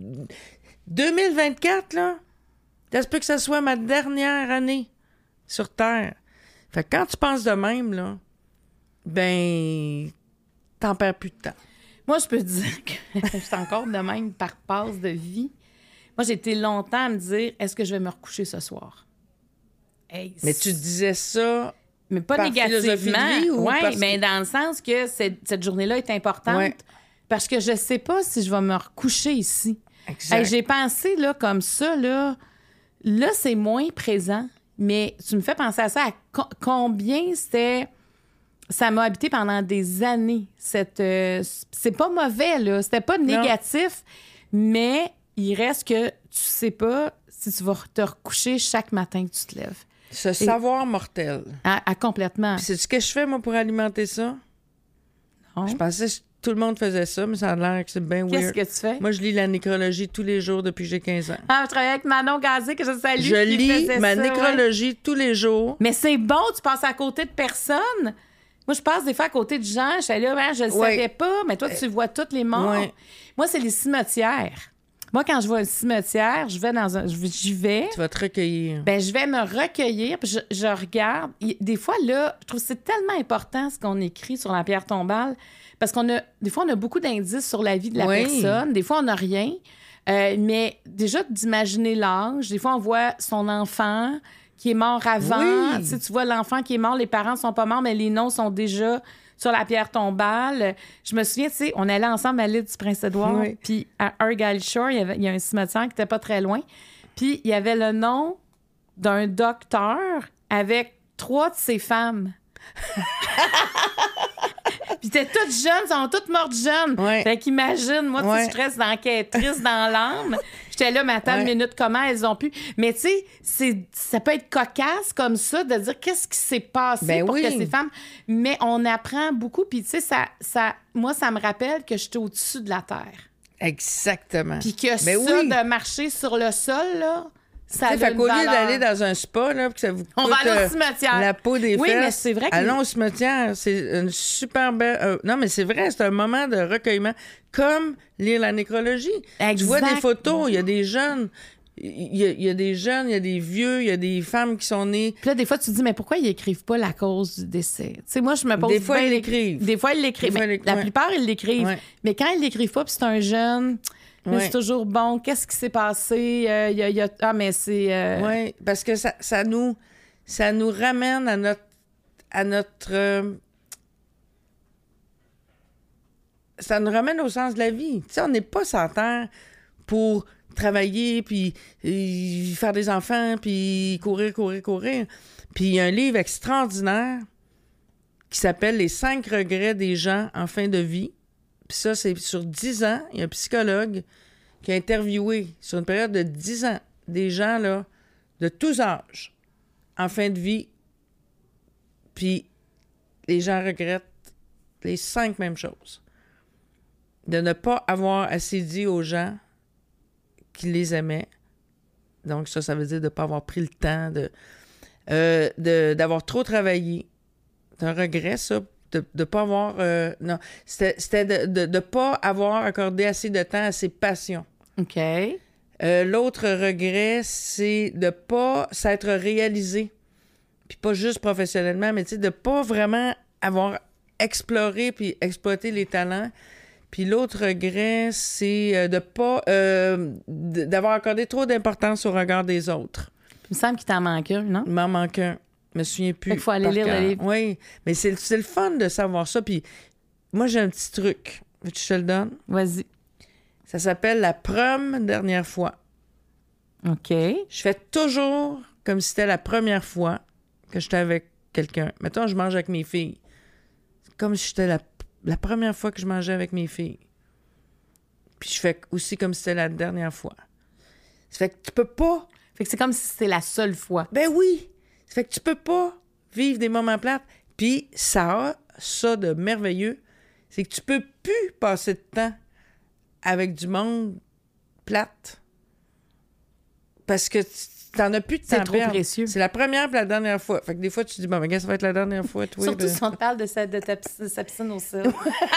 2024, là, ça se peut que ça soit ma dernière année sur Terre. » Fait que quand tu penses de même, là, ben, t'en perds plus de temps. Moi, je peux te dire que je suis encore de même par passe de vie. Moi, j'ai été longtemps à me dire, est-ce que je vais me recoucher ce soir? Hey, Mais tu disais ça... Mais pas par philosophie négativement. de vie ou Oui, parce mais que- dans le sens que cette journée-là est importante. Ouais. Parce que je sais pas si je vais me recoucher ici. Exact. Hey, j'ai pensé là, comme ça, là c'est moins présent. Mais tu me fais penser à ça, à combien c'était... Ça m'a habité pendant des années. C'est pas mauvais, là. C'était pas négatif, mais il reste que tu sais pas si tu vas te recoucher chaque matin que tu te lèves. Ce savoir mortel. À complètement. Puis c'est ce que je fais, moi, pour alimenter ça? Non. Je pensais que tout le monde faisait ça, mais ça a l'air que c'est bien Qu'est-ce weird. que tu fais? Moi, je lis la nécrologie tous les jours depuis que j'ai 15 ans. Ah, je travaille avec Manon Gazé, que je salue. Je qui lis faisait ma ça, nécrologie tous les jours. Mais c'est bon, tu passes à côté de personne. Moi, je passe des fois à côté de gens. Je suis là, ben, je le Ouais. savais pas, mais toi, tu vois toutes les morts. Ouais. Moi, c'est les cimetières. Moi, quand je vois un cimetière, j'y vais. Tu vas te recueillir. Ben, je vais me recueillir, puis je regarde. Des fois, là, je trouve que c'est tellement important ce qu'on écrit sur la pierre tombale, parce des fois, on a beaucoup d'indices sur la vie de la Oui. personne. Des fois, on n'a rien. Mais déjà, d'imaginer l'âge. Des fois, on voit son enfant qui est mort avant. Oui. Tu sais, tu vois l'enfant qui est mort, les parents sont pas morts, mais les noms sont déjà sur la pierre tombale. Je me souviens, tu sais, on allait ensemble à l'île du Prince-Édouard, Oui. puis à Argyle Shore, il y a un cimetière qui était pas très loin. Puis il y avait le nom d'un docteur avec 3 de ses femmes. Puis t'es toutes jeunes, sont toutes mortes jeunes. Ouais. Fait qu'imagine, moi, tu sais, Ouais. je reste d'enquêtrice dans l'âme. J'étais là, mais attends une Ouais. minute, comment elles ont pu... Mais tu sais, ça peut être cocasse comme ça, de dire qu'est-ce qui s'est passé Ben pour oui. que ces femmes... Mais on apprend beaucoup, puis tu sais, moi, ça me rappelle que j'étais au-dessus de la terre. Exactement. Puis que Ben ça, oui. de marcher sur le sol, là, ça Tu sais, a fait une qu'au lieu valeur. d'aller dans un spa, là, puis que ça vous coûte On va aller au cimetière. la peau des Oui, fesses, mais c'est vrai que- allons au cimetière. C'est une super belle... non, mais c'est vrai, c'est un moment de recueillement. Comme lire la nécrologie. Tu vois des Exact. photos, il y a des jeunes... Il y a des jeunes, il y a des vieux, il y a des femmes qui sont nées... Puis là, des fois, tu te dis, mais pourquoi ils écrivent pas la cause du décès? Tu sais, moi, je me pose... Des fois, bien ils l'écrivent. Des fois, ils l'écrivent. Des fois, Mais ils la ouais. plupart, ils l'écrivent. Ouais. Mais quand ils l'écrivent pas, puis c'est un jeune, mais Ouais. c'est toujours bon. Qu'est-ce qui s'est passé? Ah, mais c'est... Oui, parce que ça nous ramène à notre ça nous ramène au sens de la vie. Tu sais, on n'est pas sur terre pour travailler, puis faire des enfants, puis courir. Puis il y a un livre extraordinaire qui s'appelle « Les 5 regrets des gens en fin de vie ». Puis ça, c'est sur 10 ans. Il y a un psychologue qui a interviewé sur une période de 10 ans des gens là, de tous âges en fin de vie. Puis les gens regrettent les 5 mêmes choses. De ne pas avoir assez dit aux gens qu'ils les aimaient. Donc ça veut dire de ne pas avoir pris le temps d'avoir trop travaillé. C'est un regret, ça, de ne pas avoir... non, c'était de ne pas avoir accordé assez de temps à ses passions. OK. L'autre regret, c'est de ne pas s'être réalisé. Puis pas juste professionnellement, mais tu sais, de ne pas vraiment avoir exploré puis exploité les talents. Puis l'autre regret, c'est de pas... d'avoir accordé trop d'importance au regard des autres. Il me semble qu'il t'en manque un, non? Il m'en manque un. Je me souviens plus. Fait qu'il faut aller par lire le cœur. livre. Oui, mais c'est le fun de savoir ça. Puis moi, j'ai un petit truc. Veux-tu que je te le donne? Vas-y. Ça s'appelle la prom dernière fois. OK. Je fais toujours comme si c'était la première fois que j'étais avec quelqu'un. Mettons, je mange avec mes filles. C'est comme si c'était la première fois que je mangeais avec mes filles. Puis je fais aussi comme si c'était la dernière fois. Ça fait que tu peux pas... Fait que c'est comme si c'était la seule fois. Ben oui! Ça fait que tu peux pas vivre des moments plates. Puis ça a ça de merveilleux, c'est que tu peux plus passer de temps avec du monde plate. Parce que t'en as plus de temps. C'est trop précieux. C'est la première et la dernière fois. Fait que des fois, tu te dis, bon, mais ça va être la dernière fois, toi. Surtout si on te parle de sa piscine au sel.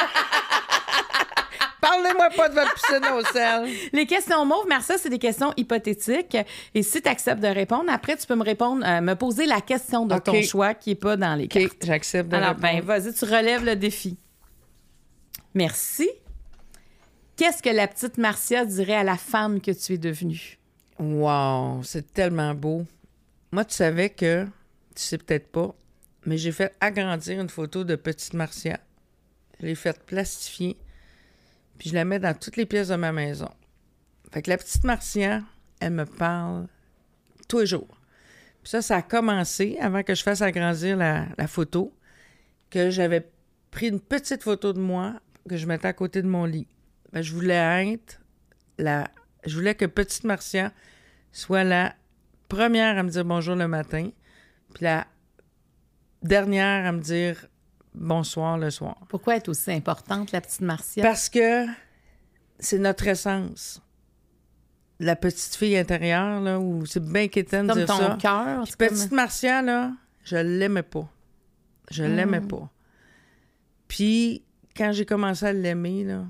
Parlez-moi pas de votre piscine au sel. Les questions mauves, Marcia, c'est des questions hypothétiques. Et si tu acceptes de répondre, après, tu peux me poser la question de ton choix qui n'est pas dans les cartes. OK, j'accepte de Alors, répondre. vas-y, tu relèves le défi. Merci. Qu'est-ce que la petite Marcia dirait à la femme que tu es devenue? Wow, c'est tellement beau. Moi, tu savais que, tu sais peut-être pas, mais j'ai fait agrandir une photo de petite Marcia. Je l'ai fait plastifier, puis je la mets dans toutes les pièces de ma maison. Fait que la petite Marcia, elle me parle tous les jours. Puis ça a commencé, avant que je fasse agrandir la photo, que j'avais pris une petite photo de moi que je mettais à côté de mon lit. Ben, je voulais que petite Marcia soit la première à me dire bonjour le matin, puis la dernière à me dire bonsoir le soir. Pourquoi elle est aussi importante, la petite Marcia? Parce que c'est notre essence. La petite fille intérieure, là, où c'est bien quétaine de dire ça. Comme ton cœur. Puis petite Marcia, là, je l'aimais pas. Je l'aimais pas. Puis, quand j'ai commencé à l'aimer, là,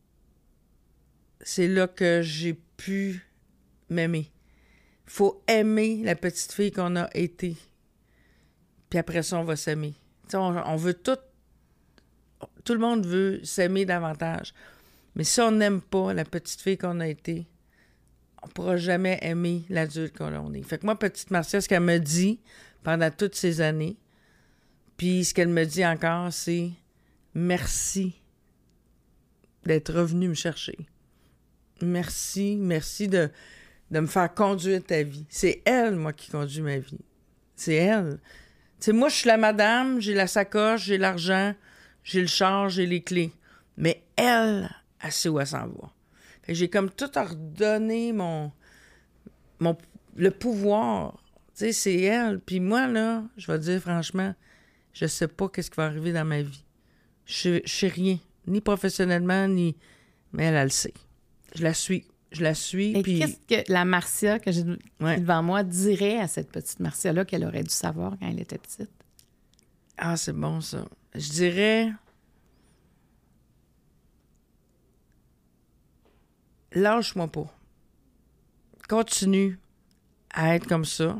c'est là que j'ai pu m'aimer. Faut aimer la petite fille qu'on a été. Puis après ça, on va s'aimer. On veut tout le monde veut s'aimer davantage. Mais si on n'aime pas la petite fille qu'on a été, on ne pourra jamais aimer l'adulte qu'on est. Fait que moi, petite Marcia, ce qu'elle me dit pendant toutes ces années, puis ce qu'elle me dit encore, c'est merci d'être revenu me chercher. Merci de me faire conduire ta vie. C'est elle, moi, qui conduit ma vie. C'est elle. Tu sais, moi, je suis la madame, j'ai la sacoche, j'ai l'argent, j'ai le char, j'ai les clés. Mais elle sait où elle s'en va. Fait que j'ai comme tout ordonné le pouvoir. Tu sais, c'est elle. Puis moi, là, je vais te dire franchement, je sais pas qu'est-ce qui va arriver dans ma vie. Je sais rien. Ni professionnellement, ni... Mais elle le sait. Je la suis. Et puis... qu'est-ce que la Marcia que j'ai devant moi dirait à cette petite Marcia-là qu'elle aurait dû savoir quand elle était petite? Ah, c'est bon, ça. Je dirais... Lâche-moi pas. Continue à être comme ça.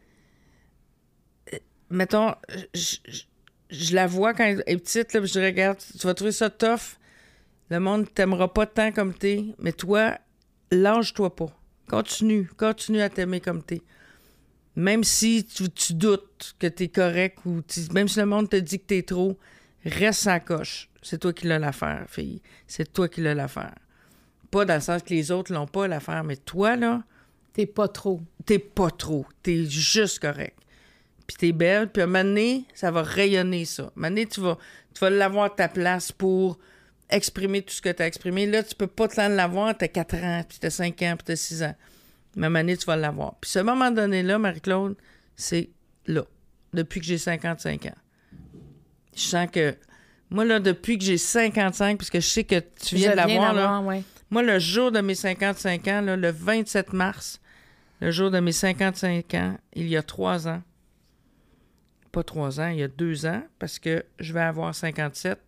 Mettons, je la vois quand elle est petite, là, puis je dis, regarde, tu vas trouver ça tough. Le monde t'aimera pas tant comme t'es, mais toi, lâche-toi pas. Continue à t'aimer comme t'es. Même si tu doutes que t'es correct, ou même si le monde te dit que t'es trop, reste sans coche. C'est toi qui l'as l'affaire, fille. C'est toi qui l'as l'affaire. Pas dans le sens que les autres l'ont pas l'affaire, mais toi, là... T'es pas trop. T'es juste correct. Puis t'es belle, puis à un moment donné, ça va rayonner, ça. À un moment donné, tu vas l'avoir à ta place pour exprimer tout ce que t'as exprimé. Là, tu peux pas te l'avoir, t'as 4 ans, puis t'as 5 ans, puis t'as 6 ans. Mais à un moment donné, tu vas l'avoir. Puis ce moment donné-là, Marie-Claude, c'est là, depuis que j'ai 55 ans. Je sens que... Moi, là, depuis que j'ai 55, puisque je sais que tu viens de l'avoir, là... Ouais. Moi, le jour de mes 55 ans, là, le 27 mars, le jour de mes 55 ans, il y a 3 ans, pas 3 ans, il y a 2 ans, parce que je vais avoir 57,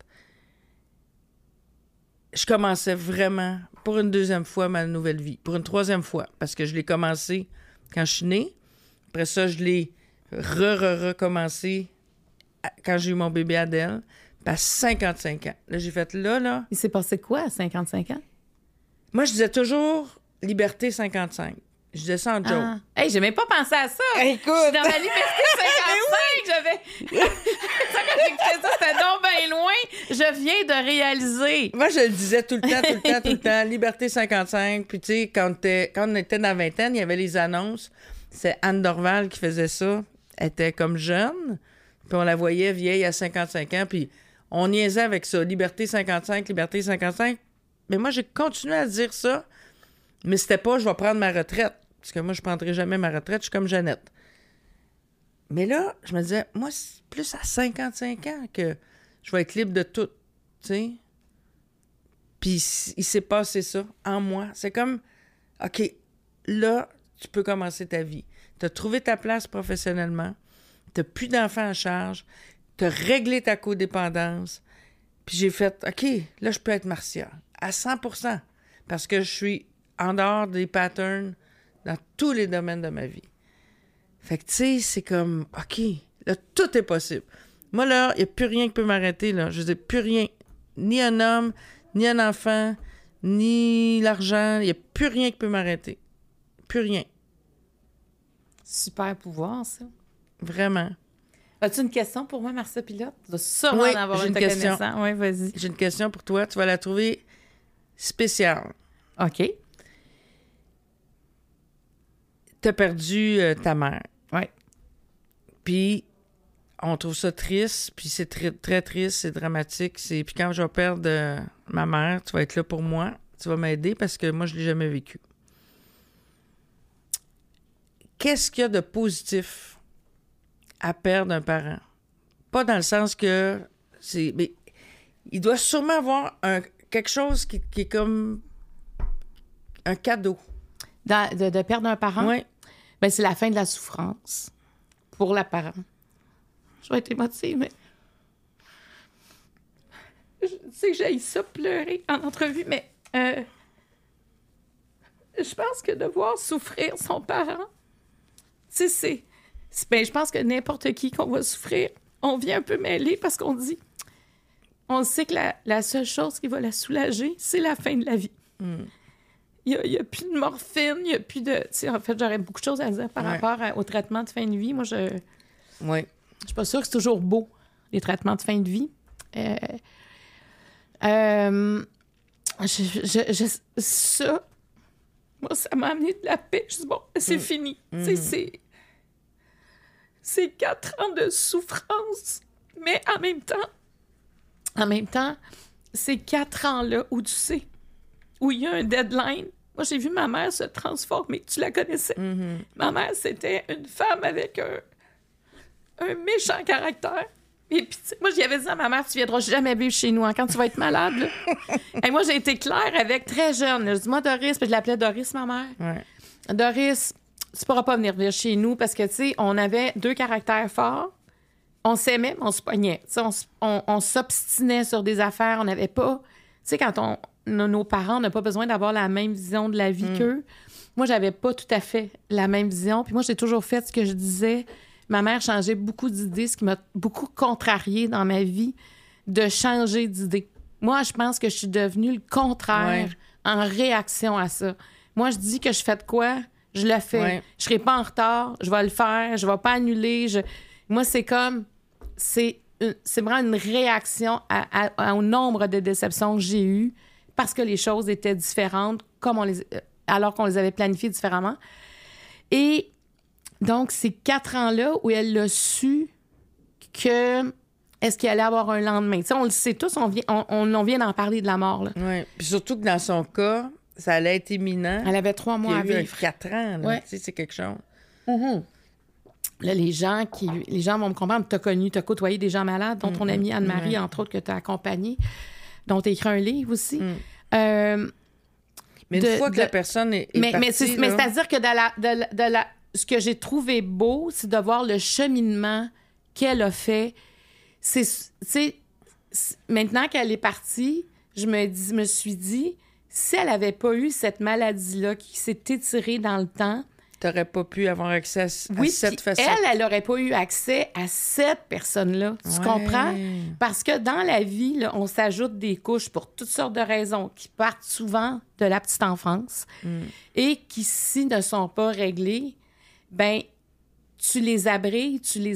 je commençais vraiment, pour une deuxième fois, ma nouvelle vie. Pour une troisième fois, parce que je l'ai commencé quand je suis née. Après ça, je l'ai recommencé quand j'ai eu mon bébé Adèle, puis à 55 ans. Là, j'ai fait là... Il s'est passé quoi à 55 ans? Moi, je disais toujours liberté 55. Je disais ça en joke. Hey, j'ai même pas pensé à ça. Écoute! Je suis dans la liberté 55. Ça, quand j'écoutais ça, c'était donc bien loin. Je viens de réaliser. Moi, je le disais tout le temps. Liberté 55. Puis, tu sais, quand on était dans la vingtaine, il y avait les annonces. C'est Anne Dorval qui faisait ça. Elle était comme jeune. Puis, on la voyait vieille à 55 ans. Puis, on niaisait avec ça. Liberté 55, liberté 55. Mais moi, j'ai continué à dire ça. Mais c'était pas, je vais prendre ma retraite. Parce que moi, je prendrai jamais ma retraite. Je suis comme Jeannette. Mais là, je me disais, moi, c'est plus à 55 ans que je vais être libre de tout. Tu sais? Puis il s'est passé ça en moi. C'est comme, OK, là, tu peux commencer ta vie. Tu as trouvé ta place professionnellement. Tu n'as plus d'enfants à charge. Tu as réglé ta codépendance. Puis j'ai fait, OK, là, je peux être Marcia à 100%. Parce que je suis en dehors des patterns dans tous les domaines de ma vie. Fait que, tu sais, c'est comme, OK, là, tout est possible. Moi, là, il n'y a plus rien qui peut m'arrêter, là. Je veux dire, plus rien. Ni un homme, ni un enfant, ni l'argent. Il n'y a plus rien qui peut m'arrêter. Plus rien. Super pouvoir, ça. Vraiment. As-tu une question pour moi, Marcia Pilote? Tu dois sûrement Oui, en avoir j'ai une une question. Oui, vas-y. J'ai une question pour toi. Tu vas la trouver spéciale. OK. T'as perdu ta mère. Oui. Puis, on trouve ça triste, puis c'est très triste, c'est dramatique. Puis quand je vais perdre ma mère, tu vas être là pour moi. Tu vas m'aider parce que moi, je ne l'ai jamais vécu. Qu'est-ce qu'il y a de positif à perdre un parent? Pas dans le sens que c'est... Mais il doit sûrement avoir quelque chose qui est comme un cadeau. De perdre un parent? Oui. Ben, c'est la fin de la souffrance pour la parent. Je vais être émotive, mais... Je sais que j'ai ça pleurer en entrevue, mais... Je pense que de voir souffrir son parent, tu sais, ben, je pense que n'importe qui qu'on voit souffrir, on vient un peu mêlé parce qu'on dit... On sait que la seule chose qui va la soulager, c'est la fin de la vie. Mm. Il n'y a plus de morphine, il n'y a plus de... En fait, j'aurais beaucoup de choses à dire par rapport au traitement de fin de vie. Moi, je suis pas sûre que c'est toujours beau, les traitements de fin de vie. Ça, moi, ça m'a amené de la paix. Je dis, bon, c'est fini. C'est 4 ans de souffrance, mais en même temps, c'est 4 ans-là où tu sais, où il y a un deadline. Moi, j'ai vu ma mère se transformer. Tu la connaissais. Mm-hmm. Ma mère, c'était une femme avec un méchant caractère. Et puis, moi, j'y avais dit à ma mère, tu viendras jamais vivre chez nous, hein, quand tu vas être malade. Là. Et moi, j'ai été claire avec très jeune. Là. Je dis, moi, Doris, puis je l'appelais Doris, ma mère. Ouais. Doris, tu pourras pas venir vivre chez nous parce que, tu sais, on avait 2 caractères forts. On s'aimait, mais on se pognait. On s'obstinait sur des affaires. On n'avait pas... Tu sais, quand nos parents n'ont pas besoin d'avoir la même vision de la vie qu'eux. Moi, j'avais pas tout à fait la même vision. Puis moi, j'ai toujours fait ce que je disais. Ma mère changeait beaucoup d'idées, ce qui m'a beaucoup contrariée dans ma vie, de changer d'idée. Moi, je pense que je suis devenue le contraire en réaction à ça. Moi, je dis que je fais de quoi, je le fais. Ouais. Je serai pas en retard, je vais le faire, je vais pas annuler. Moi, c'est comme... C'est vraiment une réaction au nombre de déceptions que j'ai eues parce que les choses étaient différentes alors qu'on les avait planifiées différemment. Et donc, ces 4 ans-là où elle l'a su que est-ce qu'il allait avoir un lendemain. T'sais, on le sait tous, on vient d'en parler de la mort. Oui, puis surtout que dans son cas, ça allait être imminent. Elle avait 3 mois à vivre. 4 ans, là. Ouais. C'est quelque chose. Mm-hmm. Là, les gens vont me comprendre. Tu as connu, tu as côtoyé des gens malades, dont ton amie Anne-Marie, entre autres, que tu as accompagnée, dont tu as écrit un livre aussi. Mais une fois que la personne est partie... c'est-à-dire que ce que j'ai trouvé beau, c'est de voir le cheminement qu'elle a fait. Maintenant qu'elle est partie, je me suis dit, si elle n'avait pas eu cette maladie-là qui s'est étirée dans le temps... T'aurais pas pu avoir accès à cette façon. Elle n'aurait pas eu accès à cette personne-là. Tu comprends? Parce que dans la vie, là, on s'ajoute des couches pour toutes sortes de raisons qui partent souvent de la petite enfance et qui, si ne sont pas réglées, ben tu les abrilles,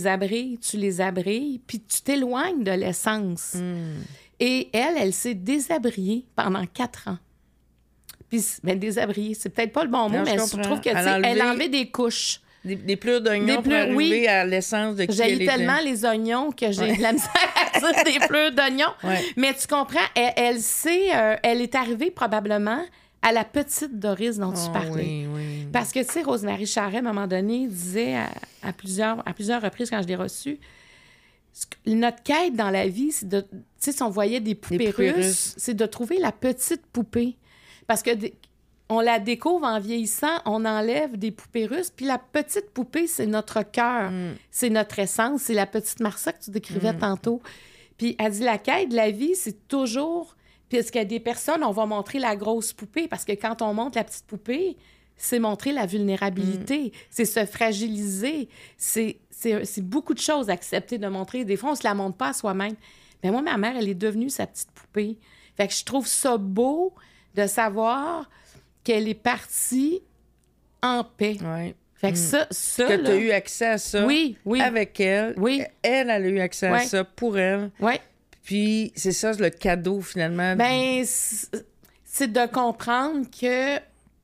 puis tu t'éloignes de l'essence. Et elle s'est désabriée pendant 4 ans. Puis, désabriée, c'est peut-être pas le bon mot, mais je trouve que elle a enlevé des couches. Des pleurs d'oignons pour arriver à l'essence de qui elle était. J'ai tellement les oignons que j'ai de la misère à dire des pleurs d'oignons. Ouais. Mais tu comprends, elle est arrivée probablement à la petite Doris dont tu parlais. Oui. Parce que, tu sais, Rosemary Charest, à un moment donné, disait à plusieurs reprises quand je l'ai reçue, Notre quête dans la vie, c'est de... Tu sais, si on voyait des poupées russes, c'est de trouver la petite poupée. Parce que on la découvre en vieillissant, on enlève des poupées russes, puis la petite poupée, c'est notre cœur, c'est notre essence, c'est la petite Marcia que tu décrivais tantôt. Puis elle dit, la quête de la vie, c'est toujours... Puis est-ce qu'il y a des personnes, on va montrer la grosse poupée, parce que quand on montre la petite poupée, c'est montrer la vulnérabilité, c'est se fragiliser, c'est beaucoup de choses à accepter de montrer. Des fois, on ne se la montre pas à soi-même. Mais moi, ma mère, elle est devenue sa petite poupée. Fait que je trouve ça beau de savoir qu'elle est partie en paix. Ouais. Fait que ça que tu as eu accès à ça avec elle. Oui. Elle a eu accès à ça pour elle. Oui. Puis c'est ça, le cadeau, finalement. Bien, c'est de comprendre que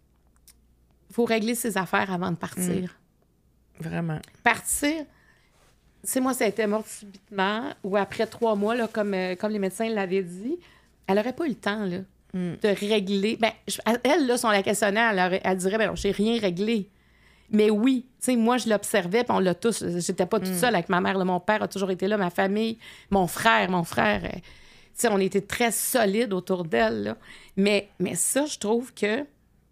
faut régler ses affaires avant de partir. Vraiment. Partir, tu sais, moi, ça a été mort subitement, ou après 3 mois, là, comme les médecins l'avaient dit. Elle n'aurait pas eu le temps, là, de régler. Ben, elle, là, si on la questionnait, elle dirait, ben non, j'ai rien réglé. Mais oui, tu sais, moi, je l'observais, puis on l'a tous. J'étais pas toute seule avec ma mère. Là, mon père a toujours été là, ma famille, mon frère. Tu sais, on était très solides autour d'elle, là. Mais ça, je trouve que...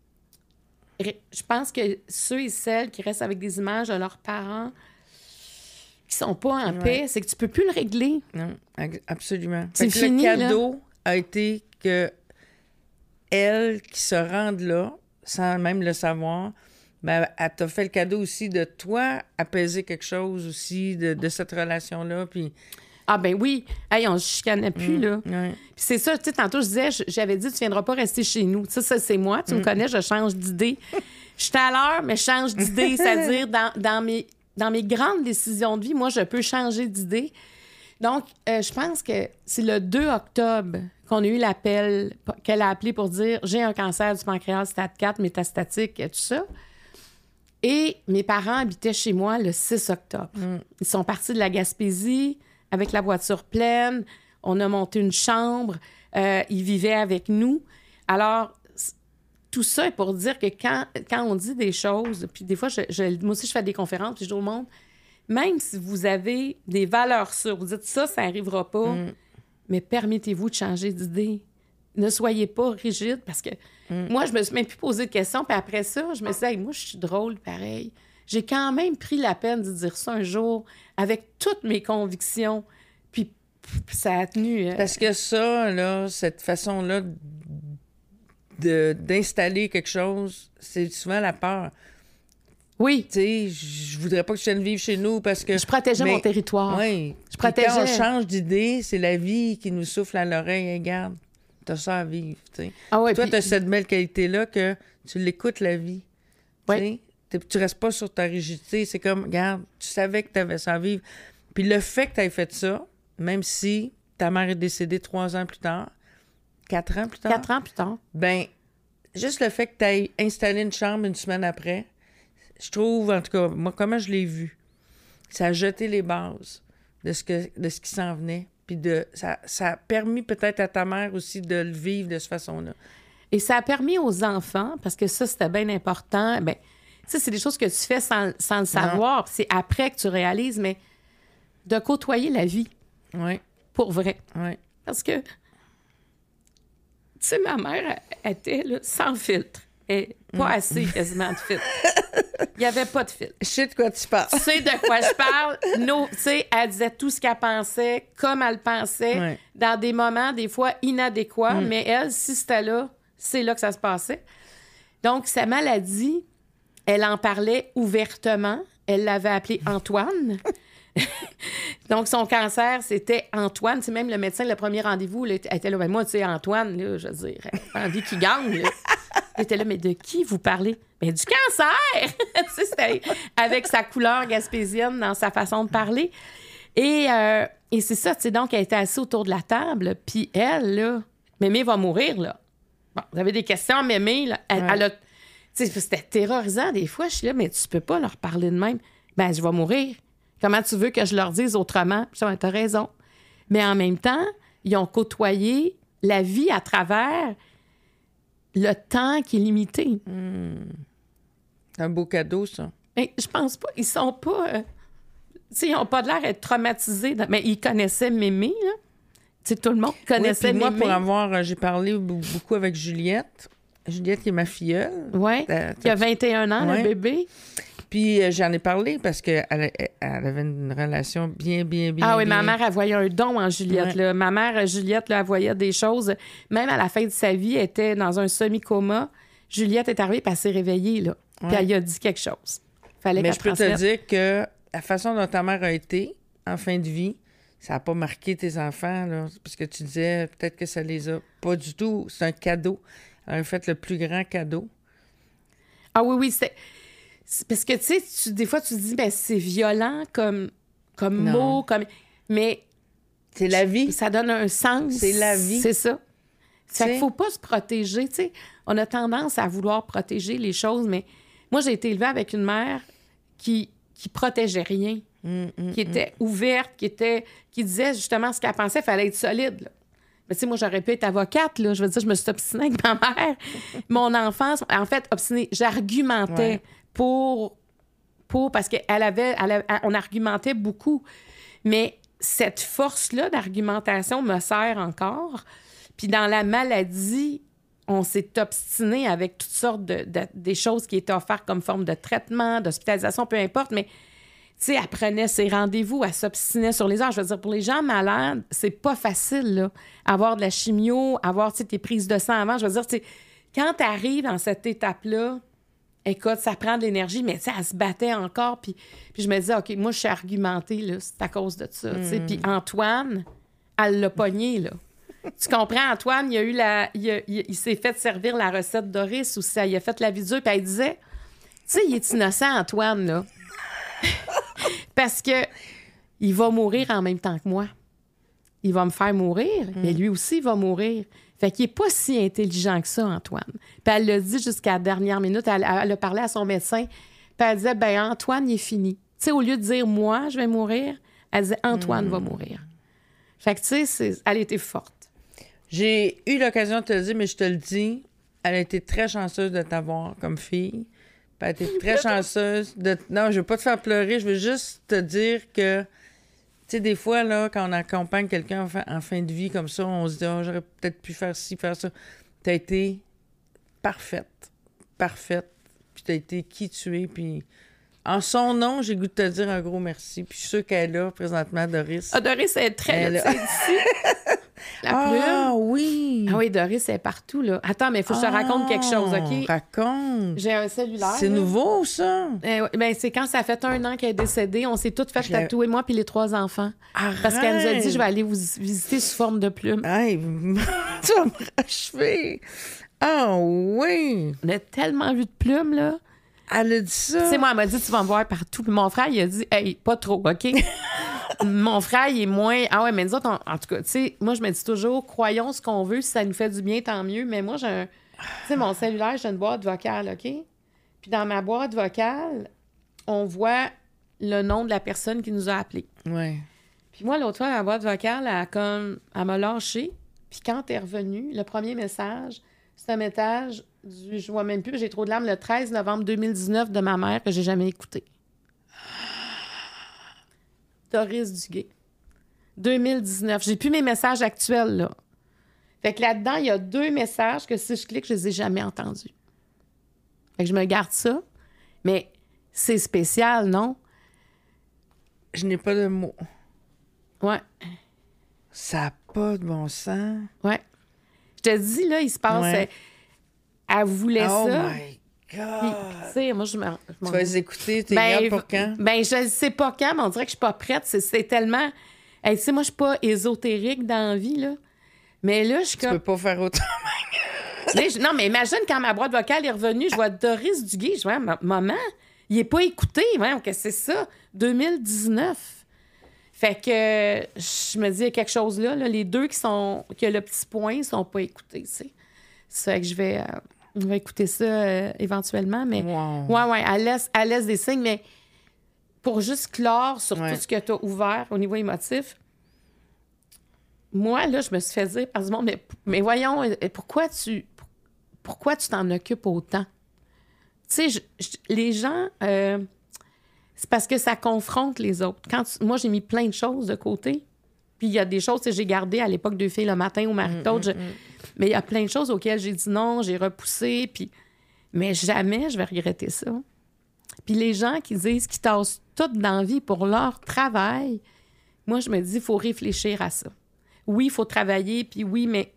Je pense que ceux et celles qui restent avec des images de leurs parents qui sont pas en paix, c'est que tu peux plus le régler. Non, absolument. C'est fini, le cadeau a été que elle qui se rende là, sans même le savoir, ben, elle t'a fait le cadeau aussi de toi apaiser quelque chose aussi de cette relation-là, puis... Ah ben oui, hey, on se chicanait plus, là. Ouais. Puis c'est ça, tu sais, tantôt, je disais, j'avais dit, tu viendras pas rester chez nous. Tu sais, ça, c'est moi, tu me connais, je change d'idée. Je suis à l'heure, mais je change d'idée, c'est-à-dire dans mes grandes décisions de vie, moi, je peux changer d'idée. Donc, je pense que c'est le 2 octobre qu'on a eu l'appel, qu'elle a appelé pour dire « J'ai un cancer du pancréas stade 4, métastatique, tout ça. » Et mes parents habitaient chez moi le 6 octobre. Ils sont partis de la Gaspésie avec la voiture pleine. On a monté une chambre. Ils vivaient avec nous. Alors, tout ça est pour dire que quand on dit des choses, puis des fois, moi aussi, je fais des conférences, puis je dis au monde, même si vous avez des valeurs sûres, vous dites ça n'arrivera pas, mais permettez-vous de changer d'idée. Ne soyez pas rigide, parce que moi, je me suis même plus posé de questions, puis après ça, je me suis dit, hey, moi, je suis drôle, pareil. J'ai quand même pris la peine de dire ça un jour, avec toutes mes convictions, puis ça a tenu... Parce que ça, là, cette façon-là d'installer quelque chose, c'est souvent la peur. Oui. Tu sais, je voudrais pas que tu viennes vivre chez nous parce que... Je protégeais mon territoire. Oui. Je protégeais... Quand on change d'idée, c'est la vie qui nous souffle à l'oreille. Hey, regarde, t'as ça à vivre, tu sais. Ah ouais, toi, puis... t'as cette belle qualité-là que tu l'écoutes, la vie. Oui. Tu restes pas sur ta rigidité. C'est comme, regarde, tu savais que t'avais ça à vivre. Puis le fait que t'aies fait ça, même si ta mère est décédée 3 ans plus tard, 4 ans plus tard... 4 ans plus tard. Ben, juste le fait que t'aies installé une chambre une semaine après... Je trouve, en tout cas, moi, comment je l'ai vu, ça a jeté les bases de ce qui s'en venait. Puis ça a permis peut-être à ta mère aussi de le vivre de cette façon-là. Et ça a permis aux enfants, parce que ça, c'était bien important. Bien, tu sais, c'est des choses que tu fais sans le savoir. C'est après que tu réalises, mais de côtoyer la vie. Oui. Pour vrai. Oui. Parce que, tu sais, ma mère, elle était là, sans filtre. Et pas assez quasiment de filtre. Il n'y avait pas de filtre. Je sais de quoi tu parles. Tu sais de quoi je parle. Tu sais, elle disait tout ce qu'elle pensait, comme elle pensait, dans des moments, des fois, inadéquats. Mais elle, si c'était là, c'est là que ça se passait. Donc, sa maladie, elle en parlait ouvertement. Elle l'avait appelé Antoine. Donc, son cancer, c'était Antoine. C'est même le médecin, le premier rendez-vous, là, elle était là, ben moi, tu sais, Antoine, là, je veux dire, envie qu'il gagne, là. Elle était là, mais de qui vous parlez? Ben, du cancer! C'était avec sa couleur gaspésienne dans sa façon de parler. Et c'est ça, tu sais, donc, elle était assise autour de la table, puis elle, là, Mémé va mourir, là. Bon, vous avez des questions, Mémé, là, elle a... Tu sais, c'était terrorisant, des fois, je suis là, mais tu peux pas leur parler de même. Ben, je vais mourir. Comment tu veux que je leur dise autrement? Puis ça, t'as raison. Mais en même temps, ils ont côtoyé la vie à travers le temps qui est limité. C'est un beau cadeau, ça. Mais je pense pas. Ils sont pas... sais, ils n'ont pas l'air d'être traumatisés, mais ils connaissaient Mémé, là. Tu sais, tout le monde connaissait Mémé. Moi, j'ai parlé beaucoup avec Juliette. Juliette, qui est ma filleule. Oui, qui a 21 ans, le bébé. Puis j'en ai parlé parce qu'elle avait une relation bien. Ah oui, ma mère, elle voyait un don en Juliette. Là. Ma mère, Juliette, là, elle voyait des choses. Même à la fin de sa vie, elle était dans un semi-coma. Juliette est arrivée et elle s'est réveillée. Là. Puis elle a dit quelque chose. Fallait Mais qu'elle je peux transmette. te dire que la façon dont ta mère a été en fin de vie, ça n'a pas marqué tes enfants. Là, parce que tu disais peut-être que ça les a pas du tout. C'est un cadeau. Elle a fait le plus grand cadeau. Ah oui, c'est parce que, tu sais, des fois, tu te dis, ben c'est violent comme mot, mais... C'est la vie. Ça donne un sens. C'est la vie. C'est ça. Fait qu'il faut pas se protéger, tu sais. On a tendance à vouloir protéger les choses, mais moi, j'ai été élevée avec une mère qui protégeait rien, qui était ouverte, qui disait justement ce qu'elle pensait, il fallait être solide, là. Mais tu sais, moi, j'aurais pu être avocate, là. Je veux dire, je me suis obstinée avec ma mère. Mon enfance, en fait, obstinée, j'argumentais parce on argumentait beaucoup. Mais cette force-là d'argumentation me sert encore. Puis dans la maladie, on s'est obstiné avec toutes sortes des choses qui étaient offertes comme forme de traitement, d'hospitalisation, peu importe, mais tu sais, elle prenait ses rendez-vous, elle s'obstinait sur les heures. Je veux dire, pour les gens malades, c'est pas facile, là. Avoir de la chimio, avoir, tu sais, tes prises de sang avant. Je veux dire, tu sais, quand tu arrives dans cette étape-là, écoute, ça prend de l'énergie, mais tu sais, elle se battait encore. Puis je me disais, OK, moi, je suis argumentée, là, c'est à cause de ça, tu sais. Puis Antoine, elle l'a pogné, là. Tu comprends, Antoine, il s'est fait servir la recette Doris ou ça, il a fait la vie dure, puis elle disait, tu sais, il est innocent, Antoine, là. Parce que il va mourir en même temps que moi. Il va me faire mourir, mais lui aussi, il va mourir. Fait qu'il n'est pas si intelligent que ça, Antoine. Puis elle l'a dit jusqu'à la dernière minute. Elle a parlé à son médecin. Puis elle disait, ben Antoine, il est fini. Tu sais, au lieu de dire, moi, je vais mourir, elle disait, Antoine va mourir. Fait que, tu sais, elle était forte. J'ai eu l'occasion de te le dire, mais je te le dis, elle a été très chanceuse de t'avoir comme fille. Elle a été très chanceuse de... Non, je veux pas te faire pleurer, je veux juste te dire que, tu sais, des fois, là, quand on accompagne quelqu'un en fin de vie comme ça, on se dit, oh, j'aurais peut-être pu faire ci, faire ça. T'as été parfaite. Puis t'as été qui tu es, puis... En son nom, j'ai le goût de te dire un gros merci. Puis je suis sûre qu'elle est là, présentement, Doris. Ah, Doris, elle est très là, ici. La plume. Ah, oui! Ah oui, Doris, elle est partout, là. Attends, mais il faut que je te raconte quelque chose, OK? Raconte! J'ai un cellulaire. C'est nouveau, ça? Ben, c'est quand ça fait 1 an qu'elle est décédée. On s'est toutes fait tatouer, moi puis les 3 enfants. Arrête. Parce qu'elle nous a dit, je vais aller vous visiter sous forme de plume. Hey, tu vas me rachever! Ah, oui! On a tellement vu de plumes, là. Elle a dit ça? Tu sais, moi, elle m'a dit, tu vas me voir partout. Puis mon frère, il a dit, hey, pas trop, OK? Mon frère, il est moins... Ah ouais, mais nous autres, en tout cas, tu sais, moi, je me dis toujours, croyons ce qu'on veut. Si ça nous fait du bien, tant mieux. Mais moi, j'ai un... Tu sais, mon cellulaire, j'ai une boîte vocale, OK? Puis dans ma boîte vocale, on voit le nom de la personne qui nous a appelés. Oui. Puis moi, l'autre fois, ma boîte vocale, elle m'a lâché. Puis quand t'es revenue, le premier message, c'est un message je vois même plus, j'ai trop de larmes, le 13 novembre 2019 de ma mère que j'ai jamais écouté. Doris Duguay. 2019. J'ai plus mes messages actuels, là. Fait que là-dedans, il y a 2 messages que si je clique, je les ai jamais entendus. Fait que je me garde ça. Mais c'est spécial, non? Je n'ai pas de mots. Ouais. Ça n'a pas de bon sens. Ouais. Je te dis, là, il se passe... Ouais. Elle voulait ça. Oh my God! Tu sais, moi, je Tu vas les écouter, t'es ben, garde pour quand? Ben, je ne sais pas quand, mais on dirait que je suis pas prête. C'est tellement... Hey, tu sais, moi, je suis pas ésotérique dans la vie, là. Mais là, je suis comme... Tu peux pas faire autant. Non, mais imagine quand ma boîte vocale est revenue, je vois Doris Duguay. Je vois, maman, il est pas écouté. Qu'est-ce que c'est ça? 2019. Fait que je me dis, il y a quelque chose là. Les 2 qui ont le petit point, ils sont pas écoutés, tu sais. C'est vrai que je vais écouter ça éventuellement, mais... Wow. Ouais, elle laisse des signes, mais pour juste clore sur tout ce que tu as ouvert au niveau émotif, moi, là, je me suis fait dire par du monde, mais voyons, pourquoi tu t'en occupes autant? Tu sais, les gens... C'est parce que ça confronte les autres. Moi, j'ai mis plein de choses de côté. Puis il y a des choses que j'ai gardées à l'époque 2 filles le matin ou Marie-Claude. Mais il y a plein de choses auxquelles j'ai dit non, j'ai repoussé. Mais jamais je vais regretter ça. Puis les gens qui disent qu'ils tassent tout dans la vie pour leur travail, moi, je me dis, il faut réfléchir à ça. Oui, il faut travailler, puis oui, mais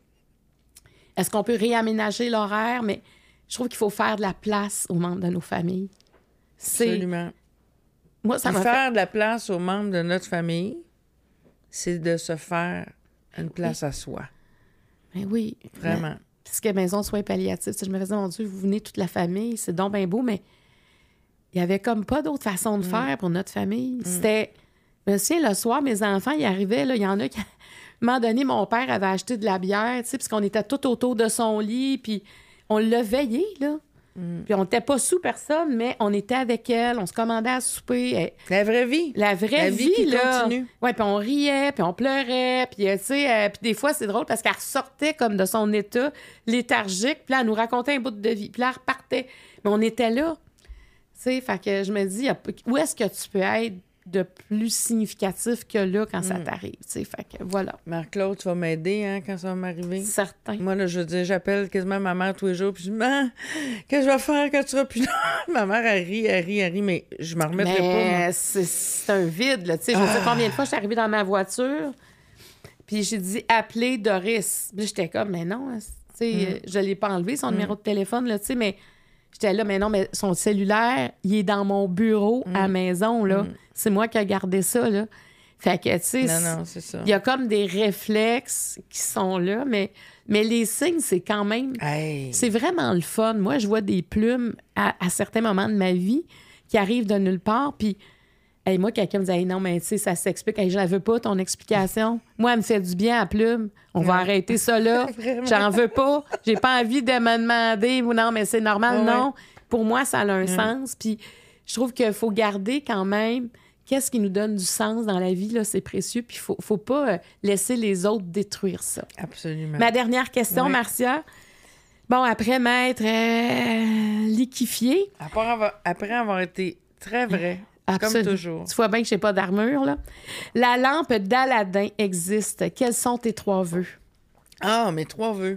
est-ce qu'on Absolument. l'horaire? Mais je trouve qu'il faut faire de la place aux membres de nos familles. Absolument. Moi, ça m'a faire de la place aux membres de notre famille, c'est de se faire une place à soi. Mais oui. Vraiment. Parce que maison soins palliatifs, je me faisais, mon Dieu, vous venez toute la famille, c'est donc bien beau, mais il y avait comme pas d'autre façon de faire pour notre famille. C'était... Je me souviens, le soir, mes enfants, ils arrivaient, là, il y en a qui... À un moment donné, mon père avait acheté de la bière, tu sais, parce qu'on était tout autour de son lit, puis on l'a veillé, là. Puis on n'était pas sous personne, mais on était avec elle, on se commandait à souper. La vraie vie. La vraie vie, qui là. continue. Ouais, puis on riait, puis on pleurait, puis tu sais, puis des fois, c'est drôle parce qu'elle ressortait comme de son état léthargique, puis là, elle nous racontait un bout de vie, puis là, elle repartait. Mais on était là. Tu sais, fait que je me dis, où est-ce que tu peux être de plus significatif que là quand ça t'arrive, tu sais, fait que voilà. Marc-Claude, tu vas m'aider, hein, quand ça va m'arriver? Certain. Moi, là, je veux dire, j'appelle quasiment ma mère tous les jours, puis je dis, maman, qu'est-ce que je vais faire quand tu seras plus là? Ma mère, elle rit, mais je m'en remettrai pas, moi. Mais c'est un vide, là, tu sais, je sais combien de fois je suis arrivée dans ma voiture, puis j'ai dit, appelez Doris. Puis j'étais comme, mais non, tu sais, je l'ai pas enlevé, son numéro de téléphone, là, tu sais, mais j'étais là, mais non, mais son cellulaire, il est dans mon bureau à la maison, là. C'est moi qui ai gardé ça, là. Fait que, tu sais, Non, c'est ça. il y a comme des réflexes qui sont là, mais les signes, c'est quand même... Hey. C'est vraiment le fun. Moi, je vois des plumes à certains moments de ma vie qui arrivent de nulle part, puis hey, moi, quelqu'un me dit hey, « Non, mais tu sais, ça s'explique. Hey, je la veux pas, ton explication. Moi, elle me fait du bien à plume. On va arrêter ça là. J'en veux pas. J'ai pas envie de me demander. Non, mais c'est normal. Non. Pour moi, ça a un sens. Puis je trouve qu'il faut garder quand même qu'est-ce qui nous donne du sens dans la vie. Là, c'est précieux. Puis il faut pas laisser les autres détruire ça. Absolument. Ma dernière question, Marcia. Bon, après m'être liquéfiée. Après avoir été très vrai. Absolument. Comme toujours. Tu vois bien que je n'ai pas d'armure, là. La lampe d'Aladin existe. Quels sont tes 3 vœux? Ah, mes 3 vœux.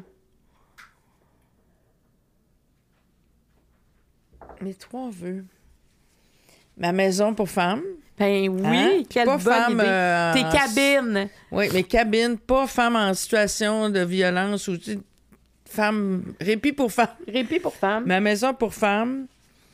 Mes 3 vœux. Ma maison pour femmes. Ben oui, hein? Quelle pas bonne femme, idée. Tes cabines. Oui, mes cabines, pas femmes en situation de violence ou femmes... Répit pour femmes. Répit pour femmes. Ma maison pour femmes.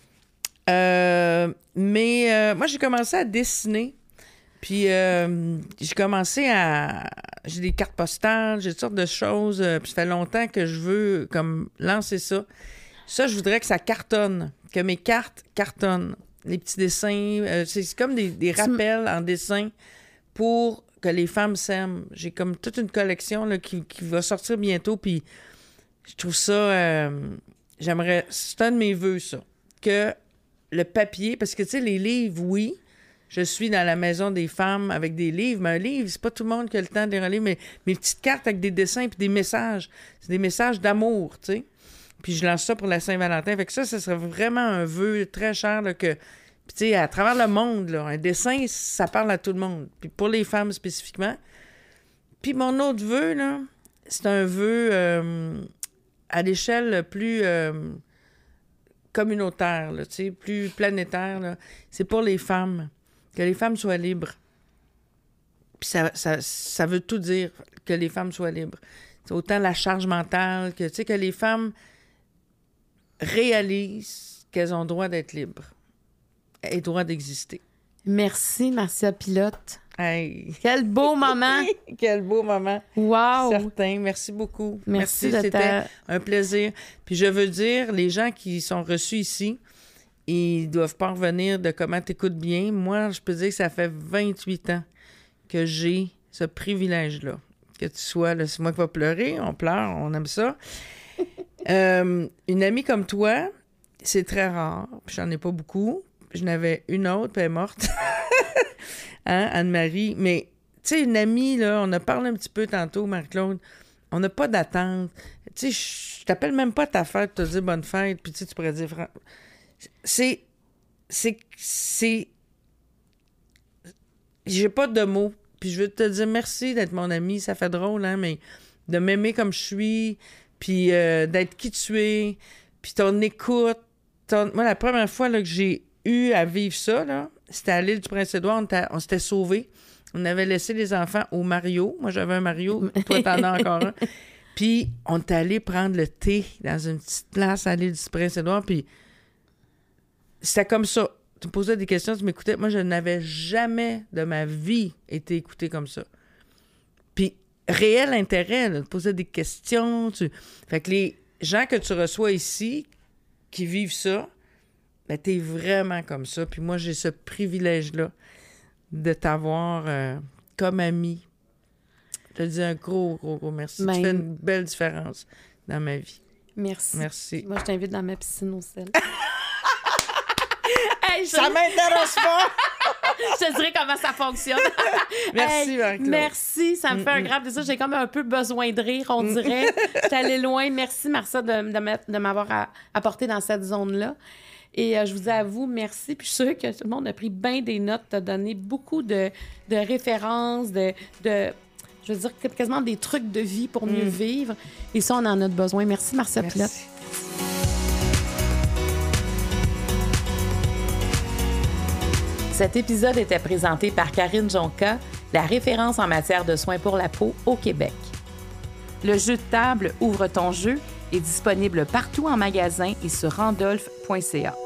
Mais moi, j'ai commencé à dessiner. Puis j'ai commencé à... J'ai des cartes postales, j'ai toutes sortes de choses. Puis ça fait longtemps que je veux comme lancer ça. Ça, je voudrais que ça cartonne, que mes cartes cartonnent. Les petits dessins, c'est comme des rappels en dessin pour que les femmes s'aiment. J'ai comme toute une collection là, qui va sortir bientôt. Puis je trouve ça... j'aimerais... C'est un de mes vœux, ça. Que le papier... Parce que, tu sais, les livres, oui... Je suis dans la maison des femmes avec des livres, mais un livre, c'est pas tout le monde qui a le temps de les relire, mais mes petites cartes avec des dessins puis des messages. C'est des messages d'amour, tu sais. Puis je lance ça pour la Saint-Valentin. Fait que ça serait vraiment un vœu très cher, là, que... Puis tu sais, à travers le monde, là, un dessin, ça parle à tout le monde. Puis pour les femmes spécifiquement. Puis mon autre vœu, là, c'est un vœu à l'échelle plus communautaire, là, tu sais, plus planétaire, là. C'est pour les femmes. Que les femmes soient libres. Puis ça veut tout dire, que les femmes soient libres. C'est autant la charge mentale que, tu sais, que les femmes réalisent qu'elles ont le droit d'être libres et le droit d'exister. Merci, Marcia Pilote. Hey. Quel beau moment! Quel beau moment! Wow! Certain. Merci beaucoup. Merci C'était un plaisir. Puis je veux dire, les gens qui sont reçus ici, ils doivent pas en revenir de comment t'écoutes bien. Moi, je peux dire que ça fait 28 ans que j'ai ce privilège-là. Que tu sois, là, c'est moi qui va pleurer, on pleure, on aime ça. Une amie comme toi, c'est très rare, puis j'en ai pas beaucoup. J'en avais une autre, puis elle est morte. Hein, Anne-Marie? Mais, tu sais, une amie, là, on a parlé un petit peu tantôt, Marie-Claude, on n'a pas d'attente. Tu sais, je t'appelle même pas ta fête pour te dire bonne fête, puis tu pourrais dire... C'est j'ai pas de mots. Puis je veux te dire merci d'être mon ami. Ça fait drôle, hein, mais de m'aimer comme je suis, puis d'être qui tu es, puis ton écoute. Moi, la première fois là, que j'ai eu à vivre ça, là, c'était à l'île du Prince-Édouard. On s'était sauvés. On avait laissé les enfants au Mario. Moi, j'avais un Mario. Toi, t'en as encore un. Puis, on est allé prendre le thé dans une petite place à l'île du Prince-Édouard. Puis, c'était comme ça. Tu me posais des questions, tu m'écoutais. Moi, je n'avais jamais de ma vie été écoutée comme ça. Puis, réel intérêt, là, tu posais des questions. Fait que les gens que tu reçois ici, qui vivent ça, ben, t'es vraiment comme ça. Puis moi, j'ai ce privilège-là de t'avoir comme ami. Je te dis un gros merci. Tu fais une belle différence dans ma vie. Merci. Moi, je t'invite dans ma piscine au sel. Hey, ça m'intéresse pas! Je te dirai comment ça fonctionne. Merci, Marie-Claude. Merci, ça me fait un grave plaisir. J'ai comme un peu besoin de rire, on dirait. Je suis allée loin. Merci, Marcia, de m'avoir apporté dans cette zone-là. Et je vous avoue, merci. Puis je suis sûre que tout le monde a pris bien des notes, t'a donné beaucoup de références, je veux dire, quasiment des trucs de vie pour mieux vivre. Et ça, on en a besoin. Merci, Marcia Pilote. Cet épisode était présenté par Karine Jonca, la référence en matière de soins pour la peau au Québec. Le jeu de table Ouvre ton jeu est disponible partout en magasin et sur randolph.ca.